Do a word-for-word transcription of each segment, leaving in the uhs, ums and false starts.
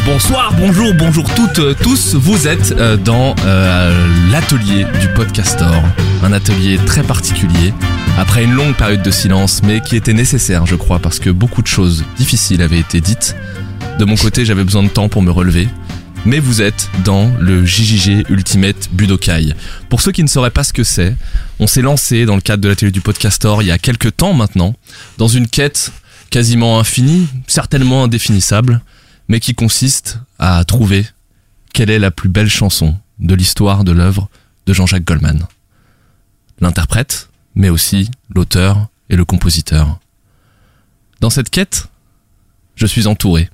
bonsoir, bonjour, bonjour toutes, euh, tous. Vous êtes euh, dans euh, l'atelier du Podcastor, un atelier très particulier, après une longue période de silence, mais qui était nécessaire, je crois, parce que beaucoup de choses difficiles avaient été dites. De mon côté, j'avais besoin de temps pour me relever. Mais vous êtes dans le J J G Ultimate Budokai. Pour ceux qui ne sauraient pas ce que c'est, on s'est lancé dans le cadre de l'atelier du Podcastor il y a quelques temps maintenant, dans une quête quasiment infinie, certainement indéfinissable, mais qui consiste à trouver quelle est la plus belle chanson de l'histoire de l'œuvre de Jean-Jacques Goldman. L'interprète, mais aussi l'auteur et le compositeur. Dans cette quête, je suis entouré.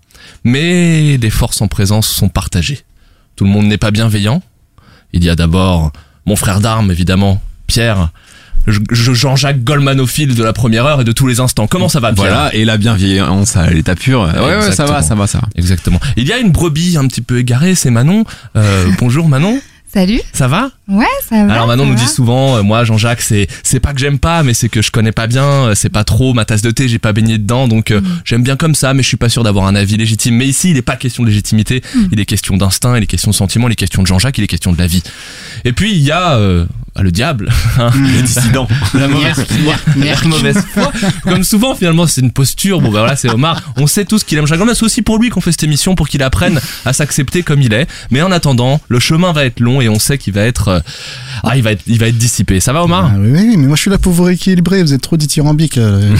Mais les forces en présence sont partagées. Tout le monde n'est pas bienveillant. Il y a d'abord mon frère d'armes, évidemment, Pierre, Jean-Jacques Goldmanophile de la première heure et de tous les instants. Comment ça va, Pierre ? Voilà, et la bienveillance à l'état pur. Ouais, ouais, ouais, ça va, ça va, ça va. Exactement. Il y a une brebis un petit peu égarée, c'est Manon. Euh, bonjour Manon. Salut. Ça va ? Ouais, ça va. Alors Manon nous va. dit souvent, euh, moi Jean-Jacques, c'est c'est pas que j'aime pas, mais c'est que je connais pas bien, euh, c'est pas trop ma tasse de thé, j'ai pas baigné dedans, donc euh, mmh. j'aime bien comme ça, mais je suis pas sûr d'avoir un avis légitime. Mais ici, il est pas question de légitimité, mmh. il est question d'instinct, il est question de sentiment, il est question de Jean-Jacques, il est question de la vie. Et puis il y a euh, le diable, hein, mmh. les dissidents, la mauvaise foi, la mauvaise foi. Comme souvent finalement, c'est une posture. Bon ben voilà, c'est Omar. On sait tous qu'il aime Jean-Jacques Goldman, c'est aussi pour lui qu'on fait cette émission, pour qu'il apprenne à s'accepter comme il est. Mais en attendant, le chemin va être long et on sait qu'il va être Ah, il va être, il va être dissipé. Ça va, Omar ? Ah, oui, oui, mais moi je suis là pour vous rééquilibrer. Vous êtes trop dithyrambique. Euh,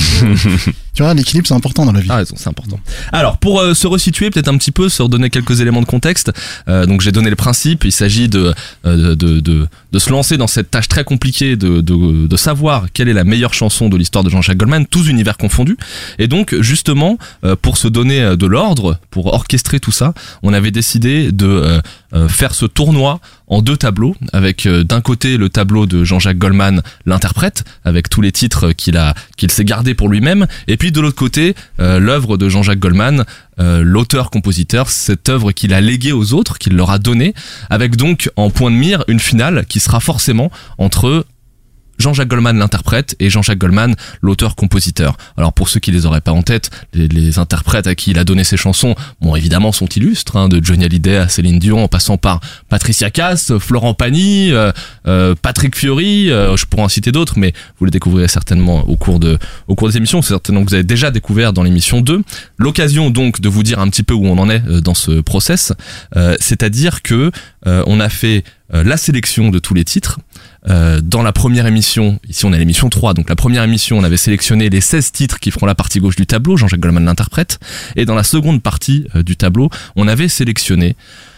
tu vois, l'équilibre c'est important dans la vie. Ah, raison, c'est important. Alors, pour euh, se resituer peut-être un petit peu, se redonner quelques éléments de contexte. Euh, donc, j'ai donné le principe. Il s'agit de, euh, de, de, de se lancer dans cette tâche très compliquée de, de, de savoir quelle est la meilleure chanson de l'histoire de Jean-Jacques Goldman, tous univers confondus. Et donc, justement, euh, pour se donner de l'ordre, pour orchestrer tout ça, on avait décidé de euh, euh, faire ce tournoi en deux tableaux, avec euh, d'un côté le tableau de Jean-Jacques Goldman, l'interprète, avec tous les titres qu'il a, qu'il s'est gardé pour lui-même, et puis de l'autre côté, euh, l'œuvre de Jean-Jacques Goldman, euh, l'auteur-compositeur, cette œuvre qu'il a léguée aux autres, qu'il leur a donnée, avec donc en point de mire une finale qui sera forcément entre Jean-Jacques Goldman l'interprète et Jean-Jacques Goldman l'auteur-compositeur. Alors pour ceux qui les auraient pas en tête, les, les interprètes à qui il a donné ses chansons, bon évidemment sont illustres, hein, de Johnny Hallyday à Céline Dion, en passant par Patricia Cass, Florent Pagny, euh, euh, Patrick Fiori, euh, je pourrais en citer d'autres, mais vous les découvrirez certainement au cours de au cours des émissions, c'est certainement que vous avez déjà découvert dans l'émission deux. L'occasion donc de vous dire un petit peu où on en est dans ce process, euh, c'est-à-dire que euh, on a fait euh, la sélection de tous les titres. Euh, dans la première émission, ici on est à l'émission trois, donc la première émission on avait sélectionné les seize titres qui feront la partie gauche du tableau, Jean-Jacques Goldman l'interprète, et dans la seconde partie euh, du tableau, on avait sélectionné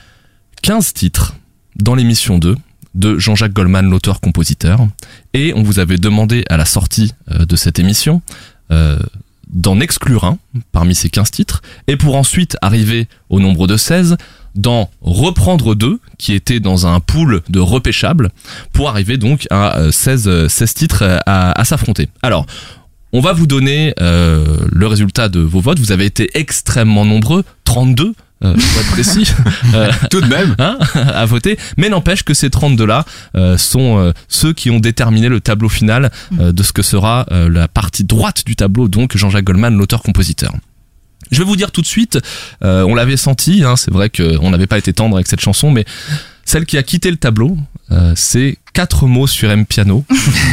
quinze titres dans l'émission deux de Jean-Jacques Goldman l'auteur-compositeur, et on vous avait demandé à la sortie euh, de cette émission euh, d'en exclure un parmi ces quinze titres, et pour ensuite arriver au nombre de seize, d'en reprendre deux qui étaient dans un pool de repêchables pour arriver donc à seize, seize titres à, à s'affronter. Alors, on va vous donner euh, le résultat de vos votes. Vous avez été extrêmement nombreux, trente-deux euh, pour être précis, euh, tout de même, hein, à voter. Mais n'empêche que ces trente-deux-là euh, sont euh, ceux qui ont déterminé le tableau final euh, de ce que sera euh, la partie droite du tableau, donc Jean-Jacques Goldman, l'auteur-compositeur. Je vais vous dire tout de suite, euh, on l'avait senti, hein, c'est vrai qu'on n'avait pas été tendre avec cette chanson, mais celle qui a quitté le tableau, euh, c'est Quatre mots sur M Piano.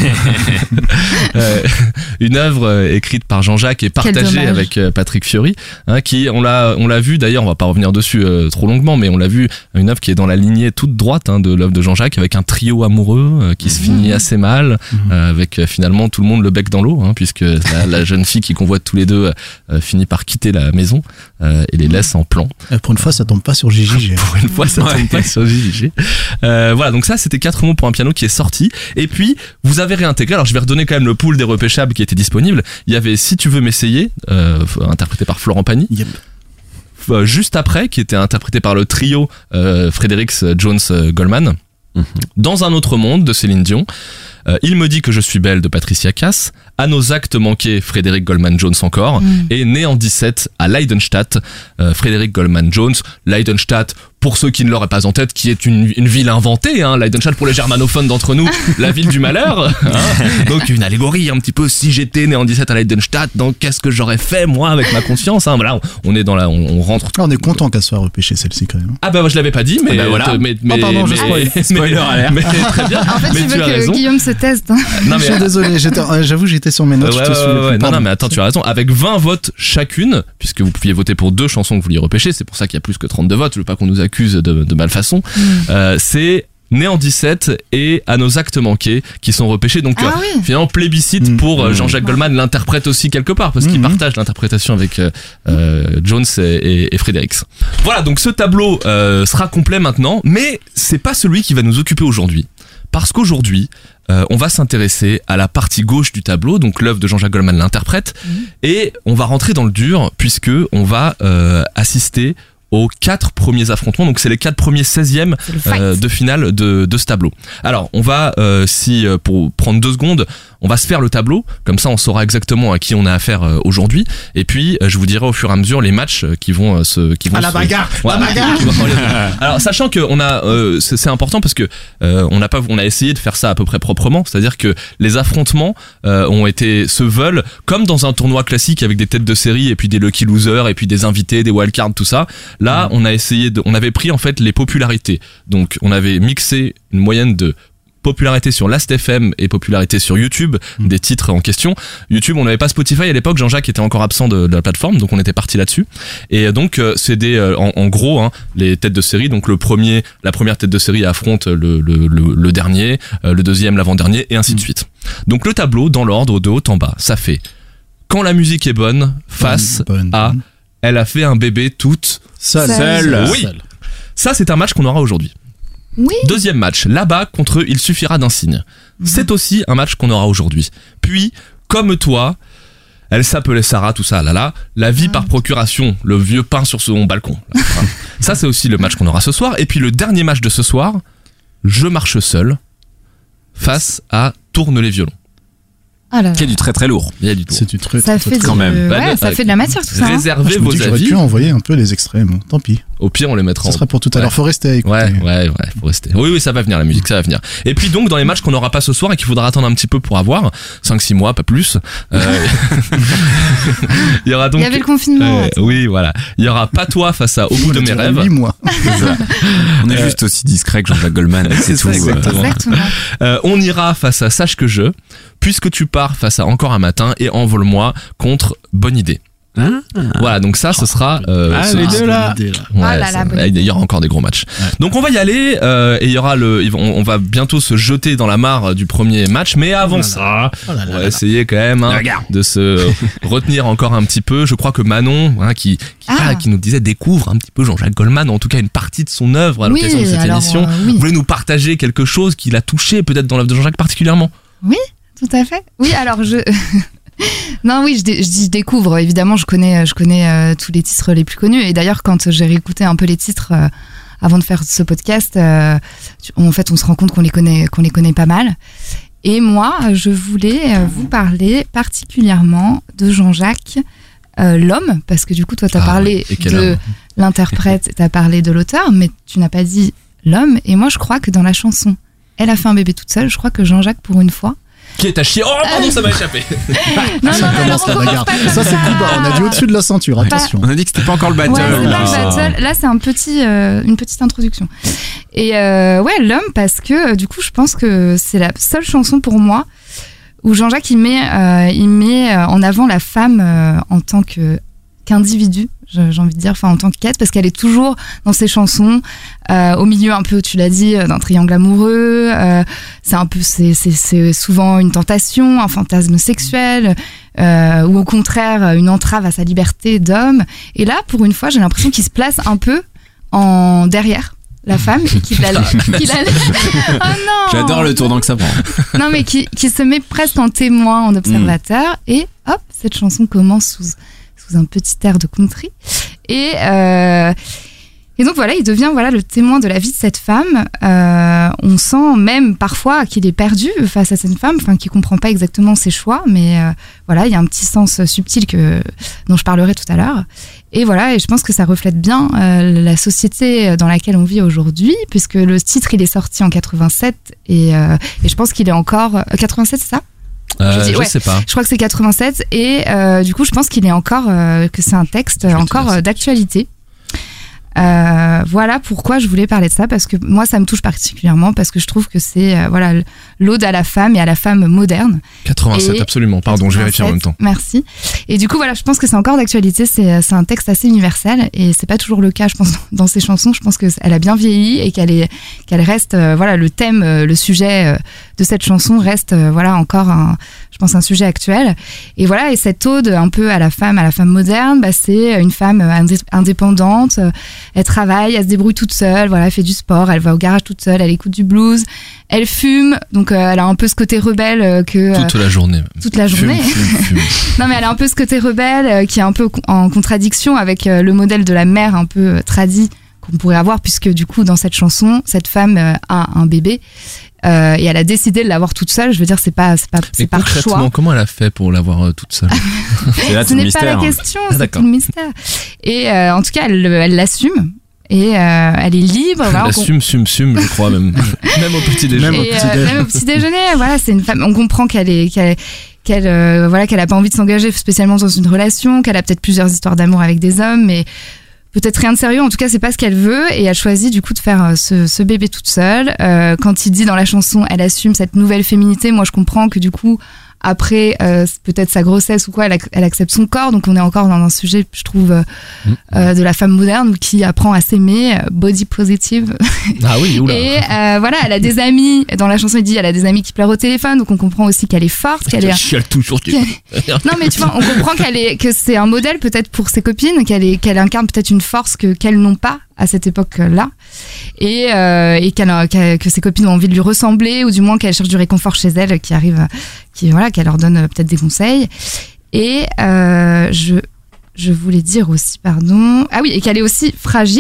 euh, une œuvre euh, écrite par Jean-Jacques et partagée avec euh, Patrick Fiori, hein, qui on l'a on l'a vu d'ailleurs, on va pas revenir dessus euh, trop longuement, mais on l'a vu, une œuvre qui est dans la lignée toute droite, hein, de l'œuvre de Jean-Jacques, avec un trio amoureux euh, qui mmh. se finit assez mal, mmh. euh, avec euh, finalement tout le monde le bec dans l'eau, hein, puisque la, la jeune fille qui convoite tous les deux euh, finit par quitter la maison euh, et les laisse en plan. Euh, pour une fois, ça tombe pas sur J J G. Pour une fois, ça ouais. tombe pas sur J J G. Euh, voilà, donc ça c'était Quatre mots pour un piano qui est sorti, et puis vous avez réintégré, alors je vais redonner quand même le pool des repêchables qui était disponible. Il y avait Si tu veux m'essayer, euh, interprété par Florent Pagny, yep. euh, juste après, qui était interprété par le trio euh, Fredericks Jones Goldman, mm-hmm. Dans un autre monde de Céline Dion, euh, Il me dit que je suis belle de Patricia Cass, À nos actes manqués, Frédéric Goldman Jones encore, mmh. et Né en dix-sept à Leidenstadt, euh, Frédéric Goldman Jones. Leidenstadt, pour ceux qui ne l'auraient pas en tête, qui est une, une ville inventée, hein, Leidenstadt pour les germanophones d'entre nous, la ville du malheur. Hein. Donc une allégorie un petit peu, si j'étais né en dix-sept à Leidenstadt, donc qu'est-ce que j'aurais fait moi avec ma conscience, hein, voilà, on est dans la, on, on rentre. Ah, on est content qu'elle soit repêchée celle-ci quand même. Ah bah moi je l'avais pas dit, mais ah bah voilà. mais mais, oh, pardon, mais, spoil. mais, spoiler alert. mais, mais très bien. En fait, mais tu, tu veux as que raison. Guillaume se teste. Hein. Non mais je suis désolé, j'étais, j'avoue j'étais sur mes notes. Ouais, je te ouais, souviens ouais, plus. non non mais attends, tu as raison. Avec vingt votes chacune, puisque vous pouviez voter pour deux chansons que vous vouliez repêcher, c'est pour ça qu'il y a plus que trente-deux votes. Je veux pas qu'on nous accuse de, de malfaçon. Mm. Euh, c'est Né en dix-sept et À nos actes manqués qui sont repêchés, donc ah, euh, oui. finalement plébiscite mmh. pour euh, Jean-Jacques mmh. Goldman l'interprète aussi quelque part parce mmh. qu'il partage l'interprétation avec euh, euh, Jones et, et, et Fredericks. Voilà, donc ce tableau euh, sera complet maintenant, mais c'est pas celui qui va nous occuper aujourd'hui, parce qu'aujourd'hui euh, on va s'intéresser à la partie gauche du tableau, donc l'œuvre de Jean-Jacques Goldman l'interprète, mmh. et on va rentrer dans le dur puisque on va euh, assister aux quatre premiers affrontements, donc c'est les quatre premiers seizièmes euh, de finale de, de ce tableau. Alors on va, euh, si pour prendre deux secondes, on va se faire le tableau, comme ça on saura exactement à qui on a affaire euh, aujourd'hui, et puis euh, je vous dirai au fur et à mesure les matchs qui vont euh, se... Qui vont à la se... bagarre, ouais, la bagarre. Alors sachant qu'on a, euh, c'est, c'est important parce que euh, on a pas, on a essayé de faire ça à peu près proprement, c'est-à-dire que les affrontements euh, ont été, se veulent comme dans un tournoi classique avec des têtes de série et puis des lucky losers et puis des invités, des wildcards, tout ça. Là, on a essayé de, on avait pris en fait les popularités. Donc, on avait mixé une moyenne de popularité sur Last F M et popularité sur YouTube mmh. des titres en question. YouTube, on n'avait pas Spotify à l'époque, Jean-Jacques était encore absent de, de la plateforme, donc on était parti là-dessus. Et donc euh, c'est des, euh, en, en gros, hein, les têtes de série. Donc le premier, la première tête de série affronte le, le, le, le dernier, euh, le deuxième l'avant-dernier, et ainsi mmh. de suite. Donc le tableau, dans l'ordre de haut en bas, ça fait quand la musique est bonne face bonne, bonne, à bonne. Elle a fait un bébé toute seule. seule. Oui. Seule. Ça, c'est un match qu'on aura aujourd'hui. Oui. Deuxième match, là-bas contre Il suffira d'un signe. Mmh. C'est aussi un match qu'on aura aujourd'hui. Puis, comme toi, elle s'appelait Sarah, tout ça, là là. La vie ah. par procuration, le vieux pain sur son balcon. Là. Ça, c'est aussi le match qu'on aura ce soir. Et puis le dernier match de ce soir, Je marche seul face à Tourne les violons. Ah là là. Qui est du très très lourd. Il y a du lourd. C'est du très, ça très, fait très quand très même. Ouais, ça fait de la matière tout ça. Réservez hein. vos avis. J'aurais pu envoyer un peu les extraits, bon, tant pis. Au pire, on les mettra. Ça en... sera pour tout à ouais. l'heure. Faut rester à écouter. Ouais, ouais, ouais, faut rester. Oui, oui, ça va venir, la musique, ça va venir. Et puis donc, dans les matchs qu'on n'aura pas ce soir et qu'il faudra attendre un petit peu pour avoir, cinq six mois, pas plus. Euh... Il y aura donc. Il y avait le confinement. Euh, oui, voilà. Il y aura Patois face à Au bout de mes rêves. huit mois. On est euh... juste aussi discret que Jean-Jacques Goldman. C'est, c'est tout. Ça, exactement. exactement. Euh, on ira face à Sache que je, Puisque tu pars face à Encore un matin et Envole-moi contre Bonne idée. Ah, voilà, donc ça, ce sera euh, ah, ce les deux là. Ouais, oh là là, ça, il y aura encore des gros matchs. Ouais. Donc on va y aller euh, et il y aura le, on, on va bientôt se jeter dans la mare du premier match, mais avant oh ça, oh là là on va là essayer quand même hein, de se retenir encore un petit peu. Je crois que Manon, hein, qui qui, ah. Ah, qui nous disait découvre un petit peu Jean-Jacques Goldman, en tout cas une partie de son œuvre à l'occasion oui, de cette alors, émission, euh, oui. voulait nous partager quelque chose qui l'a touché peut-être dans l'œuvre de Jean-Jacques particulièrement. Oui, tout à fait. Oui, alors je non, oui, je, dé- je dis je découvre. Évidemment, je connais, je connais euh, tous les titres les plus connus. Et d'ailleurs, quand j'ai réécouté un peu les titres euh, avant de faire ce podcast, euh, en fait, on se rend compte qu'on les connaît, qu'on les connaît pas mal. Et moi, je voulais euh, vous parler particulièrement de Jean-Jacques, euh, l'homme, parce que du coup, toi, t'as ah, parlé oui. de homme l'interprète, t'as parlé de l'auteur, mais tu n'as pas dit l'homme. Et moi, je crois que dans la chanson, Elle a fait un bébé toute seule, je crois que Jean-Jacques, pour une fois. Qui est à chier. Oh pardon, ça m'a échappé. non, ça non, commence alors, la bagarre. Ça c'est coup bas. On a dit au-dessus de la ceinture. Attention. On a dit que c'était pas encore le battle. Ouais, c'est là. pas le battle. Là, c'est un petit, euh, une petite introduction. Et euh, ouais, l'homme, parce que euh, du coup, je pense que c'est la seule chanson pour moi où Jean-Jacques il met, euh, il met en avant la femme euh, en tant que qu'individu. J'ai envie de dire, enfin en tant que quête, parce qu'elle est toujours dans ses chansons euh, au milieu un peu, tu l'as dit, d'un triangle amoureux. Euh, c'est un peu, c'est, c'est, c'est souvent une tentation, un fantasme sexuel, euh, ou au contraire une entrave à sa liberté d'homme. Et là, pour une fois, j'ai l'impression qu'il se place un peu en derrière la femme et qu'il la, qu'il la... Oh non. J'adore le tournant que ça prend. Non, mais qui, qui se met presque en témoin, en observateur, mmh. et hop, cette chanson commence sous sous un petit air de country. Et, euh, Et donc voilà, il devient voilà le témoin de la vie de cette femme. Euh, on sent même parfois qu'il est perdu face à cette femme, enfin qu'il comprend pas exactement ses choix, mais euh, voilà, il y a un petit sens subtil que dont je parlerai tout à l'heure. Et voilà, et je pense que ça reflète bien euh, la société dans laquelle on vit aujourd'hui, puisque le titre il est sorti en quatre-vingt-sept et, euh, et je pense qu'il est encore euh, quatre-vingt-sept, c'est ça? Euh, je dis, je ouais, sais pas. Je crois que c'est quatre-vingt-sept et euh, du coup je pense qu'il est encore euh, que c'est un texte encore euh, d'actualité. Euh, voilà pourquoi je voulais parler de ça, parce que moi ça me touche particulièrement, parce que je trouve que c'est euh, voilà l'ode à la femme et à la femme moderne. quatre-vingt-sept, et absolument, pardon, je vérifie en même temps. Merci. Et du coup voilà, je pense que c'est encore d'actualité, c'est, c'est un texte assez universel et c'est pas toujours le cas je pense dans ces chansons. Je pense qu'elle a bien vieilli et qu'elle est qu'elle reste euh, voilà le thème, euh, le sujet euh, de cette chanson reste euh, voilà encore un, je pense un sujet actuel. Et voilà, et cette ode un peu à la femme, à la femme moderne, bah, c'est une femme indé- indépendante. Elle travaille, elle se débrouille toute seule, voilà, elle fait du sport, elle va au garage toute seule, elle écoute du blues, elle fume, donc euh, elle a un peu ce côté rebelle euh, que... Toute la journée. Même. Toute la journée. Fume, fume, fume. Non mais elle a un peu ce côté rebelle euh, qui est un peu en contradiction avec euh, le modèle de la mère un peu euh, tradit qu'on pourrait avoir, puisque du coup dans cette chanson, cette femme euh, a un bébé. Euh, et elle a décidé de l'avoir toute seule. Je veux dire, c'est pas, c'est pas, c'est Mais par concrètement, choix. comment elle a fait pour l'avoir euh, toute seule? C'est là Ce tout le n'est pas mystère. la question, Ah, c'est d'accord. tout le mystère. Et euh, en tout cas, elle, elle l'assume. Et euh, elle est libre. Voilà, La on- sume, sume, sume, je crois même. Même au petit déjeuner. Même au et, petit euh, déj. même au petit déjeuner, voilà, c'est une femme. On comprend qu'elle est, qu'elle, qu'elle, euh, voilà, qu'elle a pas envie de s'engager spécialement dans une relation, qu'elle a peut-être plusieurs histoires d'amour avec des hommes, mais peut-être rien de sérieux. En tout cas, c'est pas ce qu'elle veut, et elle choisit du coup de faire euh, ce, ce bébé toute seule. Euh, quand il dit dans la chanson, elle assume cette nouvelle féminité. Moi, je comprends que du coup, après euh, peut-être sa grossesse ou quoi, elle, ac- elle accepte son corps. Donc on est encore dans un sujet, je trouve, euh, Mmh. euh, de la femme moderne qui apprend à s'aimer, euh, body positive. Ah oui, oula. Et euh, voilà, elle a des amis. Dans la chanson, il dit, elle a des amis qui pleurent au téléphone. Donc on comprend aussi qu'elle est forte, qu'elle est. Chiale toujours. tu- Non, mais tu vois, on comprend qu'elle est, que c'est un modèle peut-être pour ses copines, qu'elle est, qu'elle incarne peut-être une force que qu'elles n'ont pas à cette époque-là, et, euh, et qu'elle, a- qu'elle- que ses copines ont envie de lui ressembler, ou du moins qu'elle cherche du réconfort chez elle, qui arrive, qui voilà, qu'elle leur donne peut-être des conseils. Et euh, je je voulais dire aussi, pardon, ah oui, et qu'elle est aussi fragile,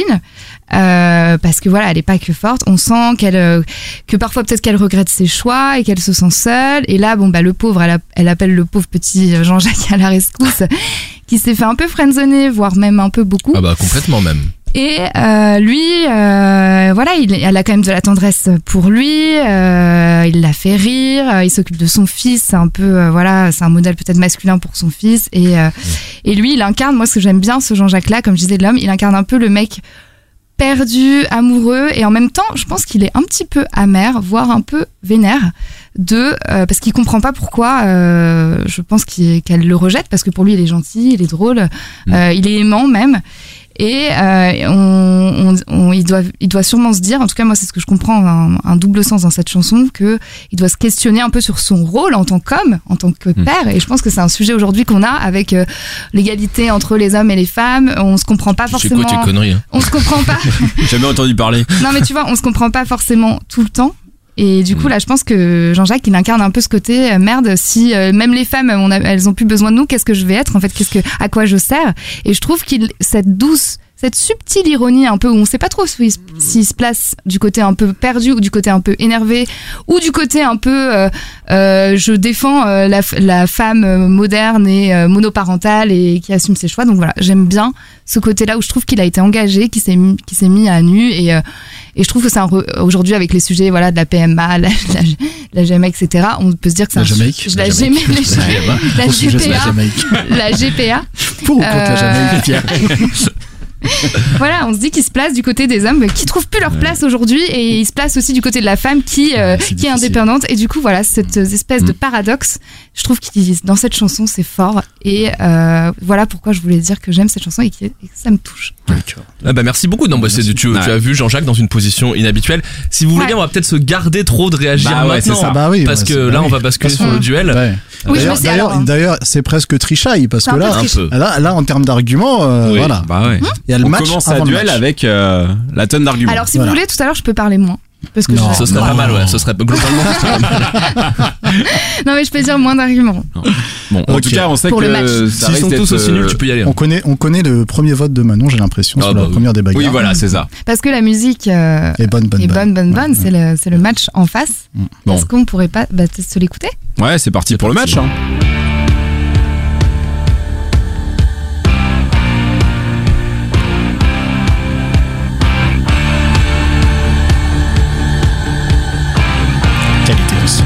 euh, parce que voilà, elle est pas que forte. On sent qu'elle, euh, que parfois peut-être qu'elle regrette ses choix et qu'elle se sent seule. Et là, bon bah le pauvre, elle, a- elle appelle le pauvre petit Jean-Jacques à la rescousse, qui s'est fait un peu friendzoner, voire même un peu beaucoup. Ah bah complètement même. Et euh, lui, euh, voilà, il, elle a quand même de la tendresse pour lui. Euh, il la fait rire. euh, Il s'occupe de son fils. C'est un peu, euh, voilà, c'est un modèle peut-être masculin pour son fils. Et euh, et lui, il incarne. Moi, ce que j'aime bien, ce Jean-Jacques-là, comme je disais de l'homme, il incarne un peu le mec perdu, amoureux, et en même temps, je pense qu'il est un petit peu amer, voire un peu vénère, de euh, parce qu'il comprend pas pourquoi. Euh, je pense qu'il, qu'elle le rejette, parce que pour lui, il est gentil, il est drôle, Mm. euh, il est aimant même. Et euh, on, on, on- il, doit, il doit sûrement se dire, en tout cas moi c'est ce que je comprends, un, un double sens dans cette chanson, que il doit se questionner un peu sur son rôle en tant qu'homme, en tant que père. Et je pense que c'est un sujet aujourd'hui qu'on a avec euh, l'égalité entre les hommes et les femmes. On se comprend pas C'est forcément. quoi tes conneries hein? On se comprend pas. J'ai jamais entendu parler. Non mais tu vois, on se comprend pas forcément tout le temps. Et du coup, là, je pense que Jean-Jacques, il incarne un peu ce côté euh, merde. Si euh, même les femmes, on a, elles ont plus besoin de nous, qu'est-ce que je vais être en fait? Qu'est-ce que, à quoi je sers? Et je trouve qu'il cette douce, cette subtile ironie un peu où on sait pas trop s'il se, s'il se place du côté un peu perdu ou du côté un peu énervé ou du côté un peu euh, euh, je défends euh, la, la femme euh, moderne et euh, monoparentale et qui assume ses choix. Donc voilà, j'aime bien ce côté-là où je trouve qu'il a été engagé, qu'il s'est mis, qu'il s'est mis à nu et euh, et je trouve que c'est un re- aujourd'hui avec les sujets voilà de la P M A, la, la, la G M A, et cetera. On peut se dire que c'est La un Jamaïque. la La G M A, la Au sujet de G P la A, Jamaïque. la G P A. Pour ou contre la Euh, Jamaïque, Pierre? Voilà, on se dit qu'ils se placent du côté des hommes qui trouvent plus leur place aujourd'hui, et ils se placent aussi du côté de la femme qui euh, Ouais, c'est qui est difficile. indépendante. Et du coup, voilà, cette espèce de paradoxe, je trouve que dans cette chanson c'est fort. Et euh, voilà pourquoi je voulais dire que j'aime cette chanson et que, et que ça me touche. Ah bah merci beaucoup. Non, bah c'est, tu, tu Ouais. as vu Jean-Jacques dans une position inhabituelle. Si vous voulez Ouais. bien, on va peut-être se garder trop de réagir Bah ouais, c'est maintenant. ça. Bah oui, parce ouais, que c'est- là, bah on va oui. basculer Parce sur que- le duel. Ouais. Oui, je D'ailleurs, sais, d'ailleurs, alors, hein. d'ailleurs, c'est presque trichaille parce C'est que un peu là, Un peu. là, là, en termes d'arguments, euh, Oui. voilà, Bah ouais. il y a le On match commence avant à le duel match. avec euh, la tonne d'arguments. Alors si Voilà. vous voulez, tout à l'heure je peux parler moins. Parce que Non. je- Ce serait pas mal, ouais. Ce serait globalement. ce serait pas mal. Non, mais je peux dire moins d'arguments. Bon, en Ok. tout cas, on sait Pour que le match. ça S'ils risque sont tous d'être, aussi nuls, euh, tu peux y aller. On hein. connaît, on connaît le premier vote de Manon, j'ai l'impression, Ah, sur bah la oui. première des bagarres. Oui, voilà, c'est ça. Parce que la musique euh, Et bonne, bonne, est bonne, bonne, bonne. Ouais, C'est le, c'est le match en face. Bon. Est-ce qu'on pourrait pas bah, peut-être se l'écouter? Ouais, c'est parti pour le match. Hein. Qualité du son.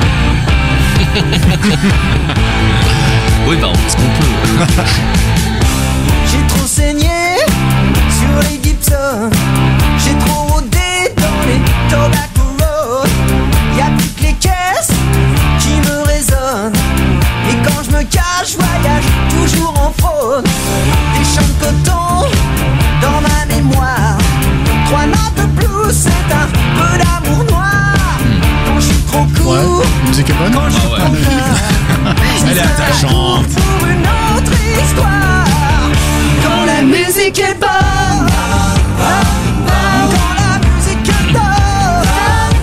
Oui, bah, ce qu'on peut. J'ai trop saigné sur les Gibson. J'ai trop rôdé dans les Tobacco Road. Y'a plus que les caisses qui me résonnent. Et quand je me cache, je voyage toujours en faune. Des champs de coton dans ma mémoire. Trois notes de blues, c'est un peu d'amour noir. Quand je suis trop court, Ouais, la musique est bonne. quand je suis Ah ouais. trop peur. Elle est attachante. Pour une autre histoire. Quand la musique est bonne. Quand la musique est bonne.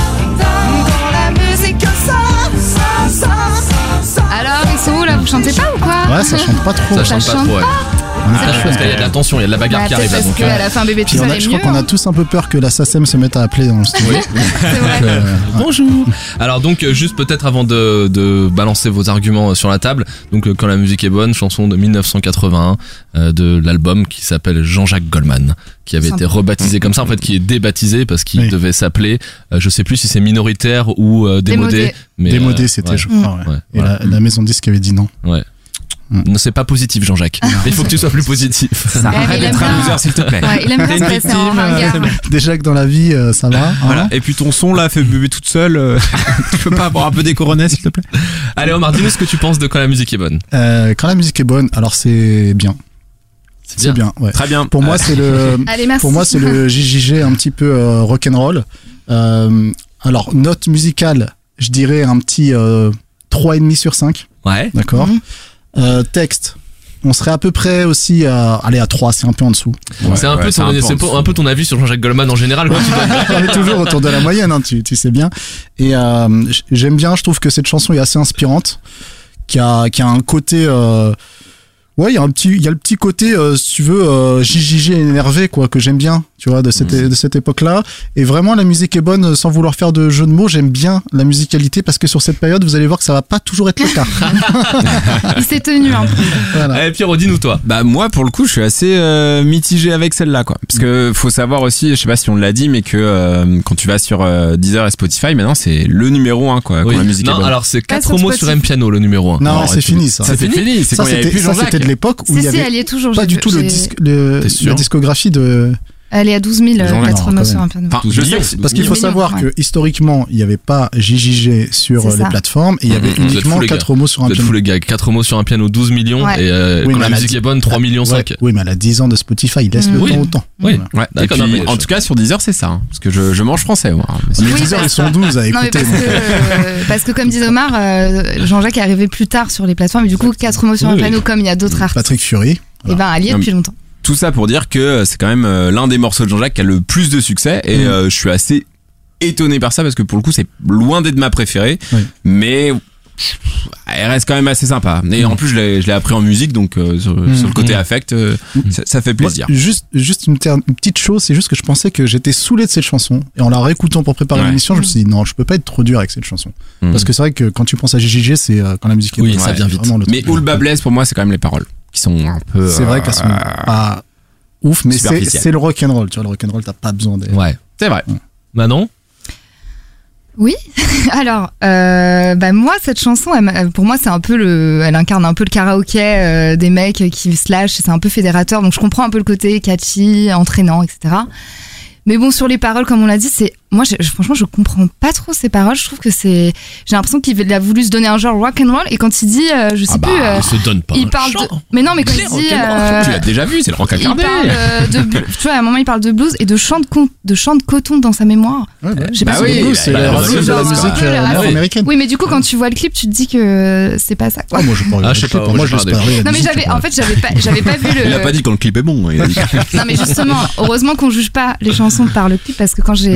Quand la musique sort, sort, sort, sort. Alors, ils sont où là? Vous chantez pas ou quoi? Ouais, ça chante pas trop. Ça Ça chante pas chante trop, ouais. On est Ah, pas chaud. parce qu'il y a de la tension, il y a de la bagarre Bah, qui peut-être arrive là. parce Donc, qu'à euh, la fin, bébé, Puis tout on ça a- est je crois mieux. qu'on a tous un peu peur que la S A C E M se mette à appeler dans le studio. C'est vrai. Euh, Bonjour. Alors donc euh, juste peut-être avant de, de balancer vos arguments euh, sur la table, donc euh, quand la musique est bonne, chanson de mille neuf cent quatre-vingt-un euh, de l'album qui s'appelle Jean-Jacques Goldman, qui avait Sympa. été rebaptisé comme ça en fait, qui est débaptisé parce qu'il Oui. devait s'appeler, euh, je sais plus si c'est minoritaire ou euh, démodé, Démodé. mais Démodé, euh, c'était, ouais, je crois. ouais. ouais, Et voilà. la, la maison disque avait dit non. Ouais. Mm. Non, c'est pas positif Jean-Jacques. Il faut que tu sois plus positif. Ça Ouais, arrête il aime d'être un bien. loser, s'il te plaît. Ouais, il aime bien T'es se une passer en victime, euh, ringard. c'est bon. Déjà que dans la vie, euh, ça va. hein. Voilà. Et puis ton son là fait bébé toute seule. euh, tu peux pas avoir un peu des coronets, s'il te plaît? Allez Omar, dis-nous ce que tu penses de quand la musique est bonne. Euh, quand la musique est bonne, alors c'est bien. C'est bien, ouais. Très bien. Pour moi, c'est le. Allez, merci. Pour moi, c'est le J J G un petit peu euh, rock'n'roll. Euh, alors, note musicale, je dirais un petit euh, trois virgule cinq sur cinq. Ouais. D'accord. Mhm. Euh, texte, on serait à peu près aussi à, aller à trois, c'est un peu en dessous. Ouais, c'est un, ouais, peu c'est ton, un peu en c'est dessous. un peu ton avis sur Jean-Jacques Goldman en général. Quoi, tu dois- On est toujours autour de la moyenne, hein, tu, tu sais bien. Et euh, j'aime bien, je trouve que cette chanson est assez inspirante, qui a, qui a un côté... Euh, ouais, il y a un petit, il y a le petit côté, euh, si tu veux, euh, J J G énervé, quoi, que j'aime bien, tu vois, de cette, de cette époque-là. Et vraiment, la musique est bonne, sans vouloir faire de jeu de mots. J'aime bien la musicalité parce que sur cette période, vous allez voir que ça va pas toujours être le cas. Il s'est tenu un peu. Voilà. Allez Pierrot, dis-nous toi. Bah moi pour le coup je suis assez euh, mitigé avec celle-là quoi parce que faut savoir aussi, je sais pas si on l'a dit, mais que euh, quand tu vas sur euh, Deezer et Spotify maintenant c'est le numéro un quoi Oui. quand la musique est Non, bonne. alors c'est Pas quatre sur mots Spotify. sur M Piano le numéro un. Non, Alors, c'est tu- fini, ça. ça c'est fini, c'est Ça, quand il y avait c'était, plus ça, Jean-Jacques. c'était de l'époque où Si, il y si, avait elle y est toujours. pas j'ai du vu- tout le j'ai- disque, le, T'es sûr la discographie de... Elle est à douze mille, Jean- quatre non, mots quand sur même. un piano. Enfin, douze je millions. sais que- Parce qu'il faut millions, savoir ouais. que historiquement, il n'y avait pas J J G sur C'est euh, les ça. plateformes et il y avait Mmh, vous êtes uniquement fous, les gars. quatre mots sur un Vous êtes piano. fous les gars, quatre mots sur un piano, douze millions Ouais. et euh, Oui, quand mais la elle a musique dit- est bonne, trois millions Ouais, cinq. oui, mais elle a dix ans de Spotify, il laisse Mmh. le Oui. temps au temps. Oui. Voilà. Ouais. Et D'accord, non, puis mais en je- tout cas sur Deezer c'est ça hein, parce que je, je mange français moi. Les Oui, dix heures, parce- ils sont douze à Non, mais écouter. parce donc. que, euh, parce que comme disait Omar, euh, Jean-Jacques est arrivé plus tard sur les plateformes et du coup, quatre mots sur Oui, un oui. piano, comme il y a d'autres artistes, Patrick Fury. et ben, elle y est Non, depuis longtemps. Tout ça pour dire que c'est quand même euh, l'un des morceaux de Jean-Jacques qui a le plus de succès et Mm. euh, je suis assez étonné par ça parce que pour le coup c'est loin d'être ma préférée, Oui. mais elle reste quand même assez sympa. Et Mm. en plus je l'ai, je l'ai appris en musique donc euh, sur, Mm. sur le côté Mm. affect euh, ça, ça fait Moi, plaisir. juste, juste une, ter- une petite chose, c'est juste que je pensais que j'étais saoulé de cette chanson. Et en la réécoutant pour préparer Ouais. l'émission, je me suis dit non, je peux pas être trop dur avec cette chanson. Mm. Parce que c'est vrai que quand tu penses à J J G, c'est euh, quand la musique est Oui, bonne. ça Ouais, vient vite. vraiment le Mais truc. où le bas blesse pour moi c'est quand même les paroles qui sont un peu C'est vrai qu'elles sont euh, pas ouf, mais c'est, superficielles. c'est le rock'n'roll. Tu vois, le rock'n'roll, t'as pas besoin des. Ouais. c'est vrai. Manon. Oui. Alors, euh, bah moi, cette chanson, elle m'a- pour moi, c'est un peu le, elle incarne un peu le karaoké euh, des mecs qui se lâchent. C'est un peu fédérateur, donc je comprends un peu le côté catchy, entraînant, et cetera. Mais bon, sur les paroles, comme on l'a dit, c'est moi, je, franchement, je comprends pas trop ces paroles. Je trouve que c'est, j'ai l'impression qu'il a voulu se donner un genre rock and roll. Et quand il dit, euh, je sais Ah bah, plus, euh, Il se donne pas. il un parle chant. de, mais non, mais quand C'est il dit, rock'n'roll, euh, Tu l'as déjà vu, c'est le rock il incarné. parle euh, de, tu vois, à un moment, il parle de blues et de chant de, con- de chant de coton dans sa mémoire. Ouais, bah, Je sais Bah pas si oui, vous- blues, c'est bah, la bah, racine bah, de la bah, musique bah, euh, bah, nord-américaine. Oui, mais du coup, quand tu vois le clip, tu te dis que c'est pas ça, quoi. Ah, moi, je peux Ah, je sais pas, Pour moi, moi, j'ai je pas sais pas. Non, mais j'avais, en fait, j'avais pas, j'avais pas vu le. Il a pas dit quand le clip est bon. Il a dit Non, mais justement, heureusement qu'on juge pas les chansons par le clip parce que quand j'ai, en fait,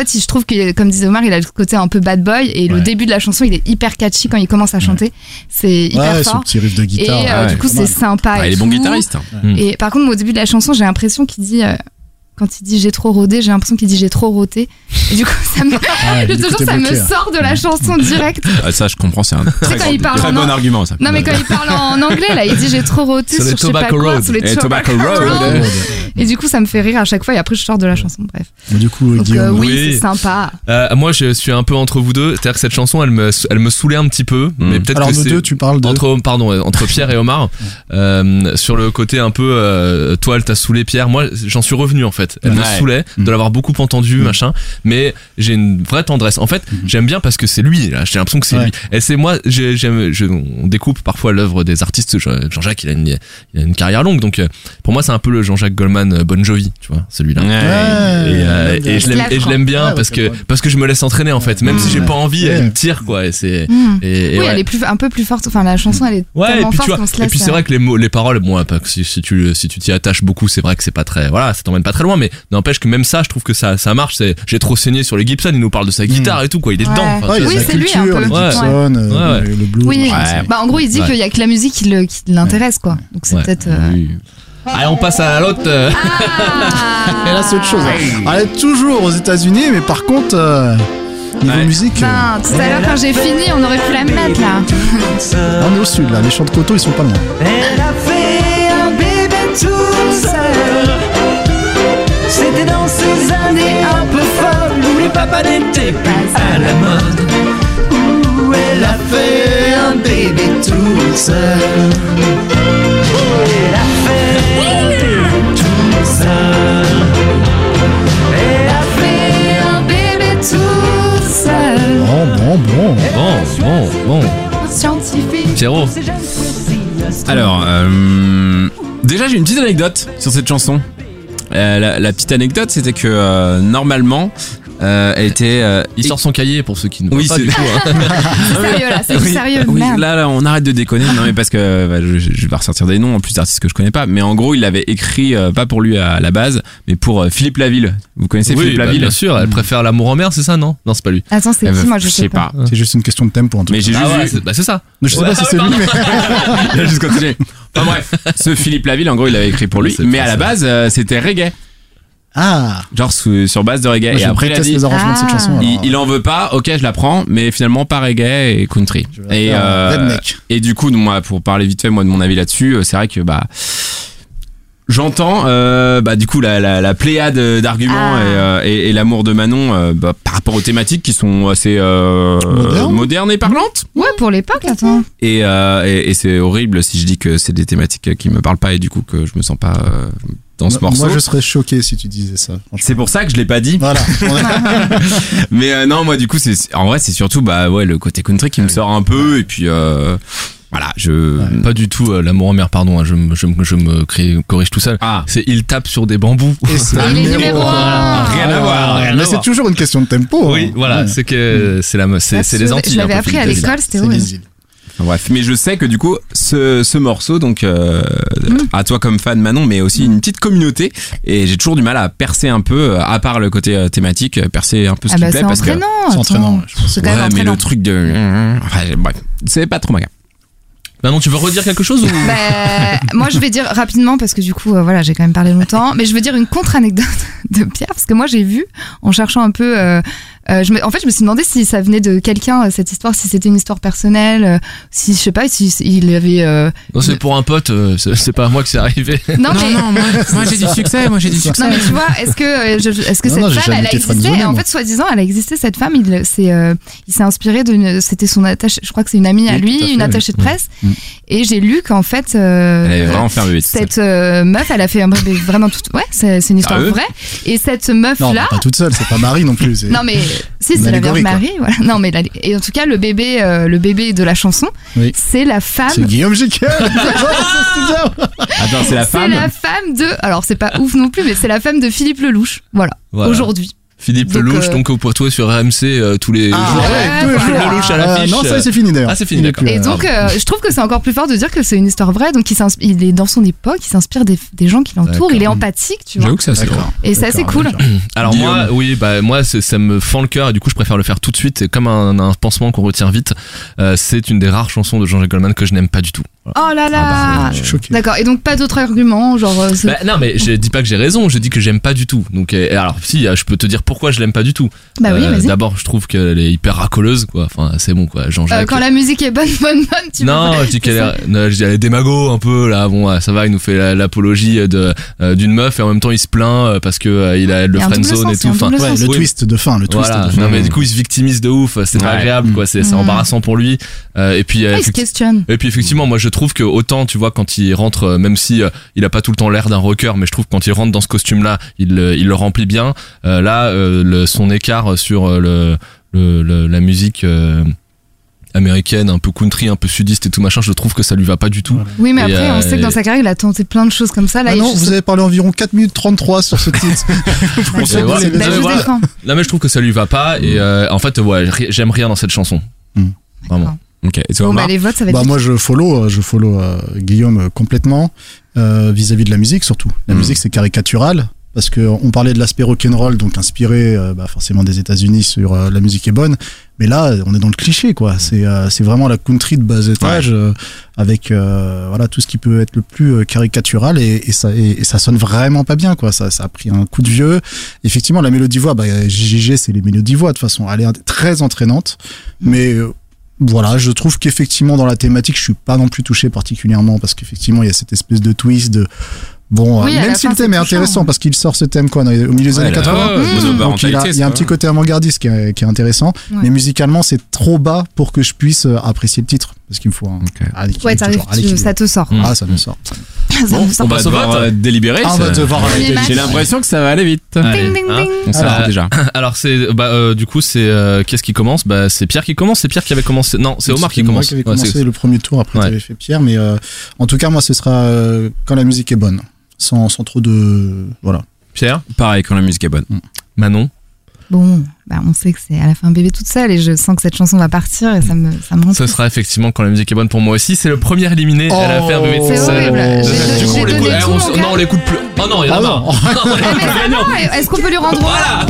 fait, je trouve que, comme disait Omar, il a le côté un peu bad boy et le Ouais. début de la chanson, il est hyper catchy quand il commence à chanter. C'est hyper Ouais, ce fort. petit riff de Et guitare. euh, Ah ouais, du coup, pas c'est mal. sympa. Ah, et il est bon tout. guitariste. Et par contre, au début de la chanson, j'ai l'impression qu'il dit. euh, Quand il dit j'ai trop rodé, j'ai l'impression qu'il dit j'ai trop roté. Et du coup, ça me, Ah, je du te coup, jure, t'es ça bloqué, me là. sort de la chanson direct. Ah, ça, je comprends, c'est un très, quand grand- il parle très en bon an- argument, ça. Non, mais quand il parle en anglais, là, il dit j'ai trop roté Sur sur, les je sais pas Tobacco quoi, Road. sur les Et Tobacco Tobacco Road. Road. Et du coup, ça me fait rire à chaque fois. Et après, je sors de la chanson. Bref. Mais du coup, Donc, Guillaume. euh, oui, Oui. c'est sympa. Euh, moi, je suis un peu entre vous deux. C'est-à-dire que cette chanson, elle me, elle me saoulait un petit peu. Mais peut-être Alors, que nous c'est deux, tu parles de. entre, pardon, euh, entre Pierre et Omar, euh, sur le côté un peu, euh, toi, elle t'a saoulé, Pierre. Moi, j'en suis revenu en fait. Elle me Ouais. saoulait de l'avoir beaucoup entendu, machin. Mais j'ai une vraie tendresse. En fait, j'aime bien parce que c'est lui. Là, j'ai l'impression que c'est Ouais. lui. Et c'est moi. j'ai- J'aime. je- on découpe parfois l'œuvre des artistes. Jean-Jacques, il a une, il a une carrière longue. Donc, euh, pour moi, c'est un peu le Jean-Jacques Goldman euh, Bon Jovi, tu vois, celui-là. Ouais. Et, euh, Ouais, et je l'aime Slave, et je l'aime bien quoi. parce Ouais, que ouais. parce que je me laisse entraîner en fait, même si j'ai pas envie, Ouais. elle me tire quoi. Et c'est Mm. et, et Oui, ouais. elle est plus, un peu plus forte. Enfin, la chanson, elle est Ouais, et tellement puis forte tu vois, qu'on se et laisse. puis c'est vrai que les mots, les paroles, bon, pas que si, si tu si tu t'y attaches beaucoup, c'est vrai que c'est pas très, voilà, ça t'emmène pas très loin, mais n'empêche que même ça, je trouve que ça ça marche. C'est, j'ai trop saigné sur les Gibson, il nous parle de sa guitare et tout quoi, il est Ouais. dedans. Enfin, Ouais, il y a Oui, de la c'est lui, un culture, peu. les Ouais. Gibson, euh, Ouais, ouais. le le blues. Oui, machin, c'est- bah en gros, il dit Ouais. qu'il y a que la musique qui le- qui l'intéresse, quoi. Donc c'est Ouais. peut-être. euh, Oui. Allez, on passe à l'autre. euh, Ah Et là, c'est autre chose. hein. Elle est toujours aux États-Unis, mais par contre, euh, niveau Ouais. musique, euh, Ben, tout à l'heure, quand j'ai fini, on aurait pu la mettre là. on est au sud, là. Les champs de coteaux, ils sont pas loin. Elle a fait un bébé tout seul. C'était dans ces années un peu folles où les papas n'étaient plus à la mode. Où elle a fait un bébé tout seul. Elle a fait tout seul. Elle a fait Un bébé tout seul. Bon, bon, bon. Bon, bon, bon. Scientifique. Pierrot. Alors, euh, déjà, j'ai une petite anecdote sur cette chanson. Euh, la, la petite anecdote, c'était que euh, normalement, euh, elle était. euh, Il sort son cahier pour ceux qui ne voient Oui, pas c'est- du tout. Hein. C'est sérieux là, c'est du Oui, sérieux. oui, Merde. là, là, on arrête de déconner. Non, mais parce que bah, je, je vais ressortir des noms en plus d'artistes que je connais pas. Mais en gros, il l'avait écrit euh, pas pour lui à la base, mais pour euh, Philippe Laville. Vous connaissez Oui, Philippe bah, Laville bien sûr. Elle préfère l'amour en mer, c'est ça, non? Non, c'est pas lui. Attends, c'est Eh qui ben, moi je sais pas. C'est juste une question de tempo, en tout Mais cas. j'ai Ah juste ouais, vu. c'est, bah c'est ça. Mais je sais Ouais, pas si c'est lui, mais. Il a juste continué. Enfin bref, ce Philippe Laville, en gros, il l'avait écrit pour lui. C'est Mais pas à la ça. base, euh, c'était reggae. Ah! Genre sous- sur base de reggae. Moi, et je après, il a déteste dit. les arrangements de cette Ah. chanson. Il, alors, il en veut pas, ok je la prends, mais finalement pas reggae et country. je vais Et, faire un euh, redneck. et du coup, moi, pour parler vite fait moi de mon avis là-dessus, euh, c'est vrai que bah j'entends euh, bah du coup la, la, la pléiade d'arguments Ah. et, euh, et, et l'amour de Manon euh, bah, par rapport aux thématiques qui sont assez euh, Modernes. modernes et parlantes. Ouais, pour l'époque, attends. Et, euh, et, et c'est horrible si je dis que c'est des thématiques qui me parlent pas et du coup que je me sens pas euh, dans ce Moi, morceau. je serais choqué si tu disais ça. franchement. C'est pour ça que je l'ai pas dit. Voilà. On est- Mais euh, non, moi du coup, c'est en vrai, c'est surtout bah ouais le côté country qui me sort un peu et puis euh, voilà, je Pas du tout euh, l'amour en mer, pardon. Hein, je, me- je, me- je me crée- corrige tout seul. ah C'est il tape sur des bambous. Et c'est Il est numéro un. rien à voir, rien à Mais voir. c'est toujours une question de tempo. Oui, hein. voilà, Ouais. c'est que c'est la, c'est, Ah, c'est je les l'avais- Antilles. je l'avais un peu, appris à Philippe l'école, Laville. c'était C'est horrible. les îles. bref, mais je sais que du coup ce, ce morceau donc euh, Mm. à toi comme fan Manon, mais aussi une petite communauté et j'ai toujours du mal à percer un peu à part le côté euh, thématique, percer un peu ce Ah qui bah me plaît c'est parce que entraînant. C'est attends. entraînant, ouais, je pense. C'est quand même ouais, mais entraînant. le truc de enfin, bref, c'est pas trop ma gamme. Manon, tu veux redire quelque chose ou... Bah, moi, je vais dire rapidement parce que du coup, euh, voilà, j'ai quand même parlé longtemps. Mais je veux dire une contre-anecdote de Pierre parce que moi, j'ai vu en cherchant un peu. Euh, euh, je me, en fait, je me suis demandé si ça venait de quelqu'un euh, cette histoire, si c'était une histoire personnelle, euh, si je sais pas, si il avait. Euh, Non, c'est pour un pote, euh, c'est, c'est pas à moi que c'est arrivé. non, mais. moi j'ai du succès, moi j'ai du succès. Non mais tu vois, est-ce que euh, je- est-ce que Non, cette non, j'ai femme jamais elle a été existé friendzonée, et en moi. fait soi-disant elle a existé cette femme il c'est euh, il s'est inspiré d'une c'était son attache je crois que c'est une amie à Oui, lui tout à fait, une oui. attachée de presse Mm. et j'ai lu qu'en fait euh, Elle avait vraiment fait un bébé. toute seule. cette euh, meuf elle a fait un bébé vraiment toute ouais c'est c'est une histoire Sérieux vraie et cette meuf Non, là pas toute seule, c'est pas Marie non plus. c'est- non mais si Une c'est la Vierge allégorie, quoi. Marie voilà non mais la- et en tout cas le bébé euh, le bébé de la chanson Oui. c'est la femme C'est Guillaume Jiquel. Attends, c'est la c'est femme. la femme de alors c'est pas ouf non plus mais c'est la femme de Philippe Lelouch voilà, Voilà. aujourd'hui Philippe Donc, Lelouch, euh, donc au Poitou sur R M C euh, tous les Ah, jours. ouais, tous les Philippe jours. Lelouch à Ah, l'affiche. non, ça c'est fini d'ailleurs. Ah, c'est fini, Il est d'accord. plus, Et euh, donc, euh, je trouve que c'est encore plus fort de dire que c'est une histoire vraie. Donc, il, s'ins- il est dans son époque, il s'inspire des, des gens qui l'entourent, D'accord. il est empathique, tu vois. J'avoue que ça c'est D'accord. Et c'est assez D'accord, cool. d'accord. Alors Guillaume. moi, oui, bah moi, c'est- ça me fend le cœur et du coup, je préfère le faire tout de suite. C'est comme un, un pansement qu'on retient vite. Euh, c'est une des rares chansons de Jean-Jacques Goldman que je n'aime pas du tout. Voilà. Oh là là. Ah Je suis choqué. D'accord. Et donc, pas d'autres arguments, genre. euh, c'est- Bah, non, mais je dis pas que j'ai raison. Je dis que j'aime pas du tout. Donc, euh, alors, si, euh, je peux te dire pourquoi je l'aime pas du tout. Bah oui, Euh, vas-y. D'abord, je trouve qu'elle est hyper racoleuse, quoi. Enfin, c'est bon, quoi. Euh, Jean-Jacques. quand la musique est bonne, bonne, bonne, tu non, veux pas- je dis qu'elle c'est ça. est, non, je dis elle est démago un peu là. Bon, ouais, ça va, il nous fait la- l'apologie de euh, d'une meuf et en même temps il se plaint euh, parce que euh, il a le Il y a un double friendzone et sens, tout. il y a un Enfin, double Ouais, sens. le oui. twist de fin, le twist Voilà. de fin. Non, mais du coup il se victimise de ouf. C'est pas Ouais. agréable, quoi. C'est c'est Mm. embarrassant pour lui. Euh, et puis. euh, Ah, il se effecti- questionne. et puis effectivement, moi je trouve que autant tu vois quand il rentre, euh, même si euh, il a pas tout le temps l'air d'un rocker, mais je trouve que quand il rentre dans ce costume-là, il le- il le remplit bien. Euh, là, euh, le, son écart sur euh, le, le, le- la musique euh, américaine, un peu country, un peu sudiste et tout machin, je trouve que ça lui va pas du tout. Voilà. Oui, mais Et, après, on euh, sait que dans sa carrière, il a tenté plein de choses comme ça. Là, Ah il- non, je vous sais- avez parlé environ quatre minutes trente-trois sur ce titre. Bah, sait, voilà. bah, je Voilà. défends. Non mais je trouve que ça lui va pas et euh, en fait ouais ri- j'aime rien dans cette chanson. Mm. Vraiment. Ok, et toi Bon, Omar bah, les votes, ça va être. Bah moi je follow, euh, je follow euh, Guillaume euh, complètement euh, vis-à-vis de la musique surtout. La Mm. musique c'est caricatural parce que on parlait de l'aspect rock'n'roll donc inspiré euh, bah, forcément des États-Unis sur euh, la musique est bonne, mais là on est dans le cliché quoi. C'est euh, c'est vraiment la country de bas étage euh, avec euh, voilà tout ce qui peut être le plus euh, caricatural et, et ça et, et ça sonne vraiment pas bien quoi. Ça ça a pris un coup de vieux. Effectivement la mélodie voix, bah J J G c'est les mélodies voix de toute façon. Elle est très entraînante, mais euh, voilà, je trouve qu'effectivement dans la thématique, je suis pas non plus touché particulièrement parce qu'effectivement il y a cette espèce de twist de bon, Oui, euh, à même la si fin, le thème c'est est touchant. intéressant parce qu'il sort ce thème quoi dans les- au milieu des Ouais, années là, quatre-vingts. ouais, Mmh. monoparentalité, Donc il, a, il y a un c'est petit pas- côté avant-gardiste qui est, qui est intéressant, Ouais. mais musicalement c'est trop bas pour que je puisse euh, apprécier le titre parce qu'il me faut un, Ok. à l'équilibre, Ouais, t'arrives, toujours, à tu- l'équilibre. ça te sort. Mm. Ah ça me sort. Ça Bon, me sort. on On va passe au devoir vote. euh, délibérer. Ah, on ça- va devoir Les arrêter. matchs. J'ai l'impression que ça va aller vite. Allez, Ding, ding, hein. ding. On Alors s'arrête. déjà. Alors c'est bah euh, du coup c'est euh, qu'est-ce qui commence Bah c'est Pierre qui commence, c'est Pierre qui avait commencé. Non, c'est Omar qui C'était moi commence. qui avait Ouais, c'est- commencé le premier tour, après Ouais. tu avais fait Pierre, mais euh, en tout cas moi ce sera euh, quand la musique est bonne, sans, sans trop de voilà. Pierre, Pareil quand la musique est bonne. Manon. Bon, bah, on sait que c'est à la fin bébé toute seule et je sens que cette chanson va partir et ça me, ça me rend Ce triste. sera effectivement quand la musique est bonne pour moi aussi. C'est le premier éliminé. Oh, Elle a fait un bébé C'est toute seule. horrible. Euh, J'ai- Du coup, j'ai on donné l'écoute. tout eh, on mon s- cœur. Non, on l'écoute plus. Oh non, il y en a Ah marre. non. Non, on Mais l'écoute ça gagnant. va, est-ce qu'on peut lui rendre hommage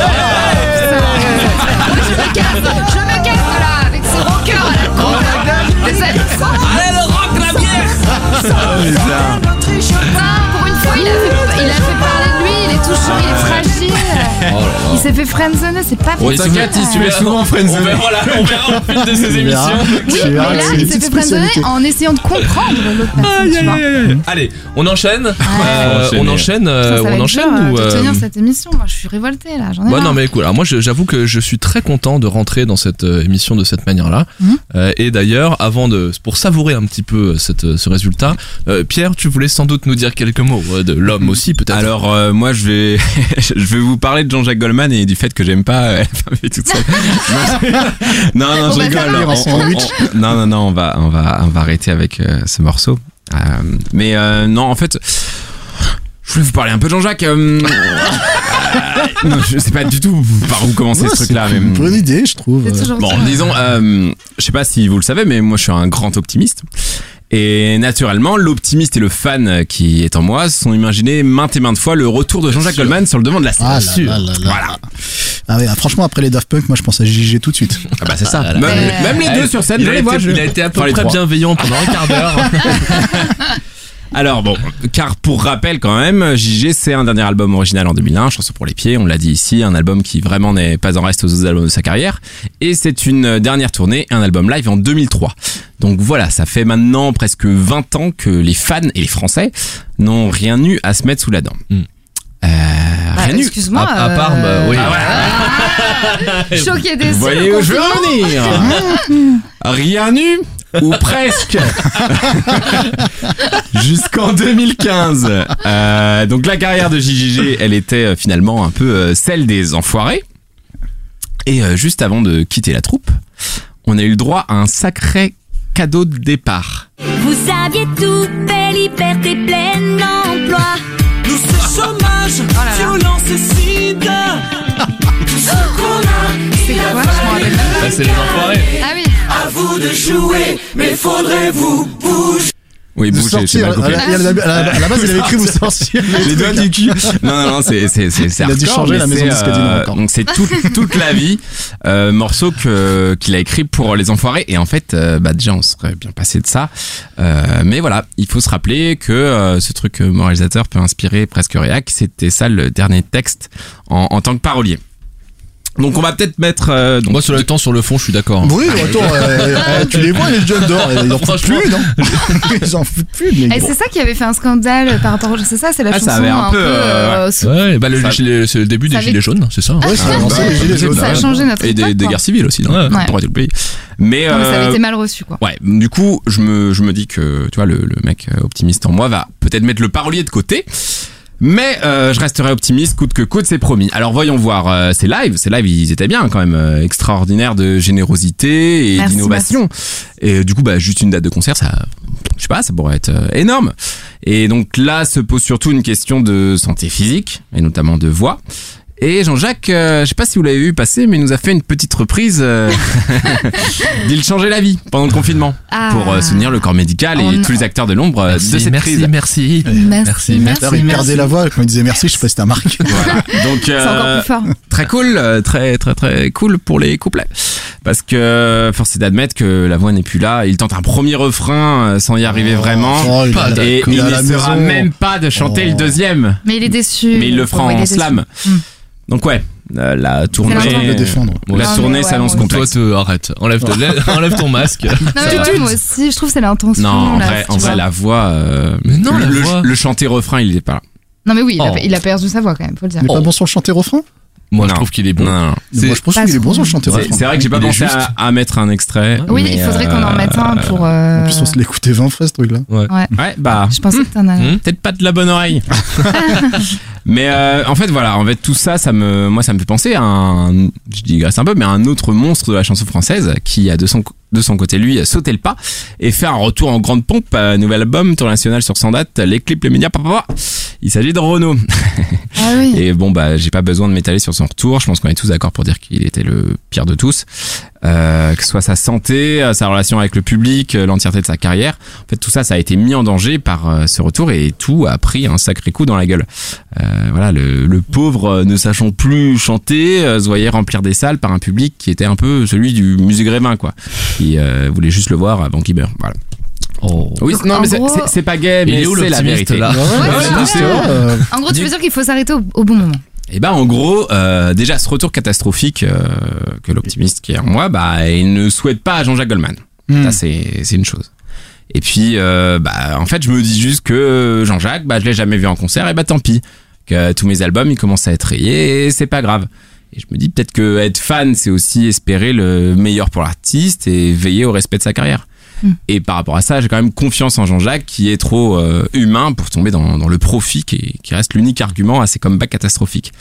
Je me casse, je me casse là, avec ce rocker à la con. Les années soixante. Allez, le rock, la bière. Putain, pour une fois, il a fait, il a fait parler de lui, il est touchant, il est fragile. Oh là là. Il s'est fait friendzonner, c'est pas Oh, possible. t'inquiète, il se met souvent friendzone. On verra, voilà, on verra au fil de ces Tu verras. émissions. Oui, Tu mais verras là, que c'est il une s'est petite fait friendzonner spécialité. en essayant de comprendre l'autre personne, tu vois. Allez, on enchaîne. Euh, Ouais. on enchaîne. euh, Ça, ça va on être enchaîne dur, ou de euh, tenir cette émission. Moi, je suis révoltée là, j'en ai Ouais, marre. non, mais écoute, alors moi je- j'avoue que je suis très content de rentrer dans cette euh, émission de cette manière-là. Mhm. Euh, et d'ailleurs, avant de, pour savourer un petit peu cette, ce résultat, euh, Pierre, tu voulais sans doute nous dire quelques mots euh, de l'homme aussi, peut-être. Alors euh, moi je vais je vais vous parler de Jean-Jacques Goldman et du fait que j'aime pas euh, la femme est toute seule. non non On je va rigole. savoir. On- Un sandwich. on- non non non on va on va on va arrêter avec euh, ce morceau. Euh, mais euh, non en fait je voulais vous parler un peu de Jean-Jacques. euh, euh, non, je sais pas du tout par où commencer Ouais, ce truc-là. c'est Mais une bonne idée je trouve. C'est toujours bon ça. disons euh, je sais pas si vous le savez mais moi je suis un grand optimiste. Et naturellement, l'optimiste et le fan qui est en moi se sont imaginés maintes et maintes fois le retour de Jean-Jacques sûr. Goldman sur le devant de la scène. Ah là là là là. Voilà. Ah ouais, ah, franchement après les Daft Punk moi je pense à J J tout de suite. Ah bah c'est ça. Ah là même, là. même les Ouais, deux sur scène, il je a, les été, vois. je- il a été à peu Enfin, les près trois. bienveillant pendant un quart d'heure. Alors bon, car pour rappel quand même, J G c'est un dernier album original en deux mille un, Chanson pour les pieds, on l'a dit ici, un album qui vraiment n'est pas en reste aux autres albums de sa carrière. Et c'est une dernière tournée, un album live en deux mille trois. Donc voilà, ça fait maintenant presque vingt ans que les fans et les Français n'ont rien eu à se mettre sous la dent. Mm. Euh, Bah, rien eu. excuse-moi. À- à part, bah, oui. Ah, choqué déçu. Vous voyez le où je veux compliment. en venir. Rien eu ou presque. Jusqu'en deux mille quinze. Euh, donc la carrière de J J G, elle était euh, finalement un peu euh, celle des enfoirés. Et euh, juste avant de quitter la troupe, on a eu le droit à un sacré cadeau de départ. Vous saviez tout, belle liberté, plein emploi. Nous c'est chômage, là là. violence et sida. C'est quoi? Je m'en rappelle même pas. Là, c'est les enfoirés. Ah oui. À vous de jouer, mais faudrait-vous bouger. Oui, Vous bouger, j'ai sortir, mal coupé. à la, à la- à la base, il avait écrit vous sortir. Les doigts du cul. Non, non, non, c'est, c'est, c'est, c'est Il a dû hardcore, changer mais la maison c'est, disque dino encore. Donc c'est toute, toute la vie, euh, morceau que, qu'il a écrit pour les enfoirés. Et en fait, euh, bah, déjà, on serait bien passé de ça. Euh, mais voilà, il faut se rappeler que, euh, ce truc moralisateur peut inspirer presque réac. C'était ça le dernier texte en, en tant que parolier. Donc on va peut-être mettre, euh, donc, Moi, sur le temps, sur le fond, je suis d'accord. Oui, attends, euh, euh, tu les vois les jeunes d'or, ils en foutent plus, non? Ils en foutent plus, mais Et bon. c'est ça qui avait fait un scandale par rapport au. C'est ça, c'est la Ah, ça chanson avait un peu, euh, sous- Ouais, bah, le, Ça- gilet- c'est le début des Ça gilets jaunes, c'est ça. Ouais, ça a Ah, lancé bah, les gilets jaunes. Ça a changé notre et des, époque, des quoi. guerres civiles aussi, non? Ouais. Pour arrêter le pays. Mais, Non, mais ça avait euh, été mal reçu, quoi. ouais, du coup, je me, je me dis que, tu vois, le, le mec optimiste en moi va peut-être mettre le parolier de côté. Mais euh, je resterai optimiste coûte que coûte, c'est promis. Alors voyons voir, euh, ces lives, ces lives ils étaient bien quand même, euh, extraordinaires de générosité et Merci, d'innovation. Et euh, du coup, bah juste une date de concert, ça, je sais pas, ça pourrait être euh, énorme. Et donc là se pose surtout une question de santé physique et notamment de voix. Et Jean-Jacques, euh, je sais pas si vous l'avez vu passer, mais il nous a fait une petite reprise euh, d'Il changeait la vie pendant le confinement Ah. pour euh, soutenir le corps médical et Oh non. tous les acteurs de l'ombre euh, de cette merci, crise. merci, Merci, merci. D'ailleurs, il perdait la voix quand il disait merci, je sais pas si c'était un marque. Voilà. Donc C'est encore euh, plus fort. très cool, euh, très très très cool pour les couplets. Parce que force est d'admettre que la voix n'est plus là. Il tente un premier refrain euh, sans y arriver vraiment. Oh, il Pas a- d'accord. Et il il est à la ne sera maison. même pas de chanter Oh. le deuxième. Mais il est déçu. Mais il le fera Ouais, il est en déçu. slam. Mm. Donc ouais, euh, la tournée, C'est de le défendre. la Ouais, tournée ouais, s'annonce ouais, Toi, complexe. te, arrête. Enlève, te- enlève ton masque. Non, mais ouais, moi aussi, je trouve que c'est l'intention. Non, en là, vrai, tu en vrai, vois. la voix, euh, Mais non, le, la le- voix. le chanter refrain, il est pas là. Non, mais oui, il a, Oh. il a perdu sa voix quand même, faut le dire. Il est Oh. pas bon sur le chanter refrain? Moi, je Non. trouve qu'il est bon. Non, non, non. C'est- Moi, je pense pas qu'il est bon trop. sur le chanter C'est- refrain. C'est vrai que j'ai pas Il est pensé juste. à, à mettre un extrait. Oui, mais, il faudrait qu'on en euh, mette un pour. euh, En plus, on se l'écoutait vingt fois, ce truc-là. Ouais. Ouais, bah. Je pensais que t'en as. Hmm. Peut-être pas de la bonne oreille. Mais euh, en fait voilà, en fait tout ça, ça me, moi ça me fait penser à un, je digresse un peu, mais à un autre monstre de la chanson française qui a de son de son côté lui sauté le pas et fait un retour en grande pompe, un nouvel album tour national sur cent dates, les clips, les médias, papa. Il s'agit de Renaud. Ah oui. Et bon bah j'ai pas besoin de m'étaler sur son retour. Je pense qu'on est tous d'accord pour dire qu'il était le pire de tous. Euh, que ce soit sa santé, sa relation avec le public, l'entièreté de sa carrière. En fait tout ça, ça a été mis en danger par euh, ce retour et tout a pris un sacré coup dans la gueule. Euh, voilà, le, le pauvre euh, ne sachant plus chanter, euh, se voyait remplir des salles par un public qui était un peu celui du musée Grévin quoi. Qui euh, voulait juste le voir avant qu'il meure. Voilà. Oh. Oui, Donc, non en mais c'est- gros- c'est c'est pas gay, Il mais est où c'est la l'optimiste, vérité. là Ouais, ouais, c'est- ouais. c'est vrai, euh, En gros, tu veux dire qu'il faut s'arrêter au, au bon moment. Et ben en gros, euh, déjà ce retour catastrophique euh, que l'optimiste qui est en moi, bah il ne souhaite pas à Jean-Jacques Goldman. hmm. Ça c'est c'est une chose. Et puis euh, bah en fait je me dis juste que Jean-Jacques, bah je l'ai jamais vu en concert et bah tant pis. Que tous mes albums ils commencent à être rayés et c'est pas grave. Et je me dis peut-être que être fan c'est aussi espérer le meilleur pour l'artiste et veiller au respect de sa carrière. Mm. Et par rapport à ça, j'ai quand même confiance en Jean-Jacques qui est trop euh, humain pour tomber dans, dans le profit qui, qui reste l'unique argument à ces comebacks catastrophiques.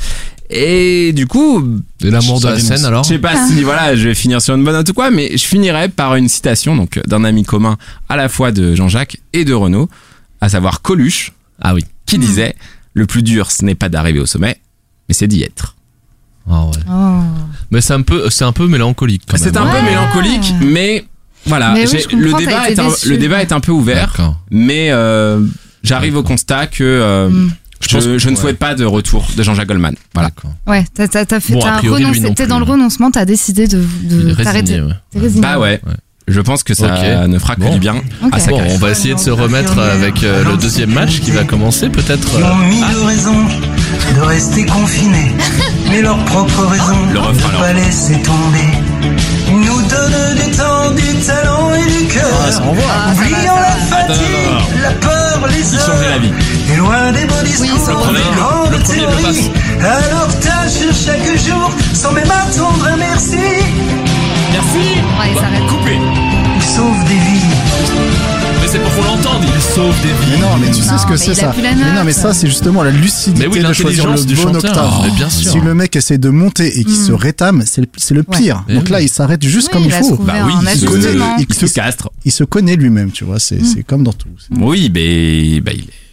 Et du coup, Et l'amour de Ça la dénonce. scène, alors je sais pas si voilà, je vais finir sur une bonne note ou quoi, mais je finirai par une citation donc d'un ami commun à la fois de Jean-Jacques et de Renaud, à savoir Coluche, Ah oui. qui disait le plus dur ce n'est pas d'arriver au sommet, mais c'est d'y être. Ah ouais. Oh. Mais c'est un peu, c'est un peu mélancolique quand C'est même. un hein. peu mélancolique, mais voilà, Mais oui, j'ai- je comprends, le t'as débat été est un, déçu. le débat est un peu ouvert, D'accord. mais euh, j'arrive au constat que euh, Mm. je, Je pense que- je ne ouais. souhaite pas de retour de Jean-Jacques Goldman. Voilà. D'accord. Ouais, t'as, t'as, t'as fait Bon, t'as a priori, lui renoncé. non T'es plus. dans le renoncement, t'as décidé de, Il de est t'arrêter. résigné, ouais. T'es résigné. Bah ouais, Ouais. je pense que ça Ok. ne fera que Bon. du bien Ok. à sa Bon, carrière. on va essayer de se remettre avec euh, le deuxième match qui va commencer peut-être. Ils ont euh, mille ah, raisons de rester confinés, mais leurs propres raisons Le de refrain, ne le pas refrain. laisser tomber. Ils nous donnent du temps, du talent et du cœur. Ah, ça envoie. Oubliant la fatigue, Attends, non, non, la peur, les Il changeait la heures. vie. Et loin des beaux discours, Oui, ça va. des Le grandes premier, le théories. Alors tâche chaque jour, sans même attendre un merci. Merci. Ouais, ça arrête. Coupé. Ils sauvent des vies. Mais c'est pour qu'on l'entende, il sauve des Mais vies. non, mais tu sais Non, ce que mais c'est il a ça. plus la Mais non, note. mais ça, c'est justement la lucidité Mais oui, de choisir le l'intelligence du bon chanteur. octave. Mais bien sûr. Si le mec essaie de monter et qu'il Mm. se rétame, c'est le, c'est le Ouais. pire. Mais Donc oui. là, il s'arrête juste Oui, comme il il a faut. trouvé Bah oui, un il se, ajustement. il il se castre. Il se connaît lui-même, tu vois. C'est Mm. c'est comme dans tout. C'est- Oui, mais bah, il est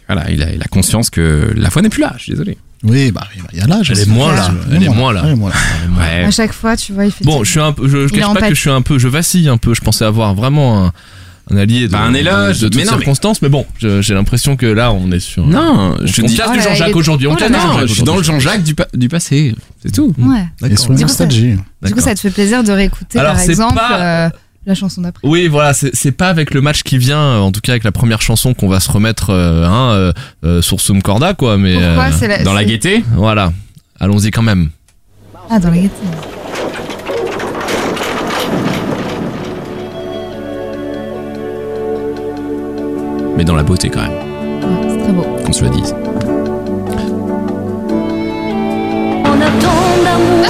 Voilà, il a, il a conscience que la foi n'est plus là. Je suis désolé. Oui, bah il y a l'âge. Elle est aussi. moins là. Ouais, Elle est moins là. Ouais, moins là. Ouais. À chaque fois, tu vois, il fait. Bon, je suis un peu, je, je Il est cache en pas pâte. que je suis un peu, je vacille un peu. Je pensais avoir vraiment un, un allié de, Bah, un éloge, de, de toutes mais non, mais- circonstances, mais, bon, je- j'ai l'impression que là, on est sur. Non, on, je te on dis. casse Oh du là là, Jean-Jacques il est- aujourd'hui. On Oh casse là du là. Jean-Jacques Non, je suis dans le aujourd'hui. Jean-Jacques du, pa- du passé. C'est tout. Ouais. Et sur Du la coup, ça- nostalgie. Du coup, D'accord. ça te fait plaisir de réécouter, Alors, par c'est exemple, pas- euh, la chanson d'après. Oui, voilà, c'est c'est pas avec le match qui vient, euh, en tout cas avec la première chanson qu'on va se remettre euh, hein, euh, euh, sur Sum Corda, quoi. Mais Pourquoi euh, c'est la, Dans la c'est- gaieté. voilà, allons-y quand même. Ah, dans la gaieté. Mais dans la beauté quand même, Ouais, c'est très beau. qu'on se le dise. On attend d'amour.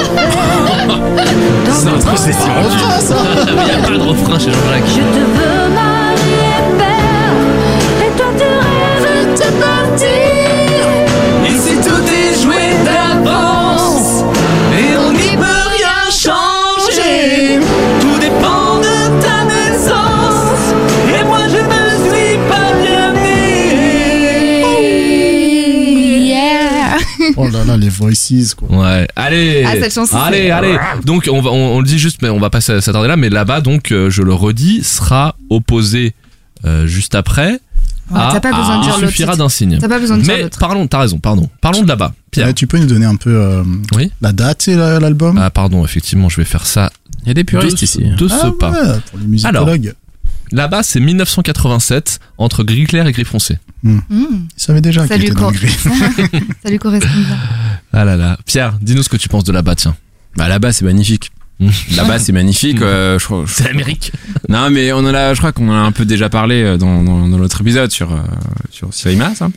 C'est un truc, c'est si Enfin, ça. Il y a pas de refrain chez Jean-Jacques. Je te veux marier père. Et toi tu rêves de partir. Et si tout est joué d'avance et on n'y peut rien changer, tout dépend de ta naissance. Et moi je me suis pas bien né. Yeah. Oh là là, les voices, quoi. Ouais, allez, Ah, cette chanson, allez, c'est- allez. Donc on, va, on, on le dit juste, mais on va pas s'attarder là. Mais là-bas, donc euh, je le redis, sera opposé euh, juste après. Ouais, à- T'as pas besoin à- de dire il le suffira titre. d'un signe. T'as pas besoin de dire Mais l'autre. parlons, t'as raison, pardon. Parlons de là-bas. Pierre. Ouais, tu peux nous donner un peu euh, Oui. la date et la- l'album Ah pardon, effectivement, je vais faire ça Il y a des de, puristes ici. de ce Ah pas. ouais, pour les musicologues. Là-bas, c'est mille neuf cent quatre-vingt-sept entre gris clair et gris foncé. Mmh. Ils savaient déjà Ça qu'il lui était dans le cor- gris. Ça lui correspond bien. Ah là là. Pierre, dis-nous ce que tu penses de là-bas, tiens. Bah là-bas c'est magnifique. Mm. Là-bas c'est magnifique. euh, je crois- je- C'est l'Amérique. Non mais on en a, je crois qu'on en a un peu déjà parlé euh, dans, dans, dans l'autre épisode sur euh, sur Sirima, ça.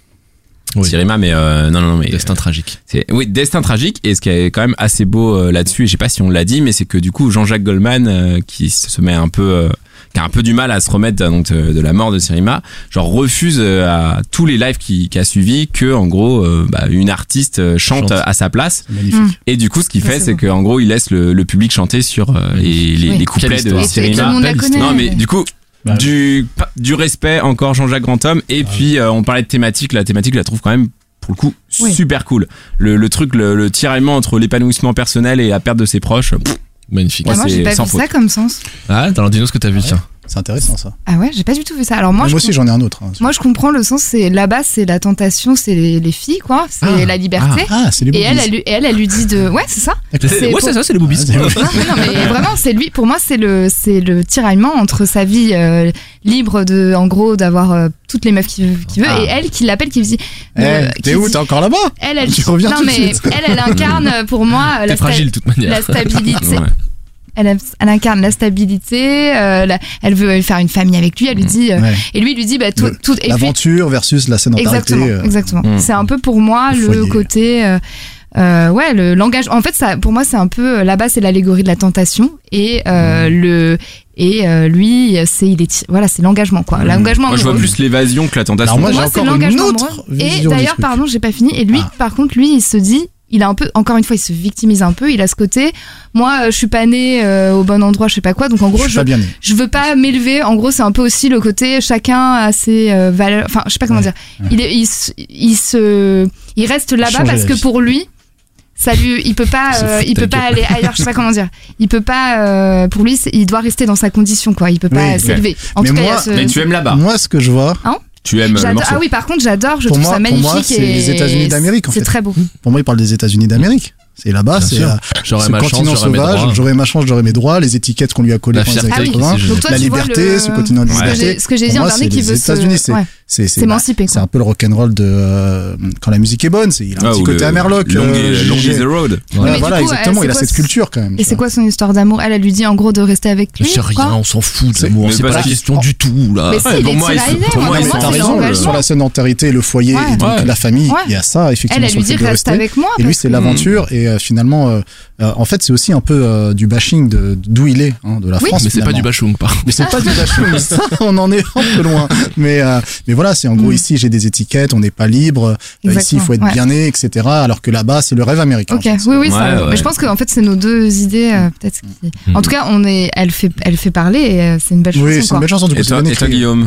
Oui. Sirima, mais euh, non non non mais Destin tragique. c'est oui destin tragique. Et ce qui est quand même assez beau euh, là-dessus, et je sais pas si on l'a dit, mais c'est que du coup Jean-Jacques Goldman euh, qui se met un peu euh, qui a un peu du mal à se remettre euh, donc de, de la mort de Sirima, genre refuse euh, à tous les lives qui, qui a suivi que en gros euh, bah, une artiste euh, chante, Chante. à sa place. C'est magnifique. Mm. Et du coup, ce qu'il Ça, fait, c'est c'est beau. qu'en gros, il laisse le, le public chanter sur euh, les, les, Oui. les couplets Quelle de histoire. Et c'est- et tout le Sirima. monde la belle connaît. Non, mais du coup, Bah, du, pa- du respect encore Jean-Jacques Grandhomme. Et puis, euh, on parlait de thématique. La thématique, je la trouve quand même, pour le coup, Oui. super cool. Le, le truc, le, le tiraillement entre l'épanouissement personnel et la perte de ses proches. pff, Magnifique. Ah, Ouais, moi, c'est j'ai pas sans vu faute. ça comme sens. Ah, alors dis-nous ce que t'as vu, tiens. C'est intéressant ça. Ah ouais, j'ai pas du tout vu ça. Alors moi, Moi, je aussi, j'en ai un autre. hein. Moi, je comprends le sens. C'est là-bas, c'est la tentation, c'est les, les filles, quoi. C'est Ah, la liberté. Ah, c'est les et elle, boobies. elle, lui- et elle, elle lui dit de. Ouais, c'est ça. D'accord. c'est Ouais, pour- c'est ça, c'est les boobies. Ah, c'est les boobies. Non, mais, non, mais vraiment, c'est lui. Pour moi, c'est le, c'est le tiraillement entre sa vie euh, libre de, en gros, d'avoir euh, toutes les meufs qu'il veut, qu'il veut Ah. et elle qui l'appelle, qui lui dit. Eh, euh, t'es qui où dit- T'es encore là-bas Elle, elle. Tu reviens non, tout de mais suite. elle, elle incarne pour moi la, T'es sta- fragile de toute manière. la stabilité. Ouais. Elle, elle incarne la stabilité. euh, la- elle veut faire une famille avec lui. Elle lui dit. euh, Ouais. Et lui, il lui dit, bah, tout. Le- tout et puis- L'aventure versus la sédentarité. Exactement, euh, exactement. Mm. C'est un peu pour moi Le le, foyer. côté, euh, euh, ouais, le langage. En fait, ça, pour moi, c'est un peu là-bas, c'est l'allégorie de la tentation et euh, le et euh, lui, c'est il est, voilà, c'est l'engagement quoi. L'engagement. Moi, je vois amoureux. plus l'évasion que la tentation. Alors moi, Pour j'ai moi, c'est encore une l'engagement autre amoureux. vision Et du d'ailleurs, truc. pardon, j'ai pas fini. Et lui, Ah. par contre, lui, il se dit. Il a un peu, encore une fois, il se victimise un peu. Il a ce côté, moi, euh, je suis pas né euh, au bon endroit, je sais pas quoi. Donc en je gros, suis je, pas bien né. je veux pas m'élever. En gros, c'est un peu aussi le côté chacun a ses euh, valeurs. Enfin, je sais pas comment Ouais, dire. ouais. Il, est, il, se- il se, il reste là-bas Changer parce la que vie. pour lui, ça lui, il peut pas, Se euh, fout il de peut ta pas gueule. aller ailleurs. Je sais pas comment dire. Il peut pas. euh, pour lui, c'est- il doit rester dans sa condition, quoi. Il peut pas Oui, s'élever. En Mais tout cas, il y moi- a ce- Mais tu aimes là-bas. Moi, ce que je vois, Tu aimes le j'adore- morceau. Ah oui, par contre, j'adore. Je Pour trouve moi- ça pour magnifique. moi, c'est et les États-Unis d'Amérique, en C'est fait. très beau. pour moi, il parle des États-Unis d'Amérique. C'est là-bas, Bien c'est sûr. euh, J'aurais ce ma chance, continent j'aurais mes sauvage. droits. J'aurais ma chance, j'aurais mes droits, les étiquettes qu'on lui a collées La dans les fierté, années Ah oui. quatre-vingts, c'est génial. Donc toi, la tu vois liberté, le- ce continent de Ce que liberté. j'ai- ce que j'ai Pour dit en moi, dernier, c'est qui les veut se. États-Unis, c'est- ouais. C'est c'est- S'émanciper, c'est quoi. un peu le rock'n'roll de euh, quand la musique est bonne. C'est il a un Ah, petit ou côté le- Amerlock. Long, euh, is- long G G. is the road. Ouais, Mais du voilà, coup, exactement. euh, Il a c'est cette quoi- culture quand même. Et tu c'est vois. quoi son histoire d'amour? Elle, elle lui dit en gros de rester avec lui. C'est rien, quoi. on s'en fout de C'est- l'amour. mais C'est parce pas la qu'il- question du tout, là. Mais si, Ouais, il pour est moi, il- tiraillé. pour moi, moi, pour ils moi, sont T'as c'est raison, le- l'engagement. sur la sédentarité, le foyer, Ouais. et donc Ouais. la famille, Ouais. il y a ça effectivement Elle, elle sur lui le dit fait de reste rester. avec moi. Et lui, parce c'est que- l'aventure. Et euh, finalement, euh, euh, en fait, c'est aussi un peu euh, du bashing de d'où il est, hein, de la Oui. France. Mais c'est pas finalement. du bachung, par contre. Mais c'est pas du bashing. Ça, on en est un peu loin. Mais euh, mais voilà, c'est en gros Mm. ici, j'ai des étiquettes, on n'est pas libre. Euh, Exactement, ici, il faut être ouais. bien né, et cetera. Alors que là-bas, c'est le rêve américain. Ok, en fait. oui, oui, ça. Ouais, ouais. Mais je pense qu'en fait, c'est nos deux idées, euh, peut-être. qui- Mm. En tout cas, on est, elle fait, elle fait parler et euh, c'est une belle chanson. Oui, c'est quoi. une belle chanson. Du coup, Et c'est toi, bien et toi, écrit. Guillaume?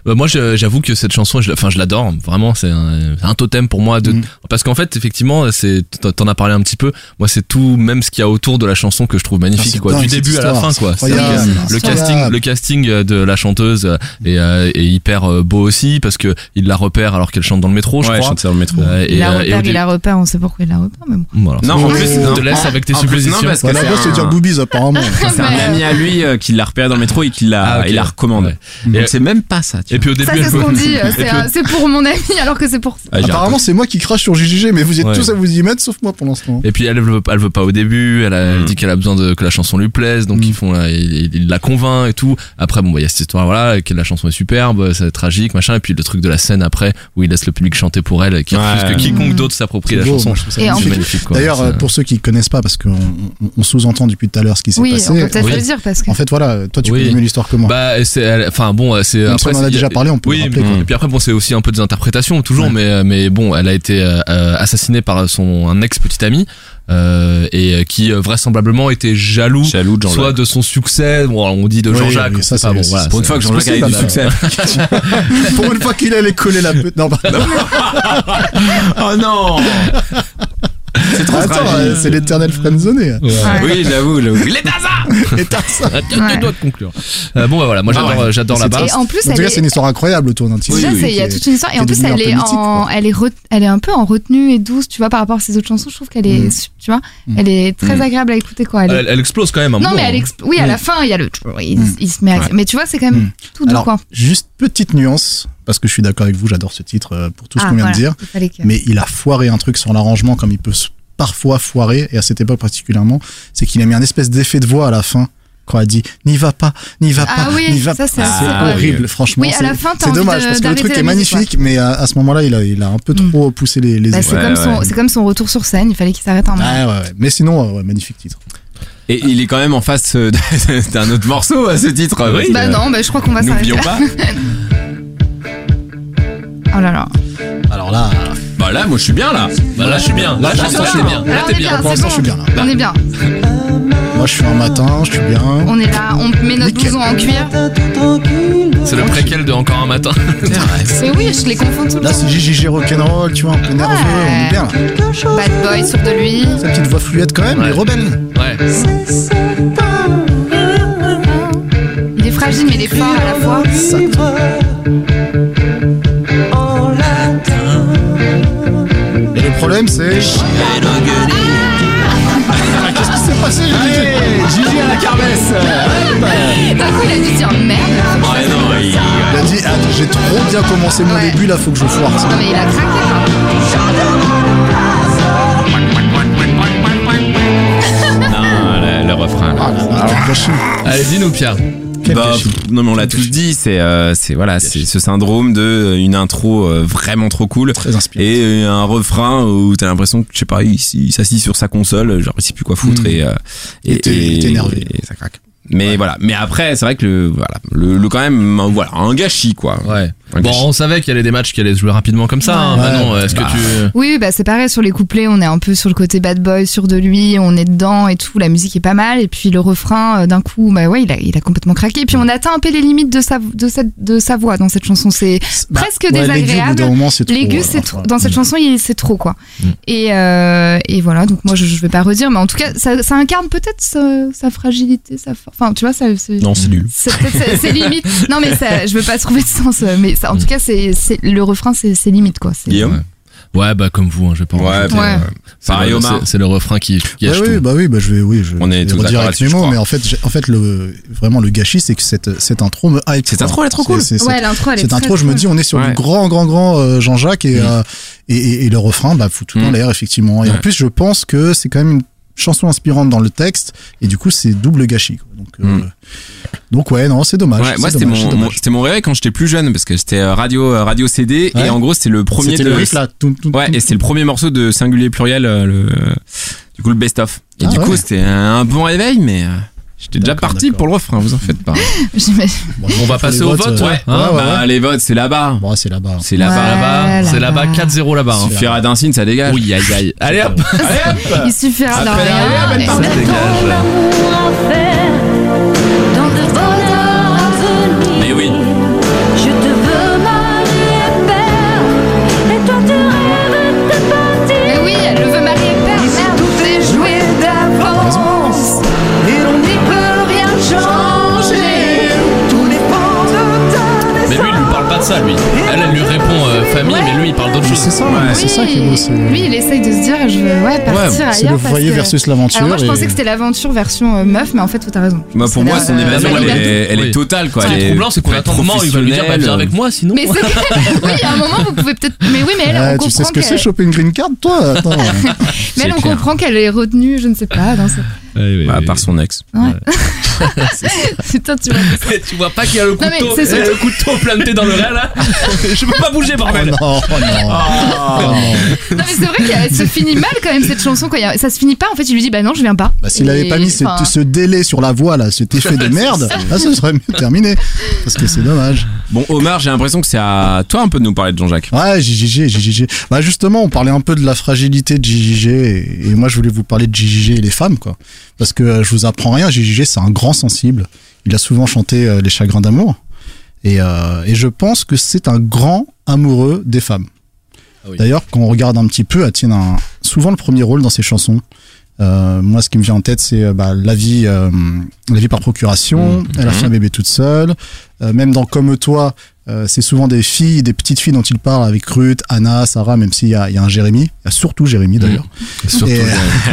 Bah, moi, je- j'avoue que cette chanson, je, la- enfin, je l'adore. Vraiment, c'est un, c'est un totem pour moi. De, Mm. Parce qu'en fait, effectivement, c'est, t'en- t'en as parlé un petit peu. Moi, c'est tout, même ce qu'il y a autour de la chanson que je trouve Ah, magnifique, c'est quoi. dingue, Du cette début à la histoire, fin, c'est quoi. C'est incroyable, vrai que c'est le casting, incroyable. le casting de la chanteuse est, euh, est hyper euh, beau aussi parce que il la repère alors qu'elle chante dans le métro, je Ouais, crois. chanter dans le métro. Euh, Il la euh, repère, au il dé- la repère, on sait pourquoi il la repère, mais bon. Voilà. Non, en Je plus, te non. laisse avec tes En plus, non, suppositions. parce que Voilà, c'est moi, c'est un- dire boobies apparemment. C'est un Mais, ami à lui euh, qui l'a repéré dans le métro et qui la, Ah, ok. il la recommande. Ouais. Donc Et- c'est même pas ça. tu Et vois. puis au début, Ça, c'est elle ce peut- qu'on dit. Et C'est puis, euh, c'est pour mon ami, alors que c'est pour. Ah, j'ai Apparemment, c'est moi qui crache sur J J G, mais vous êtes Ouais. tous à vous y mettre, sauf moi pour l'instant. Et puis elle veut, elle veut pas au début, elle, a, elle Mm. dit qu'elle a besoin de que la chanson lui plaise, donc Mm. ils font là, il, il la convainc et tout. Après bon bah il y a cette histoire voilà, que la chanson est superbe, c'est tragique machin, et puis le truc de la scène après où il laisse le public chanter pour elle, qui refuse Ouais. que quiconque Mm. d'autre s'approprie C'est la beau, chanson. moi, je trouve ça Et en C'est plus- magnifique quoi. D'ailleurs, C'est- euh, pour ceux qui connaissent pas, parce qu'on on, on sous-entend depuis tout à l'heure ce qui s'est Oui, passé. on peut peut-être Oui. le dire parce que. En fait, voilà, toi, tu Oui. connais mieux l'histoire que moi. Bah c'est, elle- enfin bon c'est Même si après on en a c'est- déjà parlé, on peut oui, le rappeler. quoi. Et puis après bon c'est aussi un peu des interprétations toujours, Ouais. mais mais bon elle a été euh, euh, assassinée par son un ex petit ami euh, et euh, qui euh, vraisemblablement était jaloux. Jaloux de Jean-Jacques. Soit de son succès, bon on dit de Oui, Jean-Jacques, oui, ça, c'est pas c'est- bon. c'est- Voilà, Pour une c'est- fois que Jean-Jacques a eu du possible, succès. Pour une fois qu'il allait coller la pute. Non, bah, Oh non. C'est trop attends, fragile. euh, c'est l'éternel friendzoné. Ouais. Oui, j'avoue, j'avoue. Les Taza. Et t'as ça. Ah, tu Ouais. dois te conclure. Euh, bon bah voilà, moi Ah j'adore ouais. j'adore C'est la base. Et en plus, En tout elle cas, c'est une est. histoire incroyable autour d'un titre. Déjà, oui, c'est- il y a qui est- toute une histoire. Et qui en est plus, devenu un elle peu est, mythique, en, quoi. elle, est re- elle est un peu en retenue et douce, tu vois, par rapport à ses autres chansons. Je trouve qu'elle est, Mm. tu vois, Mm. elle est très Mm. agréable à écouter, quoi. Elle est- Elle, elle explose quand même un Non, moment, mais elle hein. exp- oui, à Mm. la fin, il y a le. Il, Mm. il se met à... Ouais. Mais tu vois, c'est quand même Mm. tout doux, Alors, quoi. juste petite nuance, parce que je suis d'accord avec vous, j'adore ce titre euh, pour tout ce Ah, qu'on vient voilà, de dire. il fallait que- Mais il a foiré un truc sur l'arrangement, comme il peut s- parfois foirer, et à cette époque particulièrement, c'est qu'il a mis un espèce d'effet de voix à la fin. Quand elle dit n'y va pas, n'y va Ah pas, oui, n'y va ça, pas, c'est c'est assez- horrible, ouais. franchement. Oui, à c'est- la fin, t'as c'est envie dommage de- parce que le d'arrêter truc la est musique, magnifique, mais à, à ce moment-là, il a, il a un peu Mm. trop poussé les, les Bah, effets. c'est Ouais, comme son, ouais. c'est comme son retour sur scène. Il fallait qu'il s'arrête un moment. Ouais, ouais, ouais. Mais sinon, euh, ouais, magnifique titre. Et il est quand même en face euh, d'un autre morceau à ce titre. Oui. parce que, Bah non, bah, je crois qu'on va s'arrêter. N'oublions là. pas. Oh là là. Alors là, Bah là, moi je suis bien là. Bah là je suis bien, là, Là, je je suis suis bien. Là, Là on t'es est bien. bien, pour c'est l'instant, bon. je suis bien là. On est bien. Moi, je suis un matin, je suis bien. On est là, on met notre Nickel. blouson en cuir. C'est le préquel de Encore un matin. C'est oui, je les confonds tout le Là, temps. c'est J J G rock'n'roll, tu vois, un peu nerveux, on est bien là. Bad boy, sûr de lui. Sa petite voix fluette quand même, Ouais. mais rebelle. Ouais. Il est fragile, mais il est fort à la fois. Ça, et le problème, c'est. Qu'est-ce qui s'est passé, J J G? Gigi à la kermesse. D'un coup, il a dû dire merde. Ouais, non, il- Il a dit, ah, j'ai trop bien commencé mon Ouais. début, là, faut que je foire ça. Non, mais il a craqué, Non, le, le refrain. Ah, là, là, quel gâchis. Allez dis-nous Pierre. Quel Bah, gâchis. pff, non mais on l'a tous dit, c'est euh, c'est voilà, c'est ce syndrome de euh, une intro euh, vraiment trop cool Très inspirant. et euh, un refrain où t'as l'impression que je sais pas, il, il s'assit sur sa console, genre il sait plus quoi foutre Mm. et, euh, et, Il était- il était énervé. et ça craque. Mais voilà, mais après c'est vrai que le voilà, le, le quand même un- voilà, un gâchis quoi. Ouais. Un Bon, gâchis. on savait qu'il y allait des matchs qui allaient se jouer rapidement comme ça. Hein. Ouais. Manon, est-ce Bah. que tu Oui, bah c'est pareil sur les couplets, on est un peu sur le côté bad boy, sûr de lui, on est dedans et tout, la musique est pas mal, et puis le refrain, euh, d'un coup, bah ouais, il a, il a complètement craqué, et puis on atteint un peu les limites de sa, de cette, de sa voix dans cette chanson, c'est Bah, presque ouais, l'aigu, au bout désagréable. d'un moment, c'est trop, L'aigu, euh, c'est enfin, trop, dans cette mm. chanson, il- c'est trop, quoi. Mm. Et, euh, et voilà, donc moi je, je vais pas redire, mais en tout cas, ça, ça incarne peut-être sa, sa fragilité, sa, for- enfin, tu vois, ça, c'est, Non, c'est nul. c'est peut-être c'est- c'est limite. Non, mais ça, je veux pas trouver de sens, mais ça, en Mm. tout cas, c'est, c'est, le refrain, c'est, c'est limite, quoi. C'est- Guillaume. Ouais, bah comme vous, hein, je vais pas. en Ouais, rajouter. Ouais. C'est Pareil, le- Omar. c'est- C'est le refrain qui, qui Ouais, gâche oui, tout. bah oui, bah je vais, oui, je On est vais tous redire d'accord avec là-dessus, mes je mots, crois. mais en fait, j'ai- en fait, le, vraiment, le gâchis, c'est que cette, cette intro me hype. Cette quoi. intro, elle est trop cool. C'est- c'est- Ouais, l'intro, elle est Cette très intro, je me cool. dis, on est sur Ouais. du grand, grand, grand euh, Jean-Jacques et, Mm. euh, et, et, et le refrain, bah, fout tout dans Mm. l'air, effectivement. Et en Ouais. plus, je pense que c'est quand même une chanson inspirante dans le texte, et du coup, c'est double gâchis. Quoi. Donc, euh, Mm. donc, ouais, non, c'est dommage. Ouais, moi c'est c'était dommage, mon, c'est mon- dommage. c'était mon réveil quand j'étais plus jeune parce que c'était euh, radio euh, radio C D Ouais. et en gros c'était le premier C'était de le riff là. Tout, tout, ouais tout. et c'est le premier morceau de singulier pluriel euh, le du coup le best of et Ah du ouais. coup c'était un, un bon réveil mais euh, j'étais déjà D'accord, parti d'accord. pour le refrain, vous en faites pas. J'imagine. Bon, On va pour passer les au votes, vote, euh, ouais. Hein, ouais, bah, ouais. les votes c'est là-bas, Bon, c'est là-bas. c'est là-bas. Ouais. Là-bas, c'est là-bas. là-bas quatre zéro là-bas. hein. Suffira d'un signe, ça dégage. Oui, aïe aïe. Allez hop. Allez hop. Il suffira de Appel à rien. Réa, et- Ça se dégage. L'amour à faire dans le bonheur à venir. Mais oui. Je te veux ça, lui. Elle, elle lui répond euh, famille, Ouais. mais lui, il parle d'autre Mais chose. c'est ça, mais c'est ça qui est beau. c'est- Lui, il essaye de se dire, je veux ouais, partir C'est ailleurs. le parce voyer que- versus l'aventure. Alors moi, je et- pensais que c'était l'aventure version euh, meuf, mais en fait, t'as raison. Bah, pour C'est moi, la- son la- évasion, la- elle la- est, elle est Oui. totale, quoi. Ce qui Elle est troublant, c'est qu'on très attend un moment, il va lui dire, bah, viens avec moi, sinon. Mais c'est oui, à un moment, vous pouvez peut-être. Mais oui, mais elle, Ouais, on tu sais comprend ce que c'est qu'elle. choper une green card, toi Attends. Mais elle, C'est on clair. comprend qu'elle est retenue, je ne sais pas. Dans ce... Bah, par son ex. Putain, tu vois. Tu vois pas qu'il y a le Non, mais couteau, c'est il y a le couteau planté dans le réel, là. Je peux pas bouger, Oh bordel. non, oh non. Oh non. Non, mais c'est vrai qu'elle se finit mal quand même cette chanson. Quoi. Il y a- Ça se finit pas. En fait, il lui dit bah non, je viens pas. Bah, s'il Et- avait pas mis ce, enfin, ce délai sur la voix là, cet effet de merde, là, ça serait mieux terminé. Parce que c'est dommage. Bon, Omar, j'ai l'impression que c'est à toi un peu de nous parler de Jean-Jacques. Ouais, J J G, J J G. Bah justement, on parlait un peu de la fragilité de J J G et, et moi je voulais vous parler de J J G et les femmes, quoi. Parce que euh, je vous apprends rien, J J G c'est un grand sensible. Il a souvent chanté euh, les chagrins d'amour et, euh, et je pense que c'est un grand amoureux des femmes. Ah oui. D'ailleurs, quand on regarde un petit peu, elle tient un, souvent le premier rôle dans ses chansons. Euh, moi, ce qui me vient en tête, c'est euh, bah, la vie, euh, la vie par procuration. Mmh. Elle a fait un bébé toute seule. Euh, même dans Comme toi, euh, c'est souvent des filles, des petites filles dont il parle avec Ruth, Anna, Sarah, même s'il y a, il y a un Jérémy. Il y a surtout Jérémy d'ailleurs. Surtout. Et,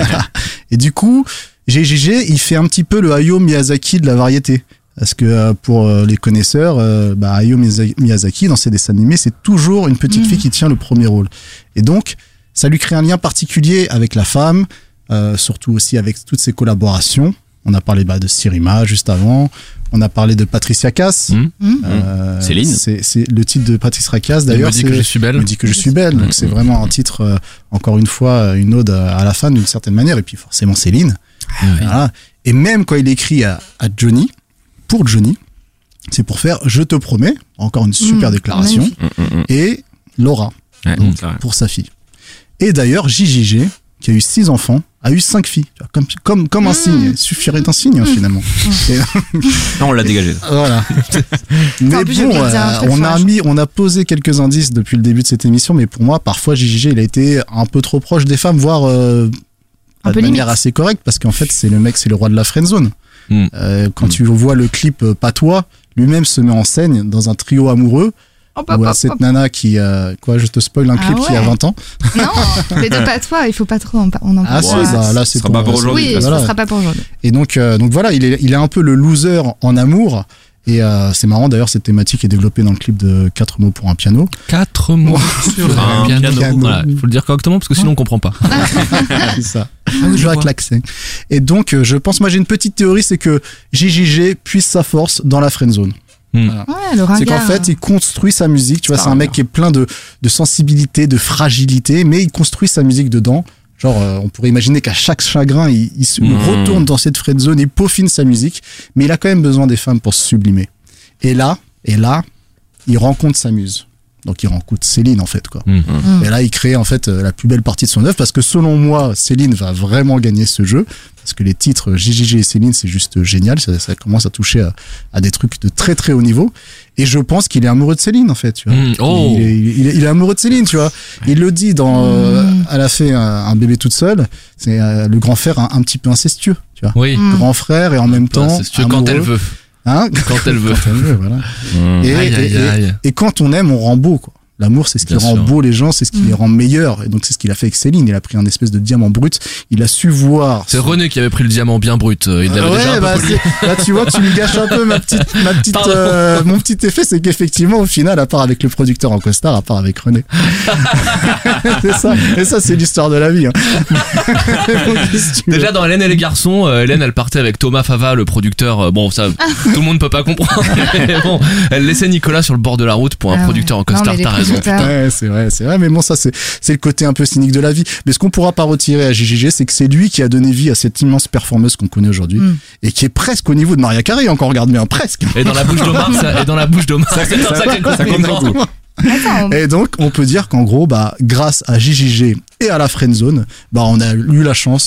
et du coup, J J G, il fait un petit peu le Hayao Miyazaki de la variété. Parce que euh, pour euh, les connaisseurs, euh, bah, Hayao Miyaza- Miyazaki, dans ses dessins animés, c'est toujours une petite Mhm. fille qui tient le premier rôle. Et donc, ça lui crée un lien particulier avec la femme, euh, surtout aussi avec toutes ses collaborations. On a parlé bah, de Sirima juste avant. On a parlé de Patricia Cass. Mhm. Euh, Céline. C'est c'est le titre de Patricia Cass Il d'ailleurs. me dit que c'est- je suis belle. me dit que je suis belle. Donc c'est vraiment un titre, euh, encore une fois, une ode à la femme d'une certaine manière. Et puis forcément Céline. Voilà. Et même quand il écrit à, à Johnny, pour Johnny, c'est pour faire Je te promets, encore une super Mmh, déclaration, magnifique. Hum, hum, hum. et Laura, Ouais, donc, c'est vrai. pour sa fille. Et d'ailleurs, J J G, qui a eu six enfants, a eu cinq filles. Tu vois, Comme, comme, comme un Mmh. signe. Il suffirait d'un signe, hein, finalement. Et- Non, on l'a dégagé. voilà. Mais En plus, j'ai bon, oublié de dire un euh, truc on sur a la mis, on a posé quelques indices depuis le début de cette émission, mais pour moi, parfois, J J G, il a été un peu trop proche des femmes, voire euh, Un de peu manière limite. assez correcte, parce qu'en fait, c'est le mec, c'est le roi de la friendzone. Mm. Euh, quand Mm. tu vois le clip euh, Patois, lui-même se met en scène dans un trio amoureux, Hop, où hop, à hop, cette hop. nana qui, euh, quoi, je te spoil un Ah clip qui a ouais. vingt ans. Non, les deux pas toi, il faut pas trop en par- on en Ah parle. si, Ouais. bah, là, Ce c'est sera pas pour aujourd'hui, Oui, de toute ce voilà. sera pas pour aujourd'hui. Et donc, euh, donc voilà, il est, il est un peu le loser en amour. Et euh, c'est marrant d'ailleurs, cette thématique est développée dans le clip de quatre mots pour un piano. Quatre mots sur un un piano. piano. Voilà, faut le dire correctement parce que sinon on comprend pas. C'est ça. Je avec l'accent. Et donc, euh, je pense, moi j'ai une petite théorie, c'est que J J G puise sa force dans la friendzone. Ouais, le ringard. C'est qu'en fait, il construit sa musique. Tu vois, Ah, c'est un mec bien. qui est plein de, de sensibilité, de fragilité, mais il construit sa musique dedans. Genre, euh, on pourrait imaginer qu'à chaque chagrin, il, il se Mmh. retourne dans cette friendzone, il peaufine sa musique, mais il a quand même besoin des femmes pour se sublimer. Et là, et là, il rencontre sa muse. Donc il rencontre Céline en fait quoi. Mm. Mm. Et là il crée en fait euh, la plus belle partie de son œuvre parce que selon moi Céline va vraiment gagner ce jeu parce que les titres J J G et Céline c'est juste génial, ça, ça commence à toucher à, à des trucs de très très haut niveau et je pense qu'il est amoureux de Céline en fait. Tu vois. Mm. Oh. Il, est, il, est, il est amoureux de Céline tu vois. Il le dit dans euh, Mm. elle a fait un, un bébé toute seule, c'est euh, le grand frère un, un petit peu incestueux tu vois. Oui. Mm. Grand frère et en même temps C'est sûr quand elle amoureux. veut. Hein Quand elle veut. Quand elle veut voilà. Mmh. Et, Aïe, et- aïe, et- aïe. et quand on aime, on rend beau, quoi. L'amour, c'est ce qui Bien rend sûr. beau les gens, c'est ce qui Mm. les rend meilleurs. Et donc, c'est ce qu'il a fait avec Céline. Il a pris un espèce de diamant brut. Il a su voir. C'est son- René qui avait pris le diamant bien brut. euh, Il l'avait ouais, déjà un peu bah, pollué. c'est- là, tu vois, tu me gâches un peu ma petite, ma petite, Pardon. euh, mon petit effet, c'est qu'effectivement, au final, à part avec le producteur en costard, à part avec René. c'est ça. Et ça, c'est l'histoire de la vie, hein. Donc, qu'est-ce que tu veux Déjà dans Hélène et les garçons, euh, Hélène elle partait avec Thomas Fava, le producteur. euh, bon ça, tout le monde peut pas comprendre. Mais bon, elle laissait Nicolas sur le bord de la route pour un Ah ouais. producteur en Non, costard. mais les T'as raison. producteurs- Ouais, c'est vrai, c'est vrai, mais bon, ça, c'est, c'est le côté un peu cynique de la vie. Mais ce qu'on pourra pas retirer à J J G, c'est que c'est lui qui a donné vie à cette immense performeuse qu'on connaît aujourd'hui, Mm. et qui est presque au niveau de Maria Carey, encore regarde bien, presque. Et dans la bouche d'Omar, ça, et dans la bouche d'Omar, c'est un sacré ça compte compliment. beaucoup. Attends, Et donc, on peut dire qu'en gros, bah, grâce à J J G et à la friendzone, bah, on a eu la chance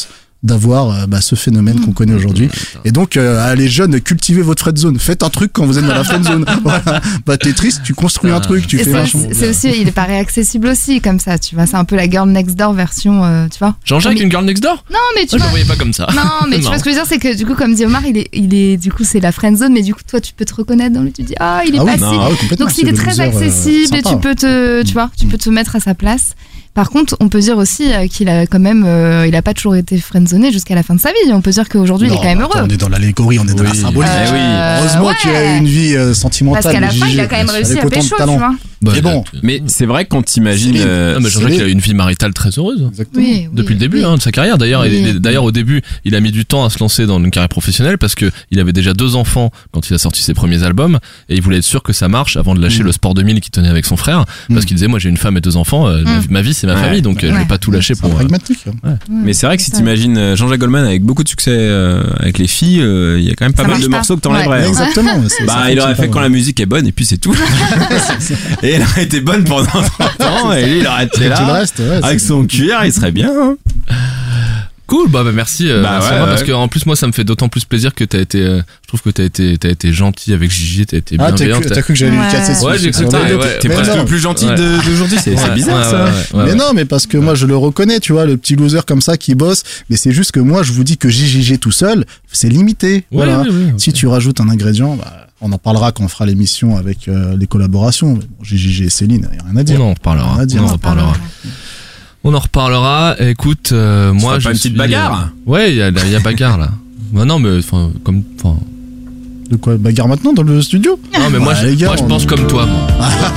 d'avoir euh, bah, ce phénomène qu'on connaît aujourd'hui. Et donc, euh, les jeunes, cultivez votre friend zone. Faites un truc quand vous êtes dans la friend zone. Voilà. Bah, t'es triste, tu construis un truc, tu Et fais c'est machin. aussi, c'est aussi, il paraît accessible aussi, comme ça, tu vois. C'est un peu la girl next door version, euh, tu vois. Jean-Jacques, Mais- une girl next door? Non, mais tu Moi, je vois. le voyais pas comme ça. Non, mais tu Non. vois ce que je veux dire, c'est que du coup, comme dit Omar, il est, il est, du coup, c'est la friend zone, mais du coup, toi, tu peux te reconnaître dans lui, tu dis, ah, il est Ah oui, pas si. non, ah oui, complètement. Donc, s'il C'est est le très loser, euh, accessible et sympa. tu peux te, tu vois, tu peux te mettre à sa place. Par contre, on peut dire aussi euh, qu'il a quand même, euh, il a pas toujours été friendzoné jusqu'à la fin de sa vie. On peut dire qu'aujourd'hui, il est Non, quand même attends, heureux. On est dans l'allégorie, on est dans la Oui. symbolique. Eh oui. Euh, Heureusement ouais. qu'il a une vie euh, sentimentale. Parce qu'à la mais fin, il a Gigi, quand même réussi avec à autant de pécho, tu talent. vois. Bah, Mais bon. Mais c'est vrai quand t'imagines. C'est euh, Non, mais Jean-Jacques, c'est- il a eu une vie maritale très heureuse. Exactement. Oui, oui, Depuis le début oui. hein, de sa carrière. D'ailleurs, Oui. il est- d'ailleurs au début, il a mis du temps à se lancer dans une carrière professionnelle parce que il avait déjà deux enfants quand il a sorti ses premiers albums et il voulait être sûr que ça marche avant de lâcher Mm. le Sport deux mille qu'il tenait avec son frère parce Mm. qu'il disait moi j'ai une femme et deux enfants, euh, ma- Mm. ma vie c'est ma Ouais. famille donc euh, je vais Ouais. pas tout lâcher C'est pour. euh, pragmatique. hein. Mais c'est vrai que si ça. t'imagines euh, Jean-Jacques Goldman avec beaucoup de succès euh, avec les filles, euh, il y a quand même pas Ça mal de marche pas. morceaux que t'enlèverais. Ouais. hein. Exactement. c'est- Bah, ça il aurait fonctionne fait pas, quand ouais. la musique est bonne et puis c'est tout. Et elle aurait été bonne pendant trente ans et lui il aurait été Et tout le là reste, ouais, avec c'est- son cuir, il serait bien. hein. Cool, bah, bah merci, euh, Bah merci ouais, à moi, parce ouais. que en plus moi ça me fait d'autant plus plaisir que t'as été, euh, je trouve que t'as été, t'as été gentil avec Gigi, t'as été Ah, t'as bienveillant. cru, t'as cru que j'allais lui Ouais. casser sur- Ouais, j'ai sur cru le que dos. ouais, T'es Mais presque non. le plus gentil Ouais. de- d'aujourd'hui, c'est c'est Ouais, bizarre ouais, ça. ouais, ouais, ouais, Mais ouais. non, mais parce que moi je le reconnais, tu vois, le petit loser comme ça qui bosse. Mais c'est juste que moi je vous dis que J J G tout seul, c'est limité. Ouais, Voilà. ouais, ouais, ok. Si tu rajoutes un ingrédient, bah, on en parlera quand on fera l'émission avec euh, les collaborations. Mais bon, J J G et Céline, y a rien à dire. On en reparlera. Rien à dire. On en reparlera. On en reparlera. Écoute, euh, moi feras je pas une suis, petite bagarre euh, Ouais, il y a, il y a bagarre là. Bah non, mais enfin comme, enfin. De quoi bagarre maintenant dans le studio? Non, mais moi, Bah, je, les gars, moi je on- pense comme toi. Moi.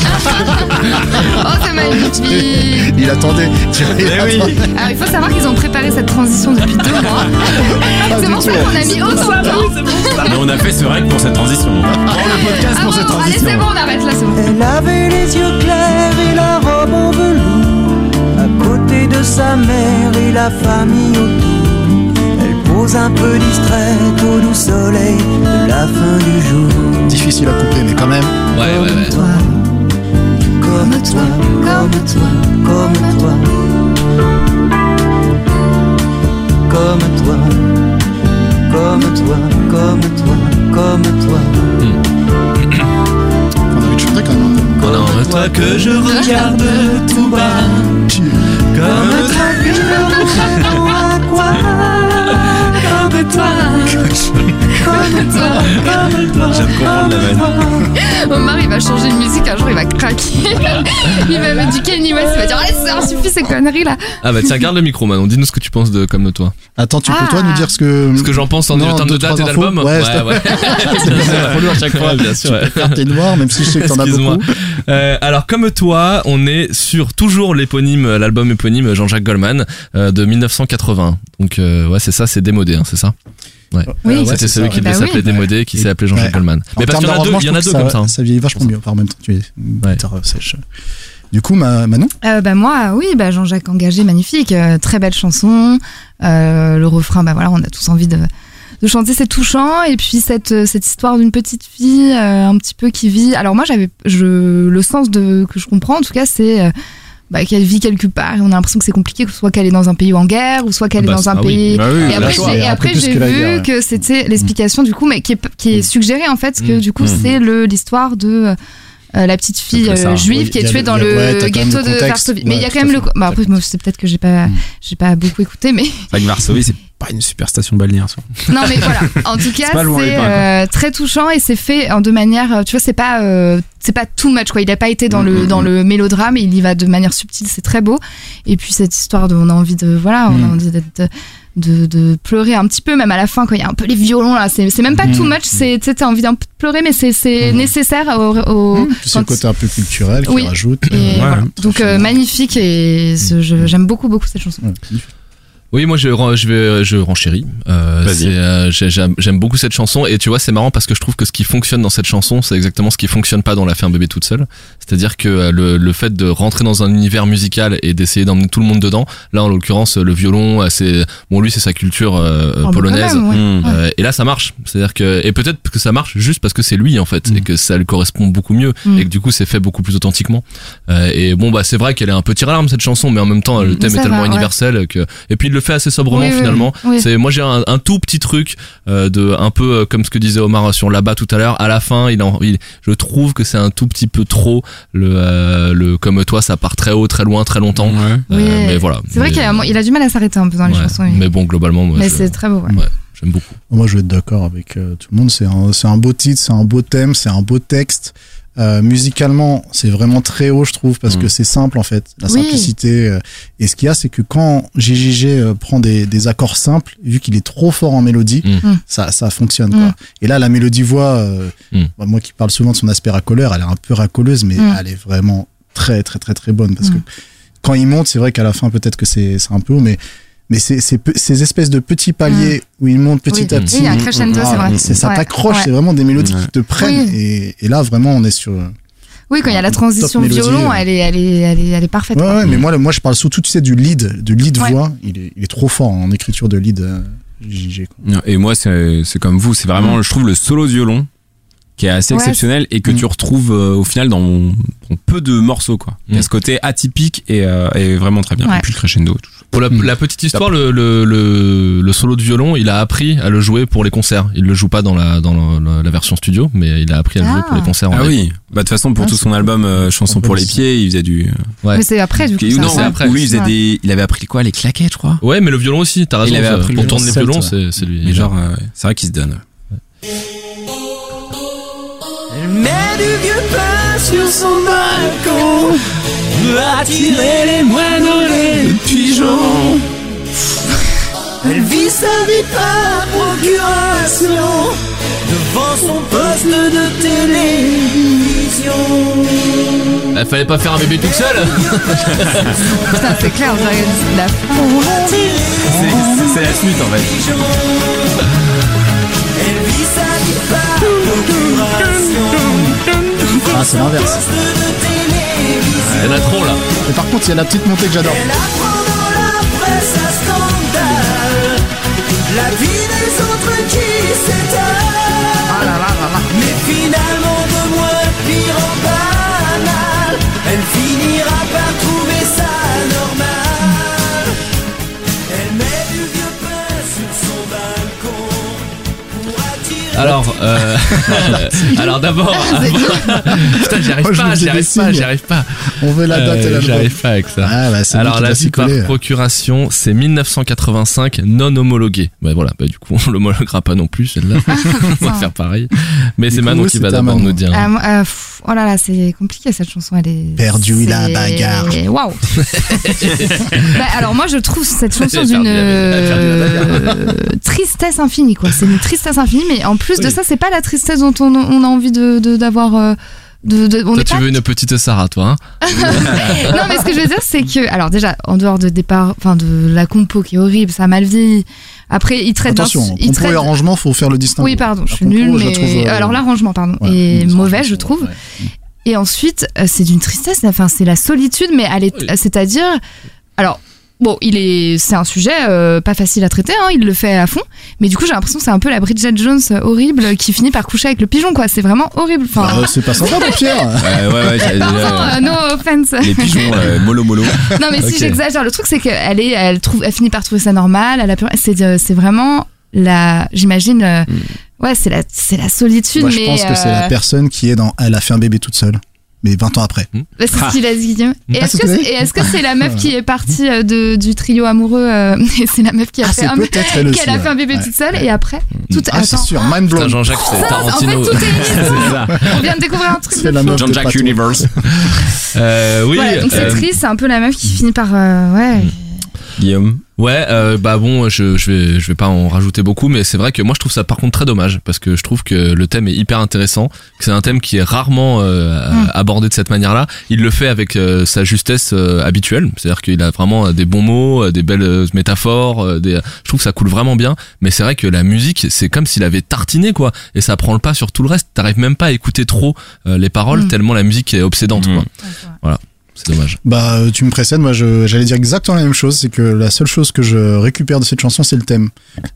Oh, c'est magnifique. Il attendait. Tu vois, il Eh oui. attendait. Alors, il faut savoir qu'ils ont préparé cette transition depuis deux mois. Pas C'est du pour ça tout. qu'on a mis autant de temps. Mais on a fait ce règle pour cette transition. Pour le podcast Ah pour bon, cette allez, c'est transition. bon, on arrête là, c'est bon. Elle avait les yeux clairs et la robe en velours, à côté de sa mère et la famille autour. Elle pose un peu distraite au doux soleil de la fin du jour. Difficile à couper, mais quand même. Ouais, ouais, ouais. Toi, comme toi, comme toi, comme toi, comme toi, comme toi, comme toi, comme toi. On a envie de chanter quand même. Pendant toi que je regarde tout bas, comme toi que je À quoi? Comme toi, comme toi, comme toi. Je viens de comprendre la vanne. Omar, il va changer de musique, un jour il va craquer. Il va mettre du Kanye West, il va dire allez, ça suffit ces conneries là. Ah bah tiens, garde le micro Manon, dis-nous ce que tu penses de comme de toi. Attends, tu peux Ah. toi nous dire ce que. Ce que j'en pense en Non, termes de deux, date trois et infos. d'album. Ouais, ouais, c'est- ouais. C'est relou à chaque fois, bien sûr. ouais. Faire tes noirs, même si je sais que t'en as Excuse-moi. beaucoup. Euh, alors comme toi, on est sur toujours l'éponyme, l'album éponyme Jean-Jacques Goldman euh, de mille neuf cent quatre-vingts. Donc euh, ouais, c'est ça, c'est démodé, hein, c'est ça. Ouais. Oui, Euh, ouais, C'était c'est celui ça. qui Bah devait oui. s'appeler démodé, qui s'est appelé Jean-Jacques Ouais. Goldman. En Mais parce termes qu'il y en a deux, d'arrangement, il y en a je deux trouve comme que ça. hein. Ça vieillit vachement mieux. Enfin, en même temps, tu es une Ouais. guitare sèche. Du coup, ma, Manon, Euh, bah moi, oui, bah Jean-Jacques Engagé, magnifique, euh, très belle chanson. Euh, le refrain, bah voilà, on a tous envie de, de chanter, c'est touchant. Et puis cette euh, cette histoire d'une petite fille, euh, un petit peu qui vit. Alors moi, j'avais, je le sens de que je comprends, en tout cas, c'est euh, bah, qu'elle vit quelque part. Et on a l'impression que c'est compliqué, que soit qu'elle est dans un pays en guerre, ou soit qu'elle Ah bah, est dans un ah oui. pays. Bah oui, Et la après, choix. j'ai, et Après, après, plus j'ai que la vu guerre, ouais. que c'était l'explication du coup, mais qui est, qui est suggérée en fait, que Mm. du coup, Mm. c'est le l'histoire de euh, la petite fille peu ça. euh, juive Oui, qui il y est a tuée le- dans il y a- le ouais, t'as quand même ghetto le de contexte. Varsovie. Mais il y a Ouais, quand tout même à le. fait. Bah après, moi, c'est peut-être que j'ai pas, Mm. j'ai pas beaucoup écouté, mais C'est vrai que Varsovie, c'est pas une super station balnéaire. ça. non, mais voilà. En tout cas, C'est pas loin, c'est les pas, euh, très touchant et c'est fait en deux manières. Tu vois, c'est pas, euh, c'est pas too much quoi. Il a pas été dans Mm, le mm, dans mm. le mélodrame. Il y va de manière subtile. C'est très beau. Et puis cette histoire de, on a envie de, voilà, on a Mm. envie d'être. De, de pleurer un petit peu, même à la fin quand il y a un peu les violons là, c'est c'est même pas Mm. too much, c'est tu sais, t'as envie d'un peu de pleurer, mais c'est c'est Mm. nécessaire au, au Puis c'est le quand- côté un peu culturel qui Oui. rajoute. et euh, voilà. tout à Donc fait. euh, magnifique et ce- je- j'aime beaucoup beaucoup cette chanson. ouais. Oui, moi je, ren- je vais, je renchéris. Euh, Vas-y. c'est, euh, j'ai- j'aime, j'aime beaucoup cette chanson et tu vois c'est marrant parce que je trouve que ce qui fonctionne dans cette chanson c'est exactement ce qui fonctionne pas dans La Fée un bébé toute seule. C'est-à-dire que euh, le, le fait de rentrer dans un univers musical et d'essayer d'emmener tout le monde dedans. Là en l'occurrence le violon, euh, c'est bon lui c'est sa culture euh, Oh, mais polonaise. quand même, ouais. Mm. Euh, et là ça marche, c'est-à-dire que et peut-être que ça marche juste parce que c'est lui en fait Mm. et que ça lui correspond beaucoup mieux Mm. et que du coup c'est fait beaucoup plus authentiquement. Euh, et bon bah c'est vrai qu'elle est un peu tire à l'arme cette chanson, mais en même temps le Mm. thème Ça est tellement va, ouais. universel que et puis le le fait assez sobrement Oui, oui, finalement. oui. C'est moi j'ai un, un tout petit truc euh, de un peu euh, comme ce que disait Omar sur là-bas tout à l'heure. À la fin, il, en, il je trouve que c'est un tout petit peu trop le euh, le comme toi ça part très haut, très loin, très longtemps. Ouais. Euh, Oui. mais voilà. C'est vrai Mais- qu'il a, il a du mal à s'arrêter un peu dans les ouais. chansons. oui. Mais bon globalement moi Mais je- c'est très beau. Ouais. ouais, j'aime beaucoup. Moi, je vais être d'accord avec euh, tout le monde. C'est un, c'est un beau titre, c'est un beau thème, c'est un beau texte. Euh, musicalement, c'est vraiment très haut, je trouve, parce Mm. que c'est simple, en fait. La Oui. simplicité. euh, et ce qu'il y a, c'est que quand J J G euh, prend des, des accords simples, vu qu'il est trop fort en mélodie, Mm. Mm. ça, ça fonctionne, Mm. quoi. Et là, la mélodie-voix, euh, Mm. bah, moi qui parle souvent de son aspect racoleur, elle est un peu racoleuse, mais Mm. elle est vraiment très, très, très, très bonne. Parce Mm. que quand il monte, c'est vrai qu'à la fin, peut-être que c'est c'est un peu haut, mais mais c'est c'est pe- ces espèces de petits paliers où il monte petit Oui. à Oui, petit. il y a un crescendo, Ah, c'est vrai. c'est- ça Ouais. t'accroche, Ouais. c'est vraiment des mélodies Ouais. qui te prennent. Oui. Et, et là, vraiment, on est sur. Ouais, Oui, quand il y a la Top transition mélodie, violon, euh. elle est, elle est, elle est, elle est parfaite. quoi. ouais, mais moi, le- moi, je parle surtout, tu sais, du lead, du lead Ouais. voix. Il est, il est trop fort en écriture de lead. euh, J G, quoi. Et moi, c'est c'est comme vous, c'est vraiment, je trouve, le solo de violon qui est assez Ouais, exceptionnel et que Mm. tu retrouves euh, au final dans, dans peu de morceaux, quoi. Il y a Mm. ce côté atypique et, euh, et vraiment très bien. Ouais. Et puis le crescendo. Tout. Pour la, Mm. la petite histoire, le, le, le, le solo de violon, il a appris à le jouer pour les concerts. Il le joue pas dans la, dans la, la version studio, mais il a appris à le Ah. jouer pour les concerts. en Ah live. oui, bah de toute façon pour Ah, tout son album euh, Chansons pour les pieds, il faisait du. Ouais. Mais c'est après, du coup. Ou ça, non, c'est ouais. après. oui, il faisait Ouais. des. Il avait appris quoi, les claquettes, je crois. Ouais, mais le violon aussi, t'as raison. Il avait ça, appris pour le tourner les celte, violons, ouais. c'est, c'est lui. Mais genre, euh, c'est vrai qu'il se donne. Elle met du vieux pain sur son balcon, veut attirer les moineaux, les pigeons. Elle vit sa vie par procuration, devant son poste de télévision. Il fallait pas faire un bébé toute seule. Putain, c'est clair, on dirait la Pour attirer C'est c'est la suite en fait. Elle vit sa vie par procuration, Ah, c'est l'inverse. poste de télévision. Il y en a trop là. Et par contre, il y a la petite montée que j'adore. Elle apprend dans la presse à scandale la vie des autres qui s'étale. Mais finalement de moins pire en banal, elle finira par trouver ça normal. Elle met du vieux pain sur son balcon pour attirer. Alors, euh, alors d'abord, putain, j'y arrive Moi, je pas, me j'y faisais arrive des pas, signes. j'y arrive pas. On veut la date et Euh, l'album. J'arrive pas avec ça. Ah, bah, c'est lui Alors qui la va vie s'y par coller. procuration, c'est mille neuf cent quatre-vingt-cinq, non homologué. Bah voilà, bah du coup on l'homologuera pas non plus celle-là. on va faire pareil. Mais Du c'est coup, Manon qui c'était va à d'abord Manon. nous dire. Ah, moi, euh, pff, oh là là, c'est compliqué cette chanson. Elle est. Perdu la c'est- bagarre. Waouh. Bah, alors moi, je trouve cette chanson Perdu d'une la- perdu la euh, tristesse infinie, quoi. C'est une tristesse infinie, mais en plus de Oui. ça, c'est pas la tristesse dont on, on a envie de de- d'avoir. euh, de, de- on Toi est tu pas- veux une petite Sarah toi hein. Non, mais ce que je veux dire, c'est que, alors déjà, en dehors de départ, enfin de la compo qui est horrible, ça a mal vieilli. Après, il traite. d'un- Attention, il compo traite- et arrangement, faut faire le distinguo. Oui, pardon, je La suis compo, nulle, je la mais trouve, euh, alors l'arrangement, pardon, ouais, est les mauvais, arrangements je sont- trouve. ouais. Et ensuite, euh, c'est d'une tristesse. Enfin, c'est la solitude, mais elle est, Oui. c'est-à-dire, alors. Bon, il est, c'est un sujet euh, pas facile à traiter, hein, il le fait à fond. Mais du coup, j'ai l'impression que c'est un peu la Bridget Jones euh, horrible qui finit par coucher avec le pigeon, quoi. C'est vraiment horrible. Enfin, Bah, c'est pas sympa, mon Pierre. Ouais, ouais, ouais. j'ai- pardon, j'ai- euh, no offense. Les pigeons euh, mollo mollo. Non, mais Ok. si j'exagère, le truc c'est qu'elle est, elle trouve, elle finit par trouver ça normal. Elle a peur- c'est, euh, c'est vraiment la, j'imagine, euh, ouais, c'est la, c'est la solitude. Moi, je mais pense que c'est la euh, personne qui est dans. Elle a fait un bébé toute seule. Mais vingt ans après. bah, c'est ce qu'il a dit, Guillaume. Et Ah, est-ce c'est que ce que c'est, et est-ce que c'est la meuf qui est partie euh, de, du trio amoureux euh, et c'est la meuf qui a Ah, fait c'est un, peut-être elle aussi. qu'elle a fait un bébé ouais. toute seule et après tout. Ah, c'est attends, sûr, mind Putain, blown. Jean-Jacques c'est en fait, Tarantino. tout est une histoire. C'est ça. On vient de découvrir un truc. C'est de la fou. meuf de Jean-Jacques Pato. Universe. Euh, oui. Voilà, donc c'est euh, triste, c'est un peu la meuf qui finit par, euh, ouais. Guillaume. Ouais, euh, bah bon, je, je vais, je vais pas en rajouter beaucoup, mais c'est vrai que moi je trouve ça par contre très dommage parce que je trouve que le thème est hyper intéressant, que c'est un thème qui est rarement euh, Mm. abordé de cette manière-là. Il le fait avec euh, sa justesse euh, habituelle, c'est-à-dire qu'il a vraiment euh, des bons mots, euh, des belles euh, métaphores, euh, des... je trouve que ça coule vraiment bien. Mais c'est vrai que la musique, c'est comme s'il avait tartiné quoi, et ça prend le pas sur tout le reste. T'arrives même pas à écouter trop euh, les paroles Mm. tellement la musique est obsédante Mm. quoi. Ouais, C'est dommage. Bah, euh, tu me précèdes, moi je, j'allais dire exactement la même chose, c'est que la seule chose que je récupère de cette chanson, c'est le thème.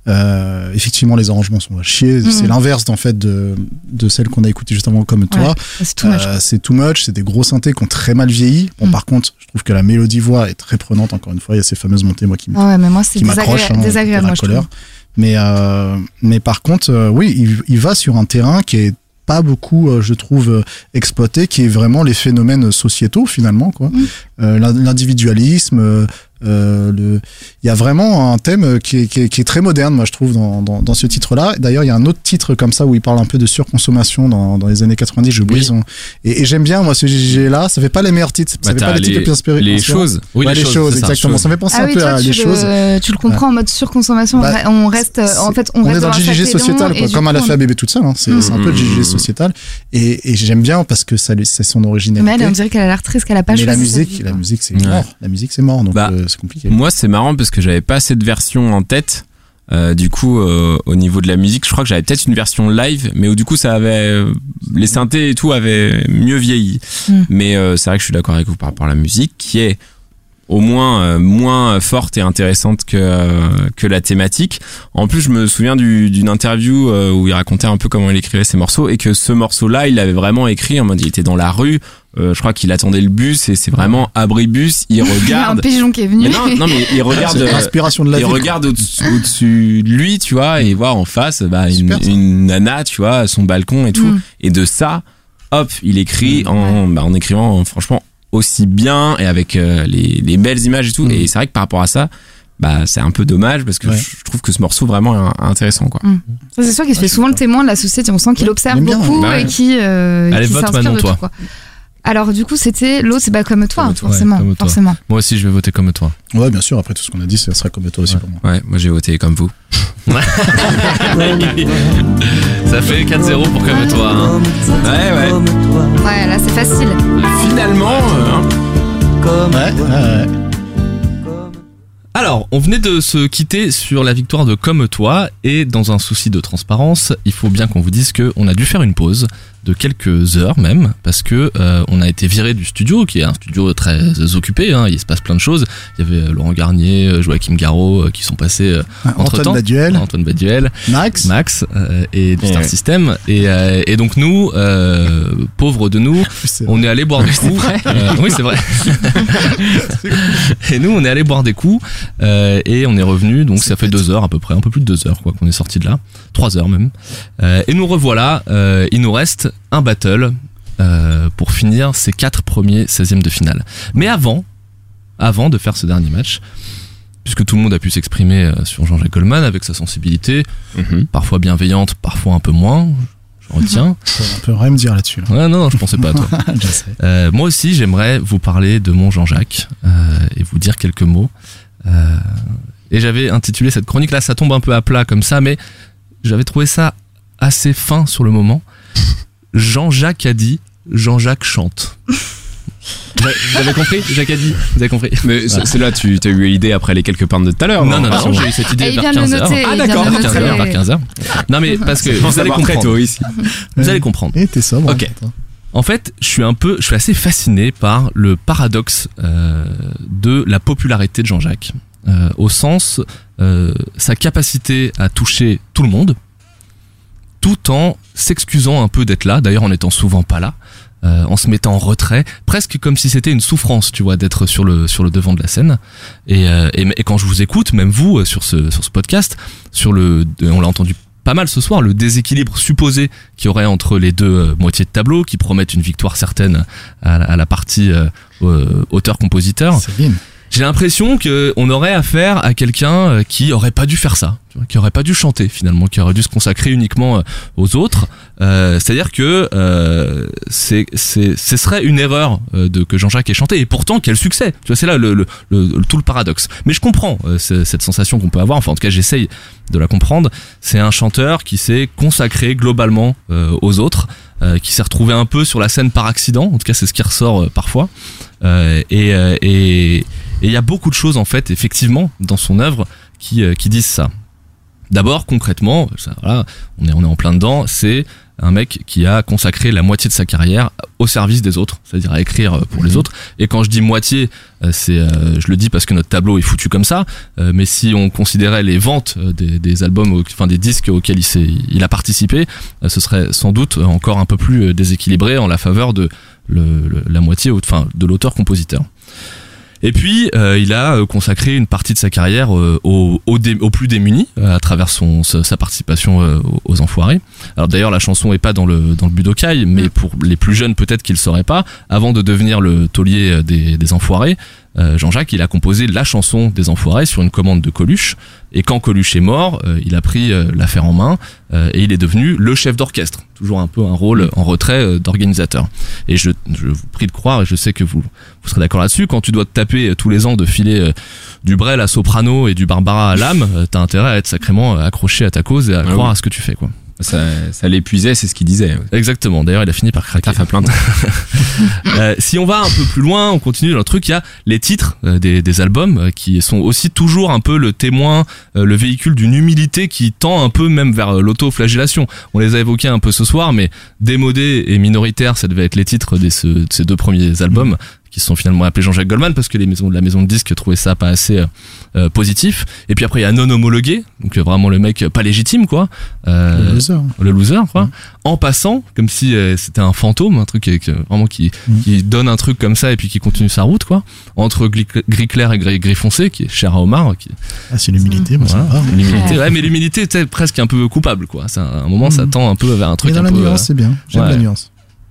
Euh, effectivement, les arrangements sont à chier, Mhm. c'est l'inverse en fait de, de celle qu'on a écoutée juste avant, comme toi. Ouais, c'est tout moche. Euh, c'est too much, c'est des gros synthés qui ont très mal vieilli. Bon, Mm. par contre, je trouve que la mélodie-voix est très prenante, encore une fois, il y a ces fameuses montées, moi, qui me Ah ouais, mais moi, c'est qui m'accroche, désagré- hein, désagréable, moi, je racoleur. trouve. Mais euh, mais par contre, euh, oui, il, il va sur un terrain qui est pas beaucoup, euh, je trouve, euh, exploité, qui est vraiment les phénomènes sociétaux finalement, quoi. Mm. Euh, l'in- l'individualisme. Euh, euh, le, il y a vraiment un thème qui est, qui est, qui est très moderne, moi je trouve, dans, dans, dans ce titre-là. D'ailleurs, il y a un autre titre comme ça où il parle un peu de surconsommation dans, dans les années quatre-vingt-dix. J'ai oublié Oui. son. Et, et j'aime bien moi ce G G-là. Ça fait pas les meilleurs titres, ça Bah, fait t'as pas les titres les plus inspirés. les inspirants. choses. Oui, Ouais, les choses, c'est ça, exactement. choses. Ça me fait penser Ah un oui, peu toi, à tu les le, choses. tu le comprends en mode surconsommation. Bah, on reste, euh, en fait, on, on reste est dans le un G G sacré sociétal, don, quoi, et comme du elle a coup, fait à Bébé toute seule. Hein. C'est Mm. c'est un peu le G G sociétal. Et, et j'aime bien parce que ça, lui- c'est son Mais elle, originalité. on dirait qu'elle a l'air triste, qu'elle a pas Mais choisi la sa musique, vie, la quoi. musique, c'est Ouais. mort. La musique, c'est mort, donc Bah, euh, c'est compliqué. Moi, c'est marrant parce que j'avais pas cette version en tête. Euh, du coup, euh, au niveau de la musique, je crois que j'avais peut-être une version live, mais où du coup, ça avait euh, les synthés et tout avaient mieux vieilli. Mm. Mais euh, c'est vrai que je suis d'accord avec vous par rapport à la musique, qui est au moins euh, moins forte et intéressante que euh, que la thématique. En plus, je me souviens du, d'une interview euh, où il racontait un peu comment il écrivait ses morceaux et que ce morceau-là, il l'avait vraiment écrit en mode il était dans la rue. Euh, je crois qu'il attendait le bus et c'est vraiment abribus. Il Il y a un regarde. pigeon qui est venu. Mais non, non, mais il regarde. C'est l'inspiration de la il vie. quoi. regarde au-dessus, au-dessus de lui, tu vois, et voit en face bah, une, Super, ça. une nana, tu vois, à son balcon et tout. Mm. Et de ça, hop, il écrit Mm. en, bah, en écrivant franchement aussi bien et avec euh, les, les belles images et tout. Mm. Et c'est vrai que par rapport à ça, bah, c'est un peu dommage parce que Ouais. je trouve que ce morceau vraiment est intéressant, quoi. Ça, c'est sûr qu'il se fait souvent le témoin de la société. On sent qu'il Ouais, observe il aime bien, beaucoup ouais. Bah ouais. et qui, euh, Allez, qui vote, s'inspire Manon, de toi. tout, quoi. Alors, du coup, c'était l'autre, c'est bah, comme toi, Comme hein, toi, forcément. ouais, comme toi. forcément. Moi aussi, je vais voter comme toi. Ouais, bien sûr. Après tout ce qu'on a dit, ça sera comme toi aussi Ouais. pour moi. Ouais, moi j'ai voté comme vous. Ça fait quatre zéro pour comme toi. Hein. Ouais, ouais. Ouais, là, c'est facile. Finalement, euh, hein, Comme Ouais, toi. ouais, ouais. Alors, on venait de se quitter sur la victoire de Comme toi et dans un souci de transparence, il faut bien qu'on vous dise que on a dû faire une pause de quelques heures même parce que euh, on a été viré du studio qui est un studio très occupé. Hein, il se passe plein de choses. Il y avait euh, Laurent Garnier, euh, Joachim Garraud euh, qui sont passés euh, entre Antoine temps. Baduel, Antoine Baduel, Max. Max euh, et du Et Star ouais. System et, euh, et donc nous, euh, pauvres de nous, C'est- on est allé boire des coups. Euh, oui, c'est vrai. Et nous, on est allé boire des coups euh, et on est revenu. Donc ça fait deux heures à peu près, un peu plus de deux heures quoi qu'on est sorti de là, trois heures même. Euh, et nous revoilà. Euh, il nous reste un battle euh, pour finir ces quatre premiers seizièmes de finale. Mais avant, avant de faire ce dernier match, puisque tout le monde a pu s'exprimer euh, sur Jean-Jacques Goldman avec sa sensibilité, mhm. parfois bienveillante, parfois un peu moins. Je retiens. On peut rien me dire là-dessus. là. Ouais, non, non, je pensais pas à toi. Je sais. Euh, moi aussi, j'aimerais vous parler de mon Jean-Jacques euh, et vous dire quelques mots. Euh, et j'avais intitulé cette chronique là, ça tombe un peu à plat comme ça, mais j'avais trouvé ça assez fin sur le moment. Jean-Jacques a dit, Jean-Jacques chante. Vous avez- vous avez compris? Jacques a dit, vous avez compris? Mais c'est c'est là, tu as eu l'idée après les quelques pintes de tout à l'heure. Non, non, non, Rassurons. j'ai eu cette idée Et il vers vient de le quinze heures. noter. Ah, il vient d'accord, de le Vers quinze heures, noter. vers quinze heures. Non mais parce que On vous allez savoir très comprendre. tôt ici. Vous allez comprendre. Et t'es sobre. Ok. en fait, hein. En fait, je suis un peu, je suis assez fasciné par le paradoxe euh, de la popularité de Jean-Jacques, euh, au sens euh, sa capacité à toucher tout le monde, tout en s'excusant un peu d'être là. D'ailleurs, en n'étant souvent pas là, euh, en se mettant en retrait, presque comme si c'était une souffrance, tu vois, d'être sur le sur le devant de la scène. Et, euh, et, et quand je vous écoute, même vous euh, sur ce sur ce podcast, sur le, on l'a entendu pas mal ce soir, le déséquilibre supposé qu'il y aurait entre les deux euh, moitiés de tableau qui promettent une victoire certaine à, la- à la partie euh, euh, auteur-compositeur. C'est bien. J'ai l'impression que on aurait affaire à quelqu'un euh, qui aurait pas dû faire ça, tu vois, qui aurait pas dû chanter finalement, qui aurait dû se consacrer uniquement euh, aux autres. Euh, C'est-à-dire que euh, c'est, c'est, ce serait une erreur euh, de que Jean-Jacques ait chanté. Et pourtant, quel succès. Tu vois, c'est là le, le, le, le- tout le paradoxe. Mais je comprends euh, ce- cette sensation qu'on peut avoir. Enfin, en tout cas, j'essaye de la comprendre. C'est un chanteur qui s'est consacré globalement euh, aux autres, euh, qui s'est retrouvé un peu sur la scène par accident. En tout cas, c'est ce qui ressort euh, parfois. Euh, et euh, et et il y a beaucoup de choses en fait, effectivement, dans son œuvre qui euh, qui disent ça. D'abord, concrètement, ça, voilà, on est on est en plein dedans. C'est un mec qui a consacré la moitié de sa carrière au service des autres, c'est-à-dire à écrire pour les autres. Et quand je dis moitié, c'est, euh, je le dis parce que notre tableau est foutu comme ça, euh, mais si on considérait les ventes des, des albums, enfin des disques auxquels il, s'est, il a participé, euh, ce serait sans doute encore un peu plus déséquilibré en la faveur de le, le, la moitié, enfin de l'auteur-compositeur. Et puis, euh, il a consacré une partie de sa carrière euh, aux, aux, dé, aux plus démunis euh, à travers son sa participation euh, aux Enfoirés. Alors d'ailleurs, la chanson est pas dans le dans le Budokai, mais pour les plus jeunes, peut-être qu'ils le sauraient pas. Avant de devenir le taulier des, des Enfoirés, euh, Jean-Jacques, il a composé la chanson des Enfoirés sur une commande de Coluche. Et quand Coluche est mort, euh, il a pris euh, l'affaire en main euh, et il est devenu le chef d'orchestre. Toujours un peu un rôle en retrait euh, d'organisateur. Et je, je vous prie de croire, et je sais que vous, vous serez d'accord là-dessus, quand tu dois te taper euh, tous les ans de filer euh, du Brel à soprano et du Barbara à l'âme, euh, t'as intérêt à être sacrément accroché à ta cause et à ah croire oui. à ce que tu fais, quoi. Ça, ça l'épuisait, c'est ce qu'il disait. Exactement. D'ailleurs, il a fini par craquer. T'as fait plein de... euh, si on va un peu plus loin, on continue dans le truc. Il y a les titres euh, des, des albums euh, qui sont aussi toujours un peu le témoin, euh, le véhicule d'une humilité qui tend un peu même vers euh, l'auto-flagellation. On les a évoqués un peu ce soir, mais Démodé et Minoritaire, ça devait être les titres de, ce, de ces deux premiers albums. Mmh. qui se sont finalement appelés Jean-Jacques Goldman parce que les maisons de la maison de disques trouvaient ça pas assez euh, positif. Et puis après il y a non homologué, donc vraiment le mec pas légitime quoi, euh, le loser, le loser quoi. Mmh. En passant, comme si euh, c'était un fantôme, un truc avec, euh, vraiment qui mmh. qui donne un truc comme ça et puis qui continue sa route quoi. Entre gris, gris clair et gris, gris foncé, qui est cher à Omar. Qui... Ah c'est l'humilité, moi voilà. ça va. L'humilité, ouais, mais l'humilité c'est presque un peu coupable quoi. C'est un, un moment mmh. ça tend un peu vers un truc. Mais dans un la peu, nuance, euh, c'est bien. J'aime ouais. la nuance.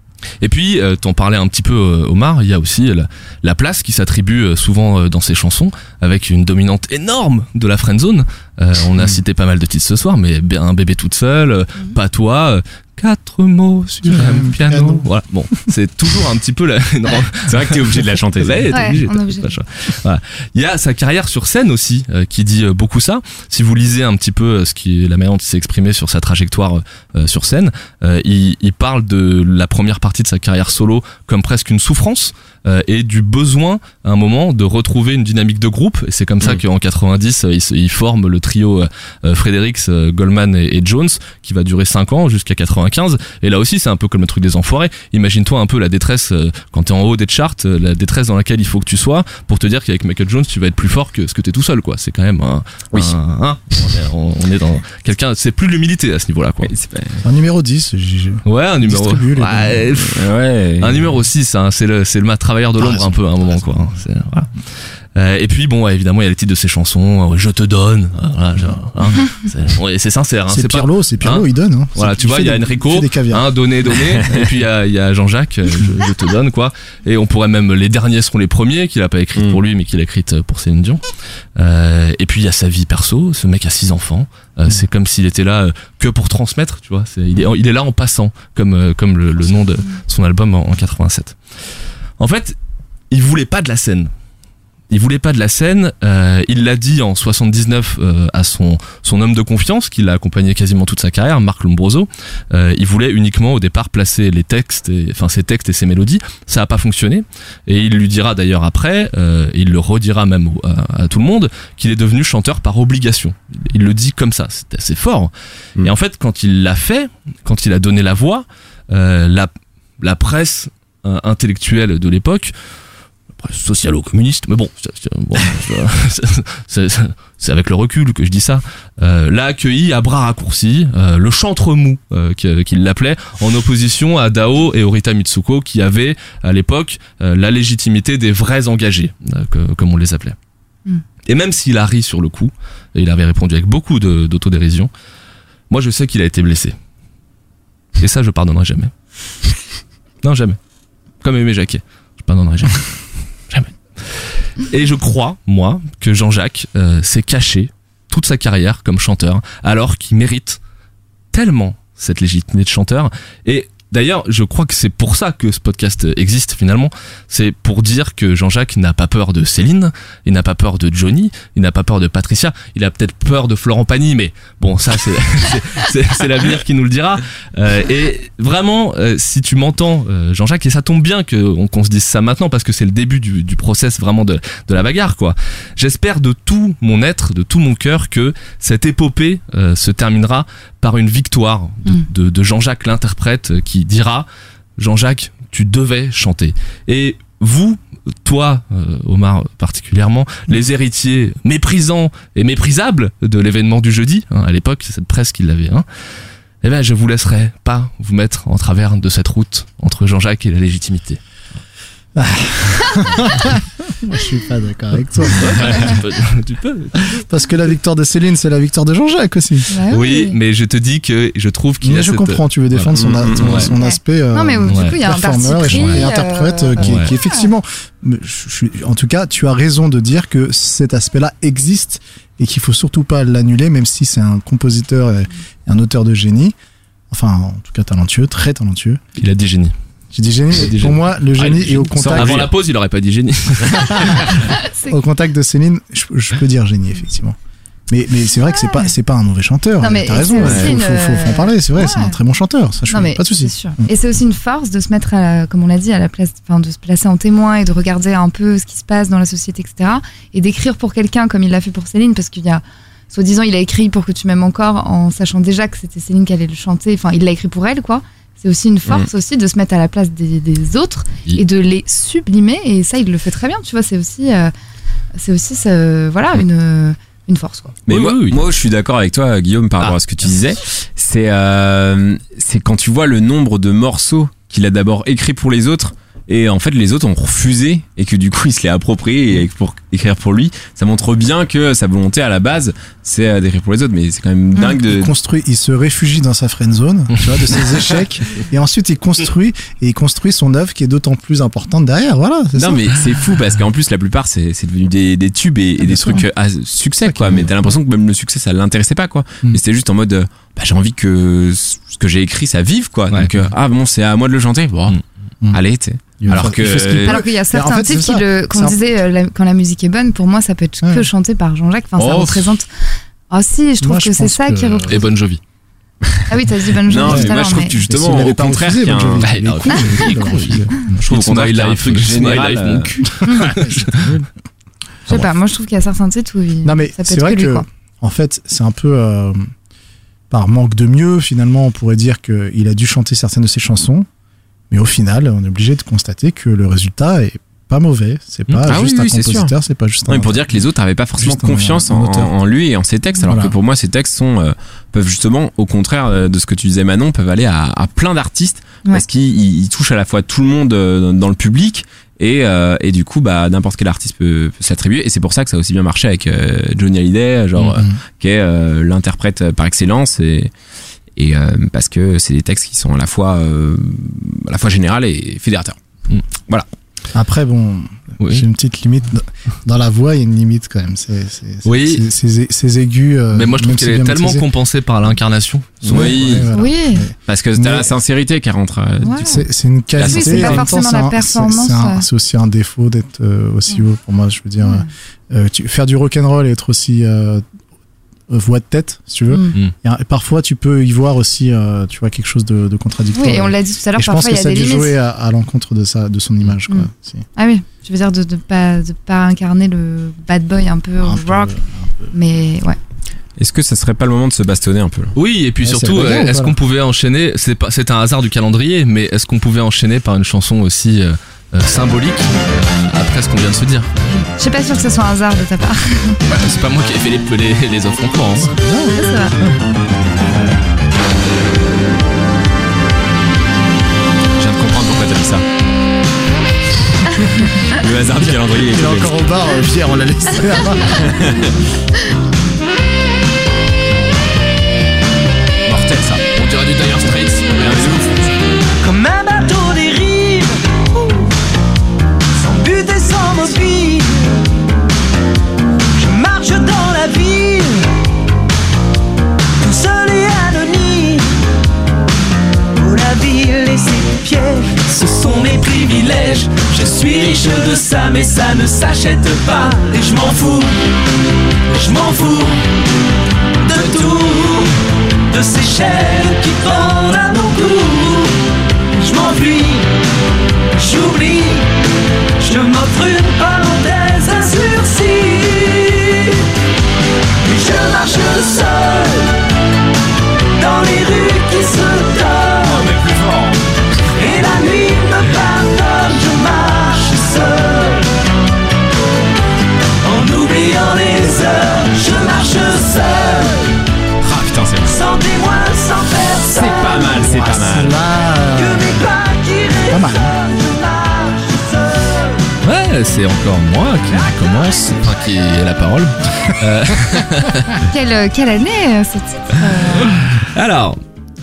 Et puis, euh, t'en parlais un petit peu, euh, Omar, il y a aussi la, la place qui s'attribue euh, souvent euh, dans ses chansons, avec une dominante énorme de la friendzone. Euh, on a cité pas mal de titres ce soir, mais un bébé toute seule, euh, pas toi, euh, quatre mots sur un piano. piano. Voilà, bon, c'est toujours un petit peu la... Non. C'est vrai que t'es obligé de la chanter. Ouais, t'es ouais, obligé. on est obligé. Voilà. Il y a sa carrière sur scène aussi, euh, qui dit euh, beaucoup ça. Si vous lisez un petit peu euh, ce qui est la manière dont il s'est exprimé sur sa trajectoire euh, sur scène, euh, il, il parle de la première partie de sa carrière solo comme presque une souffrance. Euh, et du besoin à un moment de retrouver une dynamique de groupe, et c'est comme ça mmh. qu'en quatre-vingt-dix euh, ils, ils forment le trio euh, Fredericks, euh, Goldman et, et Jones qui va durer cinq ans jusqu'à quatre-vingt-quinze. Et là aussi c'est un peu comme le truc des Enfoirés. Imagine-toi un peu la détresse euh, quand t'es en haut des charts, euh, la détresse dans laquelle il faut que tu sois pour te dire qu'avec Michael Jones tu vas être plus fort que ce que t'es tout seul quoi. C'est quand même un, oui. un, un on, est, on, on est dans quelqu'un, c'est plus l'humilité à ce niveau là quoi. Oui, c'est pas... Un numéro dix, j'ai... Ouais, un numéro ouais, ouais. Un numéro six hein, c'est le c'est le mat travailleur de l'ombre ah, un peu à un moment quoi. C'est, voilà. Euh, et puis bon ouais, évidemment il y a les titres de ses chansons, je te donne, voilà, genre, hein, c'est, ouais, c'est sincère. Hein, c'est, c'est Pirlo, pas, c'est Pirlo, hein, il donne. Hein. Voilà, tu vois il y a Enrico, hein, donner, donner, et puis il y a, il y a Jean-Jacques, je, je te donne quoi. Et on pourrait même les derniers seront les premiers qu'il a pas écrits mm. pour lui mais qu'il a écrites pour Céline Dion. Euh, et puis il y a sa vie perso, ce mec a six enfants. Euh, mm. C'est comme s'il était là euh, que pour transmettre, tu vois. C'est, il est il est là en passant, comme euh, comme le, le nom de son album en, en quatre-vingt-sept. En fait, il voulait pas de la scène. Il voulait pas de la scène. Euh, il l'a dit en soixante-dix-neuf euh, à son son homme de confiance, qui l'a accompagné quasiment toute sa carrière, Marc Lombroso. Euh, il voulait uniquement au départ placer les textes, et, enfin ses textes et ses mélodies. Ça a pas fonctionné. Et il lui dira d'ailleurs après, euh, il le redira même à, à tout le monde, qu'il est devenu chanteur par obligation. Il le dit comme ça. C'est assez fort. Mmh. Et en fait, quand il l'a fait, quand il a donné la voix, euh, la la presse euh, intellectuelle de l'époque, socialo-communiste, mais bon, c'est, c'est, bon c'est, c'est, c'est avec le recul que je dis ça, euh, l'a accueilli à bras raccourcis, euh, le chantre mou euh, qu'il l'appelait, en opposition à Dao et Orita Mitsuko qui avaient à l'époque euh, la légitimité des vrais engagés, euh, que, comme on les appelait. Mm. Et même s'il a ri sur le coup, et il avait répondu avec beaucoup de, d'autodérision, moi je sais qu'il a été blessé. Et ça je pardonnerai jamais. Non, jamais. Comme Aimé Jacquet, je pardonnerai jamais. Jamais. Et je crois, moi, que Jean-Jacques euh, s'est caché toute sa carrière comme chanteur, alors qu'il mérite tellement cette légitimité de chanteur. Et D'ailleurs, je crois que c'est pour ça que ce podcast existe finalement. C'est pour dire que Jean-Jacques n'a pas peur de Céline, il n'a pas peur de Johnny, il n'a pas peur de Patricia, il a peut-être peur de Florent Pagny, mais bon, ça c'est c'est, c'est, c'est l'avenir qui nous le dira. Euh, et vraiment, euh, si tu m'entends, euh, Jean-Jacques, et ça tombe bien que, qu'on se dise ça maintenant parce que c'est le début du, du process vraiment de, de la bagarre, quoi. J'espère de tout mon être, de tout mon cœur, que cette épopée euh, se terminera par une victoire de, Mm. de, de Jean-Jacques l'interprète euh, qui dira Jean-Jacques, tu devais chanter. Et vous, toi, euh, Omar particulièrement, les héritiers méprisants et méprisables de l'événement du jeudi, hein, à l'époque, c'est cette presse qui l'avait, hein, eh ben, je vous laisserai pas vous mettre en travers de cette route entre Jean-Jacques et la légitimité. Moi, je suis pas d'accord avec toi. tu, peux, tu peux. Parce que la victoire de Céline, c'est la victoire de Jean-Jacques aussi. Bah Oui, mais je te dis que je trouve qu'il y Mais a je cette... comprends, tu veux défendre son, a- Mmh, son, ouais. son Ouais. aspect euh, Non, mais du Ouais. coup, il y a un parti performeur et, pris, et interprète euh, qui, Ouais. qui effectivement, mais je suis- en tout cas, tu as raison de dire que cet aspect-là existe et qu'il faut surtout pas l'annuler, même si c'est un compositeur et un auteur de génie. Enfin, en tout cas talentueux, très talentueux. Il a dit génie. J'ai dit génie, Il a dit mais pour génie. moi, le Ah, génie il- est au sans- contact, Avant la pause, il aurait pas dit génie. C'est- au contact de Céline. Je, je peux dire génie, effectivement. Mais, mais c'est vrai que c'est pas, c'est pas un mauvais chanteur. Non, mais T'as raison, c'est il aussi faut, une- faut, faut, faut en parler, c'est vrai, Ouais. c'est un très bon chanteur. Ça, je Non, mais pas de souci. c'est sûr. Mm. Et c'est aussi une force de se mettre, à la- comme on l'a dit, à la place, enfin, de se placer en témoin et de regarder un peu ce qui se passe dans la société, et cetera. Et d'écrire pour quelqu'un comme il l'a fait pour Céline, parce qu'il y a, soi-disant, il a écrit pour que tu m'aimes encore en sachant déjà que c'était Céline qui allait le chanter. Enfin, il l'a écrit pour elle, quoi. C'est aussi une force aussi de se mettre à la place des, des autres Il- et de les sublimer. Et ça, il le fait très bien. Tu vois, c'est aussi, euh, c'est aussi, ce- voilà, une, une force, quoi. Mais Oui, moi, oui, oui. moi, je suis d'accord avec toi, Guillaume, par rapport Ah. à ce que tu disais. C'est, euh, c'est quand tu vois le nombre de morceaux qu'il a d'abord écrit pour les autres, et en fait, les autres ont refusé, et que du coup, il se l'est approprié et pour écrire pour lui. Ça montre bien que sa volonté à la base, c'est euh, d'écrire pour les autres, mais c'est quand même dingue de. Il construit, il se réfugie dans sa friend zone, tu vois, de ses échecs, et ensuite il construit et il construit son œuvre qui est d'autant plus importante derrière. Voilà. C'est Non ça. mais c'est fou parce qu'en plus la plupart c'est c'est devenu des, des tubes et, et Bien des sûr. trucs à succès Ça quoi, qui est- mais t'as l'impression que même le succès ça l'intéressait pas quoi, Mm. mais c'était juste en mode euh, bah, j'ai envie que ce que j'ai écrit ça vive quoi, Ouais. donc euh, ah bon c'est à moi de le chanter, bon Mm. Mm. allez tu sais. Il va Alors faire- que il fait ce qu'il peut. Alors qu'il y a certains en fait, titres c'est qui ça. le, qu'on C'est un- disait, euh, la- quand la musique est bonne, pour moi, ça peut être que Ouais. chanté par Jean-Jacques. Enfin, ça Oh. représente. Ah si, je trouve Moi, je que c'est pense ça que- qui représente. Et Bon Jovi. Ah oui, t'as dit Bon Jovi Non tout mais à moi l'heure, je trouve mais- que Et justement s'il au l'avait pas contraire refusé, qu'il y a Bon un- Jovi, Bah, il est non, cool, il est il a cool. refusé. je trouve au contraire qu'il y a un truc My général Life, euh, mon cul. Je sais pas, moi je trouve qu'il y a certains titres où il... Non mais ça peut c'est être vrai que lui, que, quoi. en fait, c'est un peu euh, par manque de mieux. Finalement, on pourrait dire qu'il a dû chanter certaines de ses chansons, mais au final, on est obligé de constater que le résultat est pas mauvais. C'est pas Ah oui, juste oui, un c'est sûr. compositeur, c'est pas juste Non, un. mais pour dire que les autres n'avaient pas forcément Juste un- confiance un en, auteur. en lui et en ses textes, alors Voilà. que pour moi ces textes sont euh, peuvent justement au contraire euh, de ce que tu disais Manon, peuvent aller à, à plein d'artistes Ouais. parce qu'ils ils- ils touchent à la fois tout le monde euh, dans le public et, euh, et du coup bah n'importe quel artiste peut, peut se l'attribuer, et c'est pour ça que ça a aussi bien marché avec euh, Johnny Hallyday, genre Mhm. euh, qui est euh, l'interprète par excellence, et et euh, parce que c'est des textes qui sont à la fois euh, à la fois général et fédérateur. Après, bon, Oui. j'ai une petite limite. Dans la voix, il y a une limite quand même. C'est, c'est, c'est- Oui. c'est- Ces ces aigus. euh, Mais moi je trouve même qu'elle si est bien tellement maîtrisés. compensée par l'incarnation. souvent. Oui. Ouais, voilà. Oui, Parce que t'as Mais- la sincérité qui rentre. euh, Ouais. du coup. C'est, c'est une qualité. Oui, c'est pas en même temps, forcément c'est la un- performance, C'est, c'est un- euh. c'est aussi un défaut d'être euh, aussi haut pour moi. Je veux dire, Ouais. euh, tu, faire du rock'n'roll et être aussi euh, voix de tête, si tu veux. Mm. Et, euh, parfois, tu peux y voir aussi, euh, tu vois, quelque chose de, de contradictoire. Oui, et on l'a dit tout à l'heure, Et je pense parfois que il y a ça a des dû limites. jouer à, à l'encontre de sa, de son image, quoi. Mm. Si. Ah oui, tu veux dire de ne pas, de pas incarner le bad boy un peu Un peu, rock, un peu. mais ouais. Est-ce que ça serait pas le moment de se bastonner un peu là? Oui, et puis Ouais, surtout, c'est la bagarre, est-ce voilà. qu'on pouvait enchaîner, c'est pas, c'est un hasard du calendrier, mais est-ce qu'on pouvait enchaîner par une chanson aussi euh, euh, symbolique après ce qu'on vient de se dire? Je suis pas sûre que ce soit un hasard de ta part. Bah, c'est pas moi qui ai fait les, les, les affrontements. Hein. Ça, c'est vrai. Je viens de comprendre pourquoi t'as dit ça. Le hasard du calendrier. Il est encore au bar, euh, Pierre, on l'a laissé là-bas. mortel ça. On dirait du Dire Straits. Mais un de ouf. Comme un bateau dérive, sans but et sans mobile. Je marche dans la ville, tout seul et anonyme. Oh, la ville est privilèges. Je suis riche de ça, mais ça ne s'achète pas. Et je m'en fous, je m'en fous de tout, de ces chaînes qui pendent à mon cou. Je m'enfuis, j'oublie, je m'offre une parenthèse, un sursis. Et je marche seul dans les rues qui se tordent. Mais plus fort. Et la nuit me pardonne, je marche seul en oubliant les heures. Je marche seul, Ah putain, c'est sans témoin, sans personne. c'est pas mal, c'est pas mal. Là, Que mes pas qui pas mal. résonnent, je marche seul. Ouais, c'est encore moi qui commence, enfin qui ai la parole. Euh, Quelle, quelle année euh, ce titre euh, alors,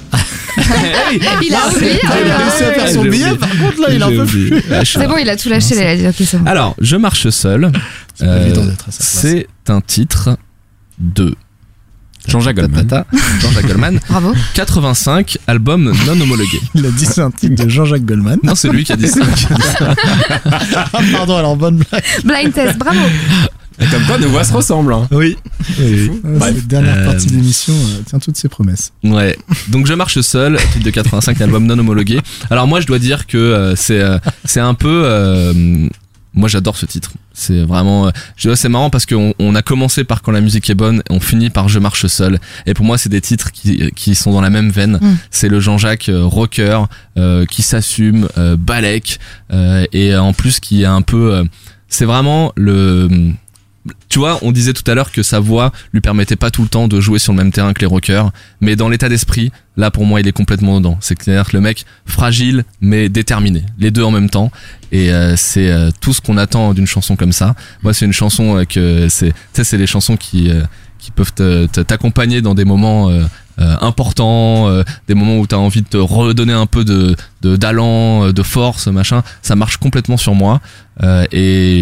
Il a oublié. il a hein. réussi à faire son j'ai billet, oublié. par contre là il en j'ai peut oublié. plus. Ouais, je suis C'est là. bon, il a tout lâché. Il a dit, ok, c'est bon. Alors, je marche seul. C'est pas Euh, évident d'être à sa place. c'est un titre de Jean-Jacques Goldman. Tata, Jean-Jacques Goldman, Bravo. quatre-vingt-cinq, album non homologué. Il a dit c'est un titre de Jean-Jacques Goldman. Non, c'est lui qui a dit ça. Ah pardon, alors bonne blague. Blind test, bravo. Et comme quoi, nos voix se ressemblent. Hein. Oui. oui. Ouais, Cette dernière Euh, partie d'émission euh, tient toutes ses promesses. Ouais. Donc je marche seul, titre de quatre-vingt-cinq, album non homologué. Alors moi je dois dire que euh, c'est euh, c'est un peu euh, moi j'adore ce titre. C'est vraiment euh, je vois, c'est marrant parce qu'on on a commencé par Quand la musique est bonne, on finit par Je marche seul, et pour moi c'est des titres qui qui sont dans la même veine. Mm. C'est le Jean-Jacques euh, rocker euh, qui s'assume, euh, balèque, euh, et en plus qui est un peu euh, c'est vraiment le tu vois, on disait tout à l'heure que sa voix lui permettait pas tout le temps de jouer sur le même terrain que les rockers, mais dans l'état d'esprit, là pour moi il est complètement dedans. C'est-à-dire que le mec fragile mais déterminé, les deux en même temps, et euh, c'est euh, tout ce qu'on attend d'une chanson comme ça. Moi c'est une chanson euh, que c'est, tu sais, c'est les chansons qui euh, qui peuvent te, te- t'accompagner dans des moments euh, euh, importants, euh, des moments où t'as envie de te redonner un peu de, de d'allant, euh, de force, machin. Ça marche complètement sur moi, euh, et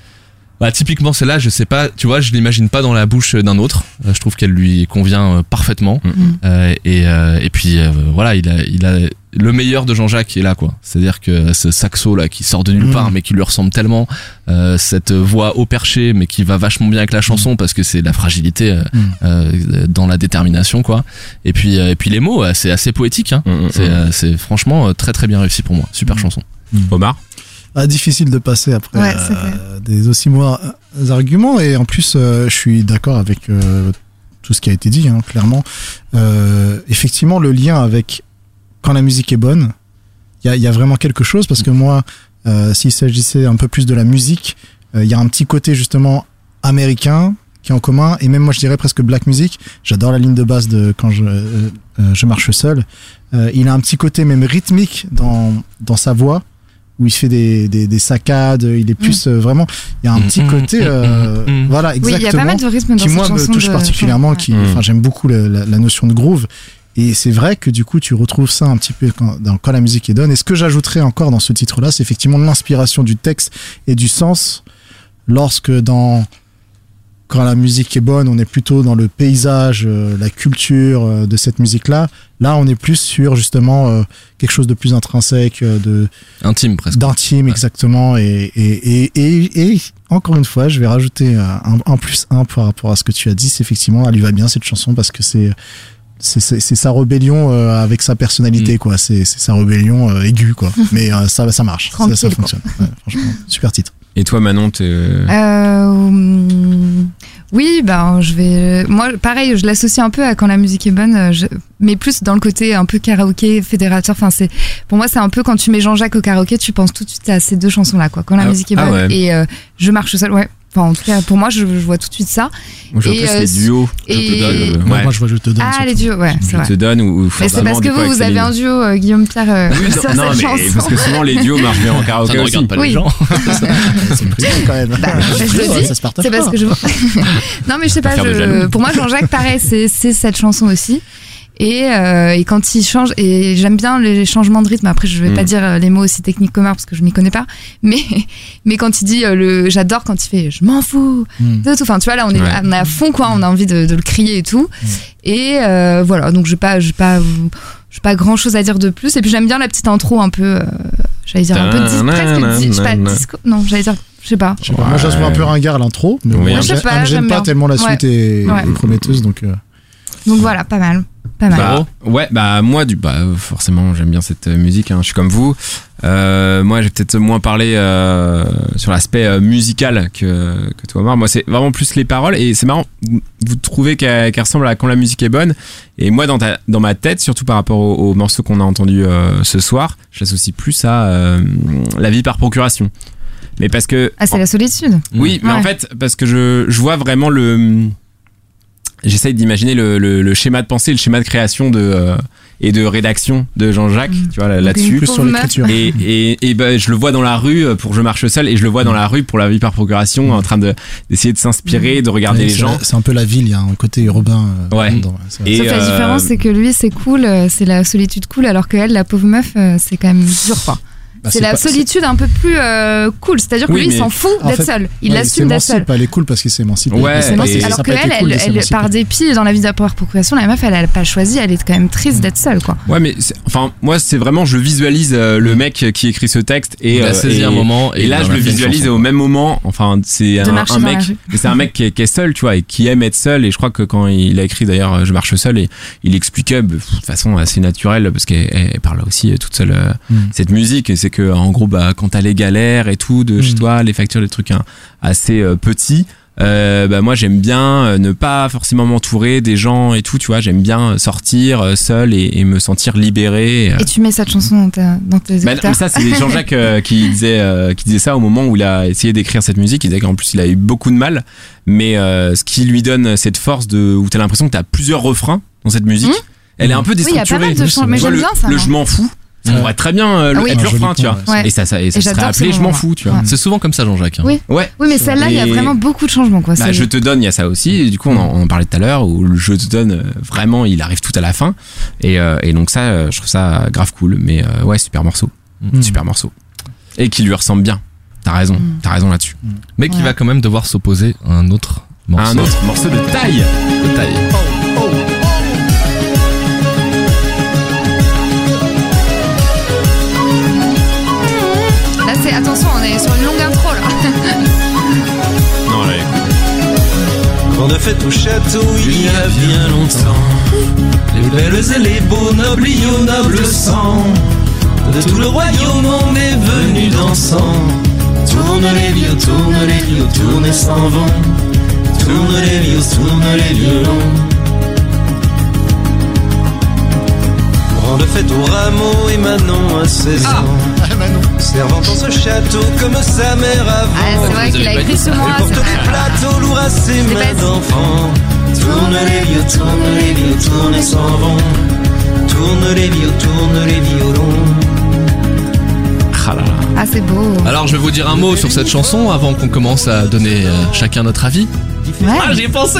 bah typiquement celle-là, je sais pas, tu vois, je l'imagine pas dans la bouche d'un autre. Euh, je trouve qu'elle lui convient euh, parfaitement. Mm. Euh, et euh, et puis euh, voilà, il a il a le meilleur de Jean-Jacques est là quoi. C'est-à-dire que ce saxo là qui sort de nulle Mm. part mais qui lui ressemble tellement, euh, cette voix haut perché mais qui va vachement bien avec la chanson parce que c'est la fragilité euh, Mm. euh, dans la détermination quoi. Et puis euh, et puis les mots, euh, c'est assez poétique hein. Mm, mm, C'est mm. euh, c'est franchement euh, très très bien réussi pour moi. Super Mm. chanson. Omar. Ah, difficile de passer après Ouais, c'est euh, des aussi mauvais arguments, et en plus euh, je suis d'accord avec euh, tout ce qui a été dit, hein, clairement. Euh, effectivement, le lien avec Quand la musique est bonne, il y a, il y a vraiment quelque chose, parce que moi, euh, s'il s'agissait un peu plus de la musique, euh, il y a un petit côté justement américain qui est en commun, et même moi je dirais presque black music. J'adore la ligne de basse de Quand je, euh, euh, je marche seul. Euh, il a un petit côté même rythmique dans, dans sa voix, où il fait des, des, des saccades, il est plus euh, vraiment, il y a un Mm, petit mm, côté, mm, euh, mm, mm. voilà, Oui, exactement, il y a pas mal de rythme dans qui cette moi chanson. me touche de- particulièrement, ouais. qui, Mm. enfin, j'aime beaucoup le- la, la notion de groove, et c'est vrai que du coup, tu retrouves ça un petit peu quand, dans Quand la musique est bonne. Et ce que j'ajouterais encore dans ce titre-là, c'est effectivement l'inspiration du texte et du sens, lorsque dans Quand la musique est bonne, on est plutôt dans le paysage, euh, la culture euh, de cette musique-là. Là, on est plus sur justement euh, quelque chose de plus intrinsèque, euh, de Intime presque. d'intime, exactement. Et, et, et, et, et encore une fois, je vais rajouter euh, un, un plus un par rapport à ce que tu as dit. C'est effectivement, elle lui va bien cette chanson parce que c'est c'est c'est c'est sa rébellion euh, avec sa personnalité, Mm. quoi. C'est c'est sa rébellion euh, aiguë, quoi. Mais euh, ça ça marche, ça, Tranquille, ça quoi. fonctionne. Ouais, franchement, super titre. Et toi, Manon, t'es. Euh, hum, oui, ben je vais. Moi, pareil, je l'associe un peu à Quand la musique est bonne, euh, je- mais plus dans le côté un peu karaoké, fédérateur. Enfin, c'est pour moi, c'est un peu quand tu mets Jean-Jacques au karaoké, tu penses tout de suite à ces deux chansons-là, quoi. Quand la Ah, musique est ah bonne ouais. et euh, Je marche seul. Ouais. Enfin, en tout cas, pour moi, je, je vois tout de suite ça. Moi, je vois Et, plus euh, les duos. et- Je te donne. euh, Moi, ouais. moi, je vois, je te donne. Ah, surtout. les duos, ouais, c'est Je vrai. te donne ou, ou Mais c'est Fort parce que d'Allemand, vous, du coup, vous avec avez un Céline. duo, euh, Guillaume Pierre, euh, Oui, sur non, cette mais chanson. parce que souvent les duos marchent bien en Ça karaoké ne aussi. regarde pas Oui. les gens. C'est privé, quand même. Bah, je le Ouais, dis, ça se partage c'est parce pas. que je. non, mais je sais pas. faire de je- jaloux. Pour moi, Jean-Jacques, pareil, c'est c'est cette chanson aussi. Et, euh, et quand il change, et j'aime bien les changements de rythme. Après, je vais Mm. pas dire euh, les mots aussi techniques qu'Omar parce que je m'y connais pas. Mais mais quand il dit euh, le, j'adore quand il fait, je m'en fous Mm. de tout. Enfin, tu vois là, on est Ouais. on est à fond quoi. On a envie de, de le crier et tout. Et euh, voilà. Donc, je pas, je pas, j'ai pas grand chose à dire de plus. Et puis j'aime bien la petite intro un peu. Euh, j'allais dire un peu dis- presque dis- je sais pas disco, non, j'allais dire, je sais pas. Je sais pas, moi, je la trouve un peu ringard l'intro, mais Oui, bon, je elle sais me pas, elle me gêne j'aime pas bien. tellement la Ouais. suite est, Ouais. est prometteuse, donc. euh, Donc voilà, pas mal, pas mal. Bah, ouais, bah moi, du, bah forcément, j'aime bien cette euh, musique. Hein, je suis comme vous. Euh, moi, j'ai peut-être moins parlé euh, sur l'aspect euh, musical que que toi, Omar. Moi, c'est vraiment plus les paroles. Et c'est marrant. Vous, vous trouvez qu'elle, qu'elle ressemble à quand la musique est bonne. Et moi, dans ta, dans ma tête, surtout par rapport au, au morceau qu'on a entendu euh, ce soir, je l'associe plus à euh, la vie par procuration. Mais parce que Ah, c'est la solitude. oui, mais Ouais. en fait, parce que je, je vois vraiment le. J'essaye d'imaginer le, le, le schéma de pensée, le schéma de création de, euh, et de rédaction de Jean-Jacques, Mm. tu vois, là- Donc, là-dessus. une plus pauvre sur meuf. l'écriture. Et, et, et ben, je le vois dans la rue pour Je marche seul, et je le vois dans la rue pour la vie par procuration, en train de, d'essayer de s'inspirer, de regarder ouais, les c'est- gens. C'est un peu la ville, il y a un côté urbain. euh, Ouais. dedans, c'est vrai. Et, Sauf la euh, différence, c'est que lui, c'est cool, euh, c'est la solitude cool, alors que elle, la pauvre meuf, euh, c'est quand même dur, quoi. Bah, c'est la pas- solitude un peu plus euh, cool, c'est-à-dire que Oui, lui, il mais- s'en fout en d'être fait, seul. Il ouais, assume d'être seul. s'émancipe, elle est cool parce qu'il s'émancipe. Ouais, Il s'émancipe, et- ça Alors peut que être elle, cool de elle, elle, s'émanciper. par dépit dans la vie de procuration, la meuf, elle a pas choisi, elle est quand même triste d'être seule, quoi. Ouais, mais c'est- enfin, moi, c'est vraiment, je visualise euh, le mec qui écrit ce texte, et, Il a euh, saisi et- un moment, Et il là, en je a le fait une visualise chanson, au quoi. même moment. Enfin, c'est De un, marcher un dans la mec, rue. mais c'est un mec qui est, qui est seul, tu vois, et qui aime être seul. Et je crois que quand il a écrit d'ailleurs Je marche seul, et il expliquait de façon assez naturelle, parce qu'elle elle parle aussi toute seule euh, Mm. cette musique. Et c'est que en gros, bah, quand t'as les galères et tout de chez Mm. toi, les factures, des trucs hein, assez euh, petits. Euh, bah moi j'aime bien euh, ne pas forcément m'entourer des gens et tout, tu vois, j'aime bien sortir euh, seul et, et me sentir libéré. euh. Et tu mets cette chanson dans, ta, dans tes Bah, écouteurs. mais ça, c'est Jean-Jacques euh, qui disait euh, qui disait ça au moment où il a essayé d'écrire cette musique. Il disait qu'en plus il a eu beaucoup de mal, mais euh, ce qui lui donne cette force de où t'as l'impression que t'as plusieurs refrains dans cette musique. Mmh. Elle est un peu Oui, il y a déstructurée. pas mal de chansons, mais Tu vois, j'aime le, bien ça. le moi. je m'en fous. Ça Ouais. pourrait très bien euh, le- Ah oui. être le Un joli refrain, tu point, vois. ouais. Et ça, ça, et ça Et serait j'adore ce appelé je m'en moment-là. fous, tu vois. Ouais. C'est souvent comme ça, Jean-Jacques. hein. Oui. Ouais. Oui, mais celle-là, il y a Et- vraiment beaucoup de changements, quoi. Bah, C'est- je te donne, il y a ça aussi. Et du coup, on en, on en parlait tout à l'heure, où le je te donne, euh, vraiment, il arrive tout à la fin. Et, euh, et donc ça, euh, je trouve ça grave cool. Mais euh, ouais, super morceau. Mm. Super morceau. Et qui lui ressemble bien. T'as raison, Mm. t'as raison là-dessus. Mais qui Ouais. va quand même devoir s'opposer à un autre morceau. Un autre morceau de taille. de taille. Là, c'est attention, on est sur une longue intro, là. Non, là, Grande fête au château il y a bien longtemps. Les belles et les beaux nobles y au noble sang. De tout le royaume on est venu dansant. Tourne les vieux, tourne les vieux, tourne et s'en vont. Tourne les vieux, tourne les violons. Grande fête au rameau et Manon à seize ans. Servant dans ce château comme sa mère avant. Ah, c'est vrai qu'il a écrit sur moi, Elle porte c'est des vrai. plateaux lourds à ses C'est mains pas dit. d'enfant. Tourne les vieux, tourne les vieux, tourne et s'en vont. Tourne les vieux, tourne les violons. Ah là là. Ah, c'est beau. Alors je vais vous dire un mot sur cette chanson avant qu'on commence à donner euh, chacun notre avis. Ouais. Ah, j'y ai pensé.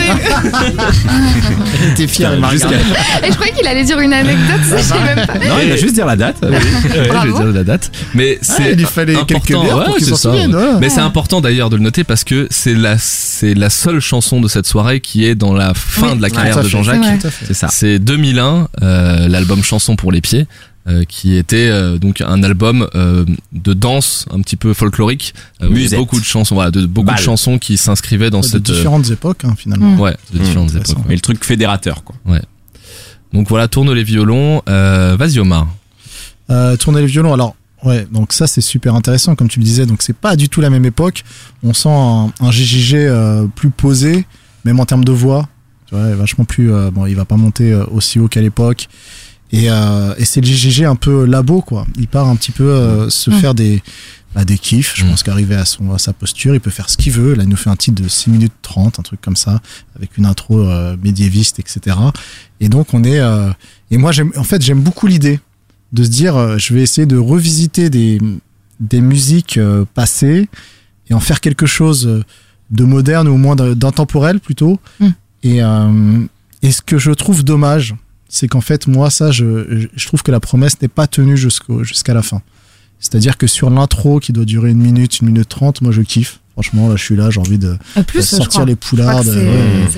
T'es fier, Putain, jusqu'à- Et je croyais qu'il allait dire une anecdote, ça, je sais même pas. Non, il va juste dire la date. Ouais, je Bravo. vais dire la date. Mais c'est Ah, il lui fallait important. quelques bières Ouais, pour qu'il c'est s'en ça, souvienne, ouais. ouais. Mais c'est important d'ailleurs de le noter parce que c'est la c'est la seule chanson de cette soirée qui est dans la fin Oui. de la Tout carrière à de fait. Jean-Jacques. C'est vrai. Tout à fait. C'est ça. C'est deux mille un, euh, l'album Chanson pour les pieds, euh, qui était euh, donc un album euh, de danse un petit peu folklorique, euh, où il y a Musette. beaucoup de chansons, voilà, de beaucoup Balle. de chansons qui s'inscrivaient dans De cette euh, différentes époques, hein, finalement. Mm. ouais, de Mmh, différentes intéressant. époques. Mais le truc fédérateur, quoi. Donc voilà, tourne les violons. Euh, vas-y Omar. Euh, tourner les violons, alors ouais, donc ça c'est super intéressant comme tu le disais, donc c'est pas du tout la même époque. On sent un, un G J G euh, plus posé, même en termes de voix, tu vois, vachement plus. Euh, bon, il va pas monter euh, aussi haut qu'à l'époque. Et, euh, et c'est le G J G un peu labo, quoi. Il part un petit peu euh, se Mm. faire des bah, des kiffs. Je Mm. pense qu'arrivé à son à sa posture, il peut faire ce qu'il veut. Là, il nous fait un titre de six minutes trente, un truc comme ça, avec une intro euh, médiéviste, et cetera. Et donc on est. Euh, et moi, j'aime. En fait, j'aime beaucoup l'idée de se dire, euh, je vais essayer de revisiter des des musiques euh, passées et en faire quelque chose euh, de moderne ou au moins de- d'intemporel plutôt. Mm. Et euh, et ce que je trouve dommage, c'est qu'en fait, moi, ça, je, je trouve que la promesse n'est pas tenue jusqu'au, jusqu'à la fin. C'est-à-dire que sur l'intro qui doit durer une minute, une minute trente, moi, je kiffe. Franchement, là, je suis là, j'ai envie de, Euh, de Plus, je sortir crois. les Je crois poulardes. que c'est ouais. c'est beaucoup, je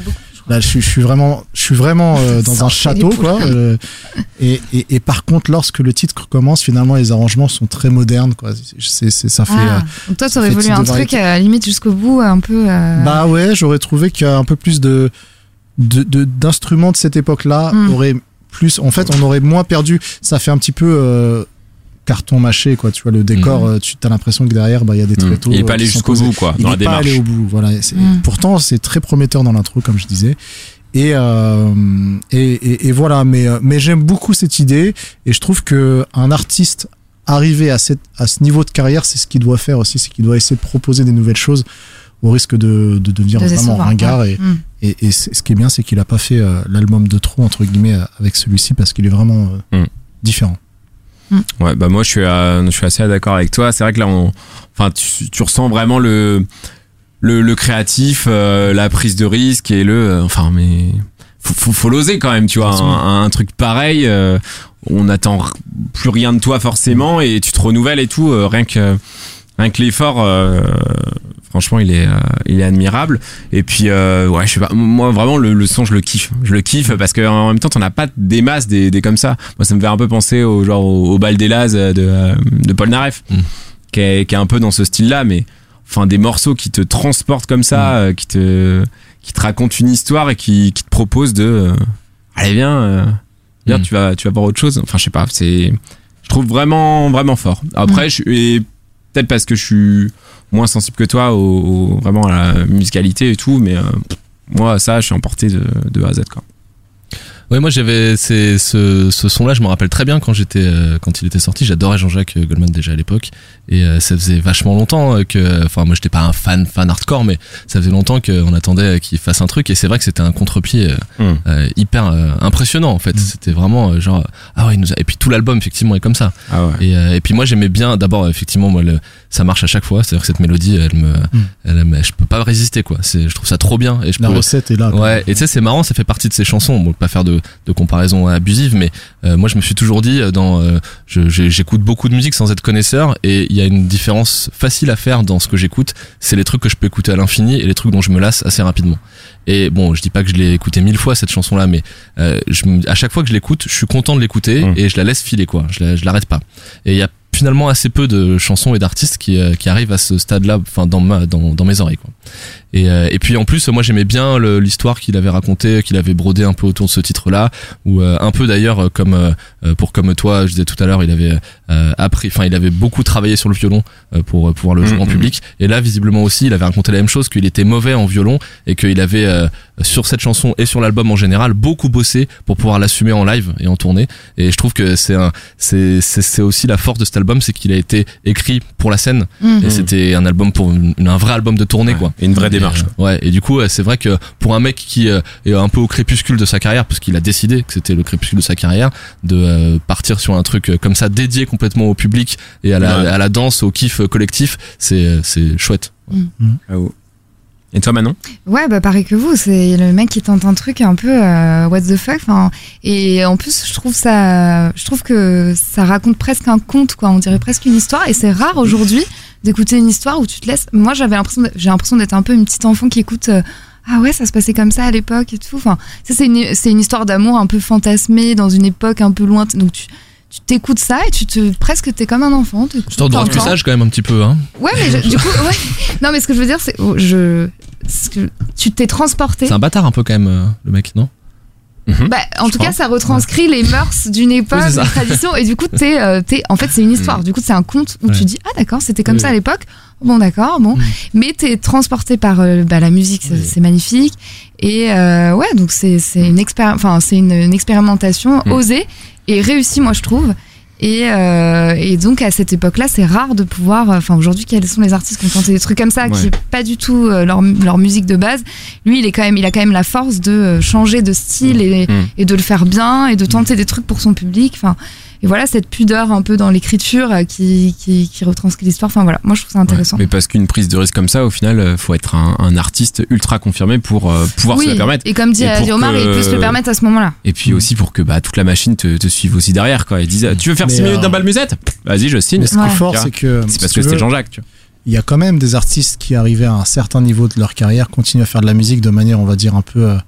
Là, je, suis- je suis vraiment, je suis vraiment euh, dans un Sortez château, les quoi. euh, et, et, et par contre, lorsque le titre commence, finalement, les arrangements sont très modernes, quoi. C'est, c'est, ça fait. Ah, euh, donc toi, ça t'aurais fait voulu type un de truc variété. à la limite jusqu'au bout, un peu. euh, Bah ouais, j'aurais trouvé qu'il y a un peu plus de, de, de- d'instruments de cette époque-là Mm. aurait plus. En fait, on aurait moins perdu. Ça fait un petit peu. euh, carton mâché, quoi. Tu vois, le décor, euh, tu as l'impression que derrière, bah, il y a des tréteaux. Il est euh, pas allé qui sont jusqu'au posés. bout, quoi, Il dans la est pas démarche. allé au bout, voilà. C'est- Mm. Pourtant, c'est très prometteur dans l'intro, comme je disais. Et, euh, et, et, et voilà, mais, euh, mais j'aime beaucoup cette idée et je trouve que un artiste arrivé à, cette, à ce niveau de carrière, c'est ce qu'il doit faire aussi, c'est qu'il doit essayer de proposer des nouvelles choses au risque de, de devenir de vraiment décevoir, ringard. ouais. Et, Mm. et, et c'est- ce qui est bien, c'est qu'il a pas fait euh, l'album de trop, entre guillemets, euh, avec celui-ci parce qu'il est vraiment euh, Mm. différent. Ouais, bah moi je suis, euh, je suis assez d'accord avec toi. C'est vrai que là, on, enfin, tu, tu ressens vraiment le, le, le créatif, euh, la prise de risque et le, euh, enfin, mais faut, faut, faut l'oser quand même, tu vois. Un, un truc pareil, euh, on n'attend r- plus rien de toi forcément et tu te renouvelles et tout. euh, rien que, rien que l'effort, euh, franchement, il est, euh, il est admirable. Et puis, euh, ouais, je sais pas, moi vraiment le, le son, je le kiffe. Je le kiffe parce que en même temps, t'en as pas des masses des, des comme ça. Moi, ça me fait un peu penser au genre au, au bal des Laz de, euh, de Paul Naref, Mm. qui, est, qui est un peu dans ce style-là, mais enfin des morceaux qui te transportent comme ça, Mm. euh, qui te, qui te racontent une histoire et qui, qui te proposent de, euh, allez viens, euh, viens, Mm. tu vas, tu vas voir autre chose. Enfin, je sais pas, c'est, je trouve vraiment, vraiment fort. Après, je suis, et peut-être parce que je suis moins sensible que toi au, au- vraiment à la musicalité et tout, mais euh, moi ça je suis emporté de, de A à Z, quoi. Ouais, moi j'avais c'est ce, ce son là, je me rappelle très bien quand j'étais euh, quand il était sorti, j'adorais Jean-Jacques Goldman déjà à l'époque et euh, ça faisait vachement longtemps euh, que enfin moi j'étais pas un fan fan hardcore mais ça faisait longtemps qu'on attendait qu'il fasse un truc et c'est vrai que c'était un contre-pied euh, Mm. euh, hyper euh, impressionnant en fait, c'était vraiment euh, genre ah ouais, il nous a... et puis tout l'album effectivement est comme ça. Ah ouais. Et, euh, et puis moi j'aimais bien d'abord effectivement moi le, ça marche à chaque fois, c'est-à-dire que cette mélodie elle me elle, me- je peux pas résister quoi, c'est je trouve ça trop bien et je La peux recette est là. quoi. Ouais, et tu sais, c'est marrant, ça fait partie de ces chansons. Bon, pas faire de, de comparaison abusive, mais euh, moi, je me suis toujours dit, euh, dans, euh, je- j'ai- j'écoute beaucoup de musique sans être connaisseur, et il y a une différence facile à faire dans ce que j'écoute. C'est les trucs que je peux écouter à l'infini et les trucs dont je me lasse assez rapidement. Et bon, je dis pas que je l'ai écouté mille fois cette chanson-là, mais euh, je, me- à chaque fois que je l'écoute, je suis content de l'écouter Mmh. et je la laisse filer, quoi. Je, la- je l'arrête pas. Et il y a finalement assez peu de chansons et d'artistes qui, euh, qui arrivent à ce stade-là, enfin dans ma, dans, dans mes oreilles, quoi. Et, euh, et puis en plus, moi j'aimais bien le- l'histoire qu'il avait racontée, qu'il avait brodé un peu autour de ce titre-là, ou euh, un peu d'ailleurs comme euh, pour comme toi, je disais tout à l'heure, il avait euh, appris, enfin il avait beaucoup travaillé sur le violon euh, pour pouvoir le jouer Mmh, en public. Et là, visiblement aussi, il avait raconté la même chose, qu'il était mauvais en violon et qu'il avait euh, sur cette chanson et sur l'album en général beaucoup bossé pour pouvoir l'assumer en live et en tournée. Et je trouve que c'est un, c'est c'est c'est aussi la force de cet album, c'est qu'il a été écrit pour la scène Mm. et c'était un album pour une- un vrai album de tournée, Ouais. quoi. Et une vraie Et, démarche. euh, ouais, et du coup, euh, c'est vrai que pour un mec qui euh, est un peu au crépuscule de sa carrière, parce qu'il a décidé que c'était le crépuscule de sa carrière, de euh, partir sur un truc euh, comme ça dédié complètement au public et à la, Ouais. à la danse, au kiff euh, collectif, c'est euh, c'est chouette. Ah ouais. Et toi, Manon? Ouais, bah pareil que vous, c'est le mec qui tente un truc un peu euh, what the fuck. Enfin, et en plus, je trouve ça, je trouve que ça raconte presque un conte, quoi. On dirait presque une histoire. Et c'est rare aujourd'hui d'écouter une histoire où tu te laisses. Moi, j'avais l'impression, de- j'ai l'impression d'être un peu une petite enfant qui écoute. euh, ah ouais, ça se passait comme ça à l'époque et tout. Enfin, ça c'est une, c'est une histoire d'amour un peu fantasmée dans une époque un peu lointaine. Donc tu tu t'écoutes ça et tu te presque t'es comme un enfant. t'écoutes, Histoire de t'entends. remplissage quand même un petit peu, hein. Ouais, mais je- du coup, ouais. Non, mais ce que je veux dire, c'est oh, je, ce que- tu t'es transporté. C'est un bâtard un peu quand même, euh, le mec, non? Bah, en tout crois. cas, ça retranscrit les mœurs d'une époque, Oui, c'est ça. d'une tradition, et du coup, t'es, euh, t'es, en fait, c'est une histoire. Du coup, c'est un conte où Ouais. tu dis, ah d'accord, c'était comme Oui. ça à l'époque. Bon, d'accord, bon. Mm. Mais t'es transporté par euh, bah, la musique, c'est, Oui. c'est magnifique. Et euh, ouais, donc c'est, c'est une expéri- enfin, c'est une, une expérimentation Mm. osée et réussie, moi, je trouve. Et, euh, et donc à cette époque-là, c'est rare de pouvoir. Enfin, aujourd'hui, quels sont les artistes qui ont tenté des trucs comme ça, Ouais. qui est pas du tout euh, leur, leur musique de base. Lui, il est quand même, il a quand même la force de euh, changer de style et, Mm. et de le faire bien et de tenter des trucs pour son public. Enfin, et voilà cette pudeur un peu dans l'écriture euh, qui, qui, qui retranscrit l'histoire. Enfin voilà, moi je trouve ça intéressant. Mais parce qu'une prise de risque comme ça, au final, euh, faut être un, un artiste ultra confirmé pour euh, pouvoir se oui, le permettre. et comme dit Et euh, pour dit Omar, que- il peut se le permettre à ce moment-là. Et puis aussi pour que bah, toute la machine te, te suive aussi derrière, quoi. Ils disent, tu veux faire Mais, six minutes euh, d'un bal musette? Vas-y, je signe. Mais ce qui Ouais. est fort, Tu vois, c'est que C'est si parce tu que c'était veux, Jean-Jacques, tu vois. il y a quand même des artistes qui arrivaient à un certain niveau de leur carrière, continuent à faire de la musique de manière, on va dire, un peu euh,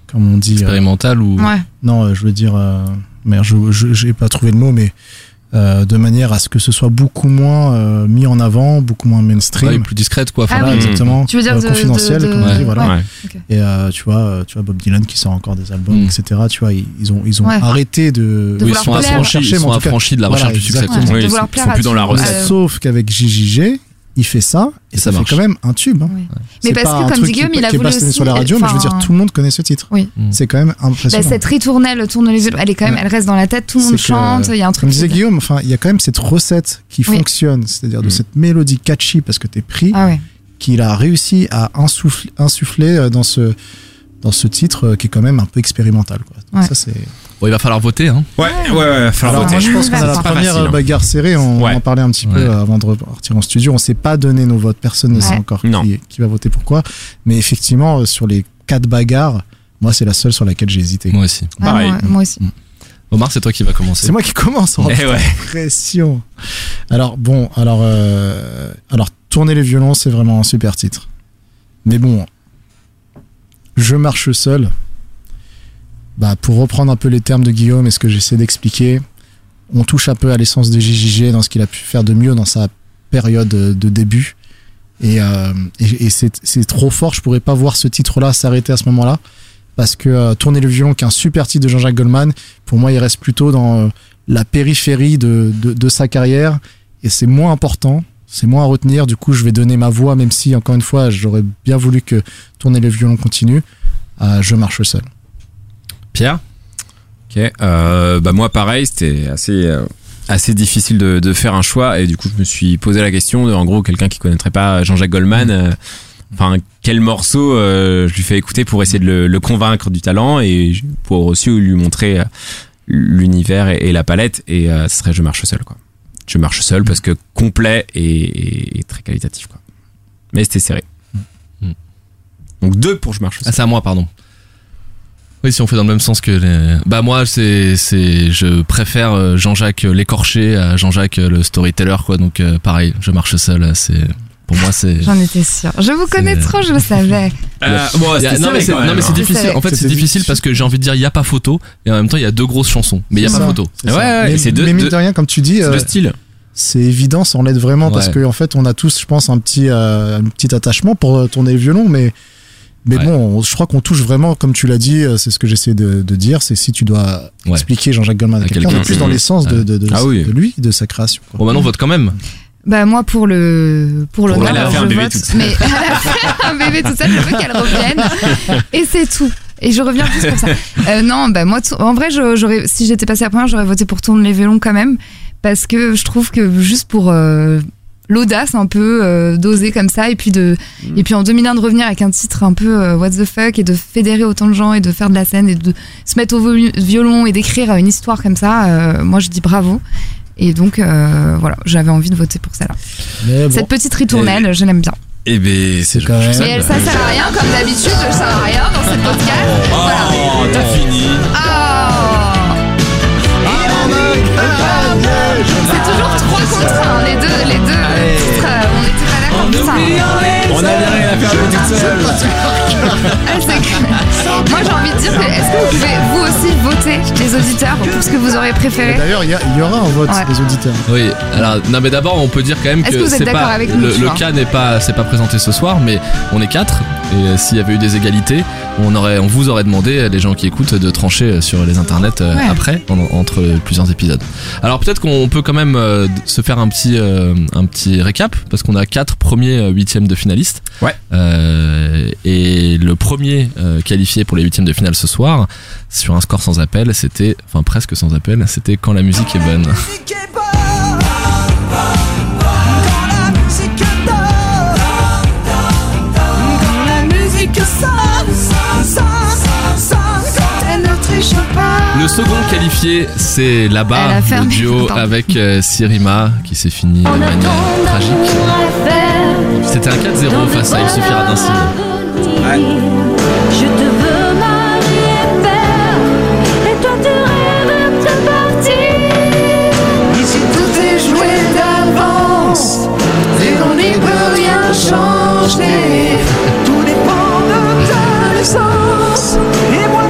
comme on dit. euh, Expérimental ou. Ouais. non, euh, je veux dire, euh, merde, je, je, j'ai pas trouvé le mot, mais euh, de manière à ce que ce soit beaucoup moins euh, mis en avant, beaucoup moins mainstream. Ouais, plus discrète quoi. Enfin, Ah Voilà, oui. exactement. Tu veux dire Euh, de- confidentiel, de- de- comme on dit, Ouais. voilà. Ouais. Ouais. Et euh, tu vois, euh, tu vois Bob Dylan qui sort encore des albums, Mm. et cetera. Tu vois, ils, ils ont, ils ont Ouais. arrêté de. De Oui, ils vouloir sont plaire. affranchis, Chercher, ils mais sont en tout cas- affranchis de la Voilà, recherche du succès. exactement. Ouais. Oui, De ils vouloir sont plaire à plus dans tout la le monde. recette. Euh, Sauf qu'avec J J G, il fait ça et ça ça, fait marche. quand même un tube. hein. Oui. C'est Mais parce pas que, un comme truc dit Guillaume, qui, il a qui est voulu bastonné aussi, sur la radio, mais je veux enfin, dire, tout le monde connaît ce titre. Oui. Mm. C'est quand même Bah, impressionnant. cette ritournelle, tourne les vélos, elle est quand même, Ouais. elle reste dans la tête, tout le monde C'est que, chante, il y a un truc. Comme disait qui- Guillaume, enfin, il y a quand même cette recette qui Oui. fonctionne, c'est-à-dire de Mm. cette mélodie catchy parce que t'es pris, Ah ouais. qu'il a réussi à insuffler, insuffler euh, dans ce dans ce titre euh, qui est quand même un peu expérimental. Quoi. Donc Ouais. ça c'est. Bon, il va falloir voter. Hein. Ouais, ouais, ouais, va falloir Alors voter. moi je pense qu'on a la C'est pas première facile, hein. bagarre serrée. On Ouais. en parlait un petit Ouais. peu euh, avant de repartir en studio. On s'est pas donné nos votes. Personne ne sait Ouais. encore Non. qui, qui va voter pourquoi. Mais effectivement, euh, sur les quatre bagarres, moi c'est la seule sur laquelle j'ai hésité. Moi aussi. Ah, Pareil. moi, moi aussi. Omar, c'est toi qui va commencer. C'est moi qui commence. Oh, Eh ouais. pression. Alors bon, alors euh, alors tourner les violons, c'est vraiment un super titre. Mais bon, je marche seul. Bah pour reprendre un peu les termes de Guillaume et ce que j'essaie d'expliquer, on touche un peu à l'essence de J J G dans ce qu'il a pu faire de mieux dans sa période de début. Et, euh, et, et c'est, c'est trop fort. Je pourrais pas voir ce titre-là s'arrêter à ce moment-là. Parce que euh, Tourner le violon, qui est un super titre de Jean-Jacques Goldman, pour moi, il reste plutôt dans euh, la périphérie de, de, de sa carrière. Et c'est moins important, c'est moins à retenir. Du coup, je vais donner ma voix, même si, encore une fois, j'aurais bien voulu que Tourner le violon continue. à Je marche seul. Pierre. Ok, euh, bah moi pareil, c'était assez euh, assez difficile de, de faire un choix et du coup je me suis posé la question de en gros quelqu'un qui connaîtrait pas Jean-Jacques Goldman, euh, enfin quel morceau euh, je lui fais écouter pour essayer de le, le convaincre du talent et pour aussi lui montrer euh, l'univers et, et la palette et euh, ce serait Je marche seul quoi. Je marche seul parce que complet et, et, et très qualitatif quoi. Mais c'était serré. Mm. Donc deux pour Je marche seul. Ah, c'est à moi, pardon. Oui, si on fait dans le même sens que les... Bah moi, c'est c'est je préfère euh, Jean-Jacques euh, l'écorché à Jean-Jacques euh, le storyteller quoi. Donc euh, pareil, Je marche seul, euh, c'est pour moi c'est J'en étais sûre. Je vous connais C'est- trop, je le savais. Euh, bon, Il y a- c'était non, mais serré c'est, quand non même, mais c'est hein. difficile. C'est En fait, c'est C'était difficile difficile. parce que j'ai envie de dire il y a pas photo et en même temps il y a deux grosses chansons, mais il y a C'est pas ça. photo. C'est Ouais, ça. ouais, mais, c'est deux- mais mine deux- de rien, comme tu dis, C'est euh, le style. c'est évident, ça en l'aide vraiment parce Ouais. que en fait, on a tous, je pense, un petit, euh, un petit attachement pour euh, tourner le violon, mais mais Ouais. bon, on- je crois qu'on touche vraiment, comme tu l'as dit, euh, c'est ce que j'essaie de, de dire, c'est si tu dois Ouais. expliquer Jean-Jacques Goldman à À quelqu'un, on quelqu'un, est plus c'est- dans l'essence de, de, de, Ah oui. de lui, de sa création. quoi. Bon, maintenant on vote quand même. Bah moi pour le pour le Pour nord, elle a fait un je bébé vote, toute seule. mais elle a fait un bébé toute seule, je veux qu'elle revienne et c'est tout. Et je reviens juste pour ça. Euh, non, bah moi tout- en vrai je- j'aurais si j'étais passée la première, j'aurais voté pour Tourne les violons quand même parce que je trouve que juste pour euh, l'audace un peu euh, d'oser comme ça et puis de et puis en deux mille un de revenir avec un titre un peu euh, what the fuck et de fédérer autant de gens et de faire de la scène et de se mettre au volu- violon et d'écrire une histoire comme ça, euh, moi je dis bravo. Et donc, euh, voilà, j'avais envie de voter pour celle-là. Mais bon, Cette petite ritournelle, je l'aime bien. Eh ben, c'est quand même- Mais elle, ça sert à rien, comme d'habitude, ça sert à rien dans cette podcast. Voilà. Oh, t'as fini. Ah. C'est toujours trois contre un, les deux, les deux titres, euh, on n'était pas d'accord pour ça. On a viré la faire jouer toute seule. Ah, c'est que- Moi, j'ai envie de dire, que, est-ce que vous pouvez, vous aussi, voter, les auditeurs, pour ce que vous aurez préféré? D'ailleurs, il y, a- il y aura un vote Ouais. des auditeurs. Oui, alors non mais d'abord on peut dire quand même Est-ce que que vous êtes c'est d'accord pas avec nous, le, tu le vois cas n'est pas c'est pas présenté ce soir, mais on est quatre et euh, s'il y avait eu des égalités, on aurait on vous aurait demandé les gens qui écoutent de trancher sur les internets euh, Ouais. après en- entre plusieurs épisodes. Alors peut-être qu'on peut quand même euh, se faire un petit euh, un petit récap parce qu'on a quatre premiers euh, huitièmes de finalistes. Ouais. Euh, et le premier euh, qualifié pour les huitièmes de finale ce soir sur un score sans appel, c'était enfin presque sans appel, c'était Quand la musique est bonne. La musique est bonne. Quand la musique est bonne. Quand la musique sonne, sonne, sonne, quand elle ne triche pas. Le second qualifié, c'est Elle là-bas, a le fermé. duo Pardon. avec euh, Sirima, qui s'est fini de manière tragique. C'était un quatre zéro face à Il suffira d'un signe. Je te veux mari et père, et toi tu rêves de partir. Ici tout est joué d'avance et on n'y peut rien changer. Tout dépend de ta naissance et moi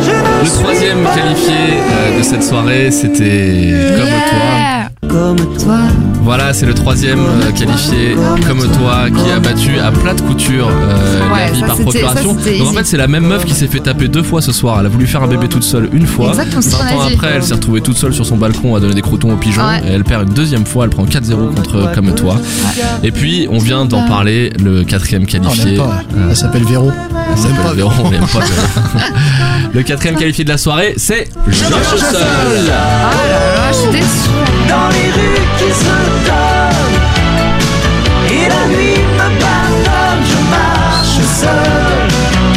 quatrième qualifié euh, de cette soirée, c'était Comme Yeah. Comme Toi. Voilà, c'est le troisième euh, qualifié, Comme toi, qui a battu à plat de couture euh, Ouais, la vie ça, par c'était- procuration. ça, c'était Donc en easy. fait, c'est la même meuf qui s'est fait taper deux fois ce soir. Elle a voulu faire un bébé toute seule une fois. Exactement, c'est ce qu'on vingt ans a dit. après, elle s'est retrouvée toute seule sur son balcon à donner des croutons aux pigeons. Ouais. Et elle perd une deuxième fois, elle prend quatre zéro contre Comme toi. Et puis, on vient d'en parler, le quatrième Ah, on qualifié. l'aime pas. Euh, Elle s'appelle Véro. elle s'appelle Véron, on l'aime pas. Véron. Le quatrième qualifié de la soirée, c'est Je marche seul. Ah là là, je suis déçue. dans les rues qui se donnent. Et la nuit me pardonne, je marche seul.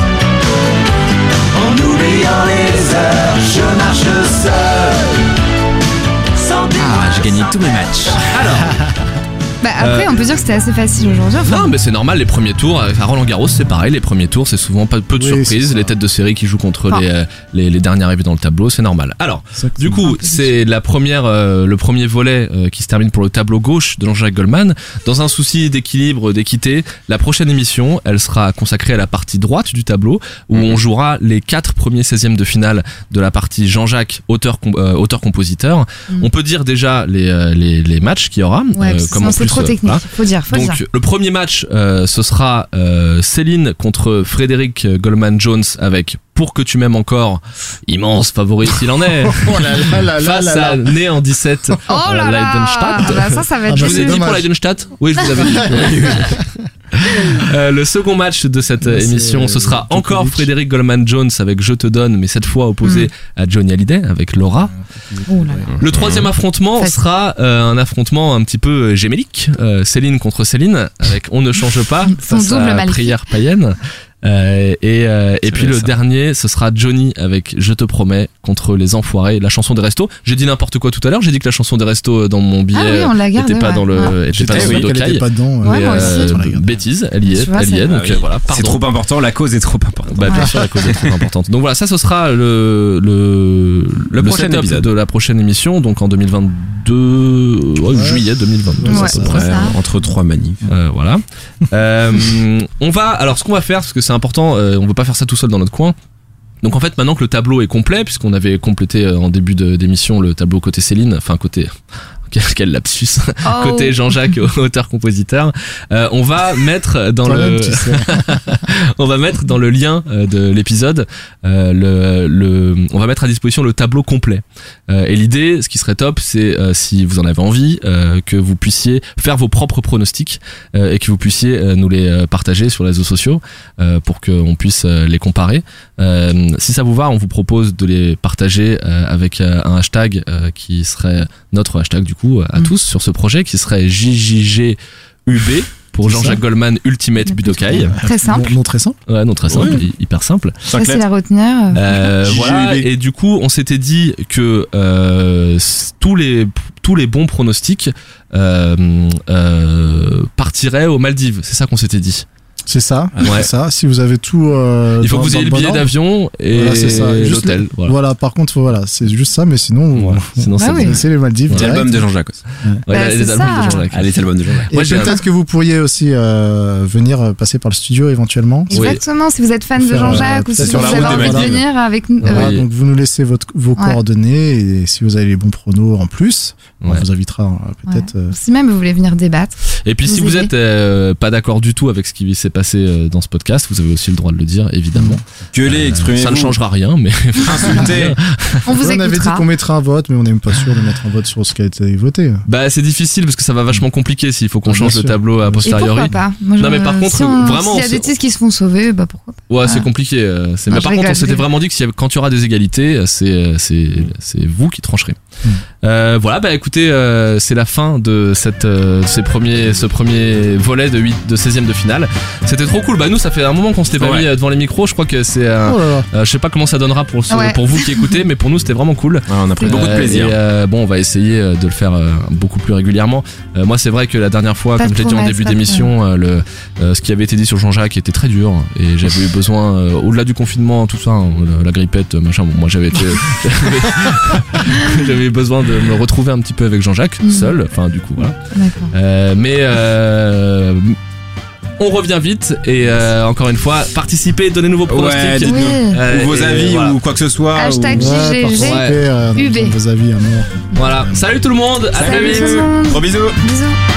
En oubliant les heures, je marche seul. Sans Ah, j'ai gagné tous mes matchs. Bah après, on peut dire que c'était assez facile aujourd'hui. Enfin, Non, mais c'est normal, les premiers tours. À Roland Garros, c'est pareil. Les premiers tours, c'est souvent pas peu de Oui, surprises. c'est ça. Les têtes de série qui jouent contre Ah. les, euh, les, les derniers arrivés dans le tableau, c'est normal. Alors, du coup, c'est la première, euh, le premier volet euh, qui se termine pour le tableau gauche de Jean-Jacques Goldman. Dans un souci d'équilibre, d'équité, la prochaine émission, elle sera consacrée à la partie droite du tableau, où on jouera les quatre premiers seizièmes de finale de la partie Jean-Jacques, auteur, com- euh, auteur-compositeur. Mm. On peut dire déjà les, euh, les, les matchs qu'il y aura. ouais, euh, parce que comme sinon en c'est plus, trop euh, technique. voilà. Faut dire, faut Donc dire. le premier match, euh, ce sera euh, Céline contre Frédéric Goldman-Jones avec Pour que tu m'aimes encore, immense favori s'il en est, Oh là là là là face là à là. Né en dix-sept, Oh euh, là là. Leidenstadt. Bah, ça, ça va Ah être bah, Je vous ai c'est dit dommage. pour Leidenstadt. Oui, je vous avais dit. Euh, le second match de cette euh, C'est, émission, euh, ce sera Djokovic. encore Frédéric Goldman-Jones avec Je te donne, mais cette fois opposé à Johnny Hallyday avec Laura. Oh là là. Le troisième affrontement Facile. sera euh, un affrontement un petit peu euh, gémélique, euh, Céline contre Céline, avec On ne change pas Son face double à maléfique. Prière païenne. Euh, et euh, et C'est puis vrai, le ça. dernier, ce sera Johnny avec Je te promets contre les enfoirés, la chanson des restos. J'ai dit n'importe quoi tout à l'heure. J'ai dit que la chanson des restos dans mon billet Ah oui, on l'a gardé. était pas ouais. dans le, Ouais. était pas J'étais dans sûr le qu'elle était docaille. pas dedans. Ouais, Mais, moi aussi. euh, Je regarde. bêtise, elle y est, Tu vois, elle y c'est- est. Donc Ah oui. euh, voilà, C'est pardon. trop important, la cause est trop importante. Bah, bien sûr, la cause est très importante. Donc voilà, ça, ce sera le le Le prochain setup épisode. de la prochaine émission, donc en deux mille vingt-deux, ouais, Ouais. juillet deux mille vingt-deux, Ouais, à peu c'est près. ça. Entre trois manifs. Euh, voilà. Euh, on va, alors ce qu'on va faire, parce que c'est important, euh, on veut pas faire ça tout seul dans notre coin. Donc en fait, maintenant que le tableau est complet, puisqu'on avait complété euh, en début de- d'émission le tableau côté Céline, enfin côté quel, quel lapsus, Oh. côté Jean-Jacques auteur-compositeur, euh, on va mettre dans Toi-même, le, tu sais. on va mettre dans le lien euh, de l'épisode, euh, le, le, on va mettre à disposition le tableau complet. Euh, et l'idée, ce qui serait top, c'est euh, si vous en avez envie, euh, que vous puissiez faire vos propres pronostics euh, et que vous puissiez euh, nous les euh, partager sur les réseaux sociaux euh, pour qu'on puisse euh, les comparer. Euh, si ça vous va, on vous propose de les partager euh, avec euh, un hashtag euh, qui serait notre hashtag du coup à Mm. tous sur ce projet qui serait J J G U B pour C'est Jean-Jacques ça. Goldman Ultimate Budokai. Très simple. Non, non, très simple. Ouais, non, très simple, Ouais. hy- hyper simple. Facile à retenir. Euh, J J U B. voilà, et du coup, on s'était dit que euh, s- tous les tous les bons pronostics euh, euh, partiraient aux Maldives. C'est ça qu'on s'était dit. C'est ça. Ouais. C'est ça. Si vous avez tout. euh, Il faut dans- que vous dans ayez le bon billet ordre. d'avion et Voilà, c'est ça. Juste l'hôtel. le- Voilà. Voilà. Par contre, voilà, c'est juste ça, mais sinon, Voilà. Sinon, Bah c'est oui. bien. c'est les Maldives. Ouais. direct. L'album de Jean-Jacques aussi. Ouais, Bah, les c'est albums ça. de Jean-Jacques. Ah, les albums de Jean-Jacques. Et Moi, j'ai peut-être que vous pourriez aussi euh, venir euh, passer par le studio éventuellement. Oui. Exactement. Si vous êtes fan de Faire, Jean-Jacques euh, ou si sur vous la avez route des envie de Maldives. venir avec nous. Ouais. euh, Voilà, Oui. donc vous nous laissez votre, vos Ouais. coordonnées et si vous avez les bons pronos en plus, on Ouais. vous invitera euh, peut-être. euh, Si même vous voulez venir débattre. Et puis Vous si vous aider. êtes euh, pas d'accord du tout avec ce qui s'est passé euh, dans ce podcast, vous avez aussi le droit de le dire, évidemment. Gueulez, exprimez-vous. Ça ne changera rien, mais Insultez. On vous on avait dit écoutera. qu'on mettrait un vote, mais on n'est même pas sûr de mettre un vote sur ce qui a été voté. bah c'est difficile parce que ça va vachement compliquer s'il faut qu'on Ah, bien change le sûr. tableau à Et posteriori. pourquoi pas Moi, Non, je- mais par contre, si on- vraiment, s'il y a on des se- titres qui se font sauver, bah pourquoi pas. Ouais, c'est Ah. compliqué. euh, c'est- Non, mais je par contre, on rigole, s'était je vraiment dit que s'il y avait- quand il y aura des égalités, c'est euh, c'est c'est vous qui trancherez. Mm. Euh, voilà, bah écoutez, euh, c'est la fin de cette euh, ces premiers ce premier volet de huit de seizième de finale. C'était trop cool. Bah nous, ça fait un moment qu'on s'était pas Ouais. mis euh, devant les micros. Je crois que c'est un- Oh là là. euh, je sais pas comment ça donnera pour ce- Ouais. pour vous qui écoutez, mais pour nous, c'était vraiment cool. Ouais, on a pris beaucoup de Euh, plaisir. et, euh, bon, on va essayer euh, de le faire euh, beaucoup plus régulièrement. Euh, moi, c'est vrai que la dernière fois, Pas comme de j'ai dit en promesses, début pas de d'émission, euh, le euh, ce qui avait été dit sur Jean-Jacques était très dur et j'avais eu besoin, euh, au-delà du confinement, tout ça, hein, la, la grippette, machin. Bon, moi, j'avais été, j'avais- j'avais eu besoin de me retrouver un petit peu avec Jean-Jacques Mhm. seul. Enfin, du coup, voilà. D'accord. Euh, mais euh, on revient vite et euh, encore une fois, participez, donnez-nous vos pronostics. Ouais, dites-nous. Oui. Euh, Ou vos et avis voilà. ou quoi que ce soit. Hashtag ou- Ouais, J G G. participez, euh, U B. dans vos avis, amour. Voilà. Salut tout le monde, à très Salut vite. tout le monde. Gros bisous. Bisous.